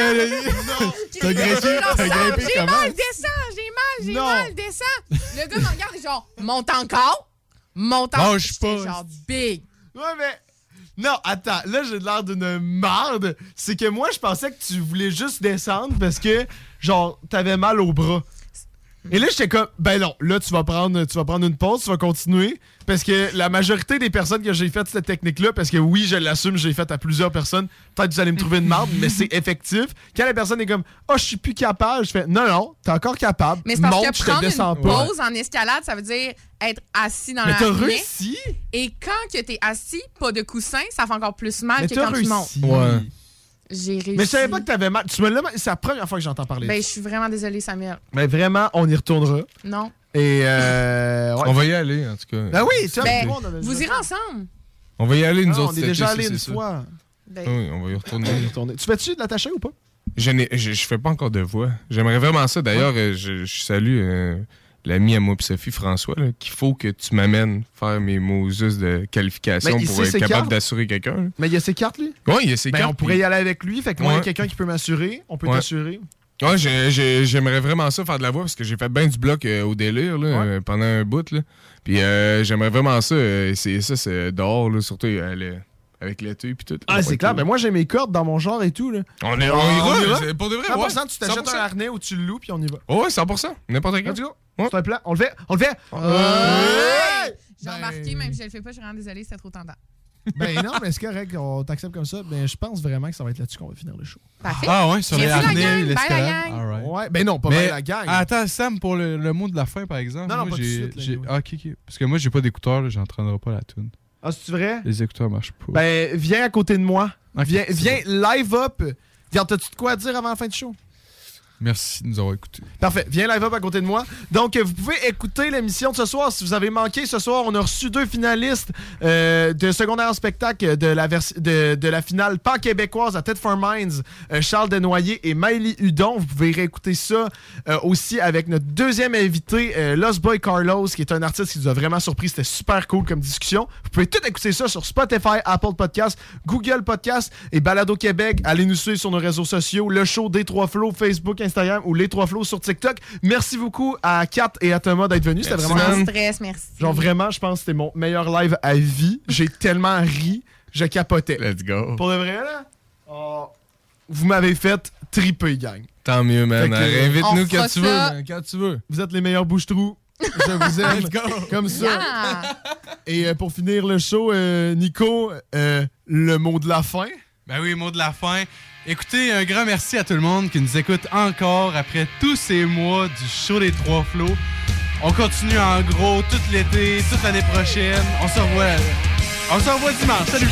T'as grimpé J'ai comment? mal, descends, j'ai Non. mal, descends. Le gars me regarde, il est genre, monte encore. Mange J'étais pas. genre, big. Ouais, mais... Non, attends, là, j'ai l'air d'une marde. C'est que moi, je pensais que tu voulais juste descendre parce que, genre, t'avais mal au bras. Et là, j'étais comme, ben non, là, tu vas prendre une pause, tu vas continuer. Parce que la majorité des personnes que j'ai fait cette technique-là, parce que oui, je l'assume, j'ai fait à plusieurs personnes, peut-être que vous allez me trouver une marde, mais c'est effectif. Quand la personne est comme, oh, je suis plus capable, je fais, non, t'es encore capable. Mais c'est parce Monte, que je te prendre descends une pas. pause en escalade, ça veut dire être assis dans Mais la t'as harnais. réussi. Et quand que t'es assis, pas de coussin, ça fait encore plus mal Mais que t'as quand tu montes. réussi. Ouais. J'ai réussi. Mais je savais pas que t'avais mal. Tu me l'as. C'est la première fois que j'entends parler. Ben, je suis vraiment désolée, Samuel. Mais vraiment, on y retournera. Non. Et ouais. On va y aller, en tout cas. Ben oui, tu Ben, vois, on avait vous déjà irez ensemble. On va y aller, nous Non, autres. on est cet déjà été, allé ça, une c'est ça. fois. Ben, Oui, on va y retourner. Tu fais-tu de l'attaché ou pas? Je fais pas encore de voix. J'aimerais vraiment ça. D'ailleurs, je salue l'ami à moi et Sophie, François, là, qu'il faut que tu m'amènes faire mes Moses de qualification Ben, il pour sait être ses capable cartes. d'assurer quelqu'un. là. Mais il y a ses cartes, lui? Oui, il y a ses Ben, cartes. on pourrait y aller avec lui. Fait que moi, il y a Ouais. quelqu'un qui peut m'assurer. On peut Ouais. t'assurer. Ouais, j'aimerais vraiment ça faire de la voix parce que j'ai fait bien du bloc au délire là, pendant un bout. Là. Puis j'aimerais vraiment ça. C'est dehors, là, surtout avec l'été puis tout. Ah, c'est clair. Ben, moi, j'ai mes cordes dans mon genre et tout. Là. On ira. C'est pour de vrai. 100%, ouais. tu t'achètes 100%. un harnais ou tu le loues, puis on y va. Ouais, 100%. N'importe quand. Let's go. Ouais. C'est un plan. On le fait. On le fait. J'ai embarqué, même si je le fais pas, je suis vraiment désolée, c'était trop tentant. Ben non, mais c'est correct. On t'accepte comme ça. Ben, je pense vraiment que ça va être là-dessus qu'on va finir le show. Parfait. Ah ouais, sur les Merci la harnais, gang, bye la l'escalade. gang. All right. Ouais. Ben non, pas Mais mal la gang. attends, Sam, pour le mot de la fin, par exemple. Non, non, moi, pas tout de suite, là, j'ai- anyway. Ah, ok. Parce que moi, j'ai pas d'écouteurs, là, j'entraînerai pas la tune. Ah, c'est vrai? Les écouteurs marchent pas. Ben, viens à côté de moi. Ok, Viens c'est live up. Regarde, t'as-tu de quoi à dire avant la fin du show? Merci de nous avoir écoutés. Parfait. Viens live up à côté de moi. Donc, vous pouvez écouter l'émission de ce soir. Si vous avez manqué ce soir, on a reçu 2 finalistes de secondaire en spectacle de la finale pan-québécoise à Tête for Minds, Charles Desnoyers et Miley Hudon. Vous pouvez réécouter ça aussi avec notre deuxième invité, Lost Boy Carlos, qui est un artiste qui nous a vraiment surpris. C'était super cool comme discussion. Vous pouvez tout écouter ça sur Spotify, Apple Podcasts, Google Podcasts et Balado Québec. Allez nous suivre sur nos réseaux sociaux, le show des 3 Flots, Facebook, Instagram ou les 3 Flots sur TikTok. Merci beaucoup à Kat et à Thomas d'être venus. C'était vraiment Sans stress, merci. genre vraiment, je pense que c'était mon meilleur live à vie. J'ai tellement ri. je capotais. Let's go. Pour de vrai, là, vous m'avez fait triper, gang. Tant mieux, man. Invite-nous quand tu veux, man, quand tu veux. Vous êtes les meilleurs bouche-trous. Je vous aime. Let's go. Comme ça. Et pour finir le show, Nico, le mot de la fin. Ben oui, mot de la fin. Écoutez, un grand merci à tout le monde qui nous écoute encore après tous ces mois du show des Trois Flots. On continue en gros tout l'été, toute l'année prochaine. On se revoit dimanche. Salut!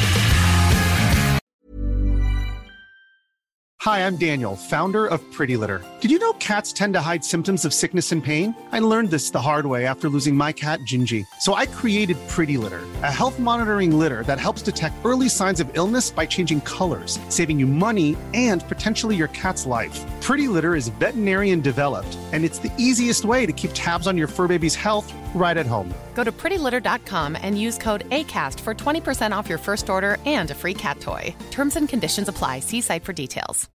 Hi, I'm Daniel, founder of Pretty Litter. Did you know cats tend to hide symptoms of sickness and pain? I learned this the hard way after losing my cat, Gingy. So I created Pretty Litter, a health monitoring litter that helps detect early signs of illness by changing colors, saving you money and potentially your cat's life. Pretty Litter is veterinarian developed, and it's the easiest way to keep tabs on your fur baby's health right at home. Go to prettylitter.com and use code ACAST for 20% off your first order and a free cat toy. Terms and conditions apply. See site for details.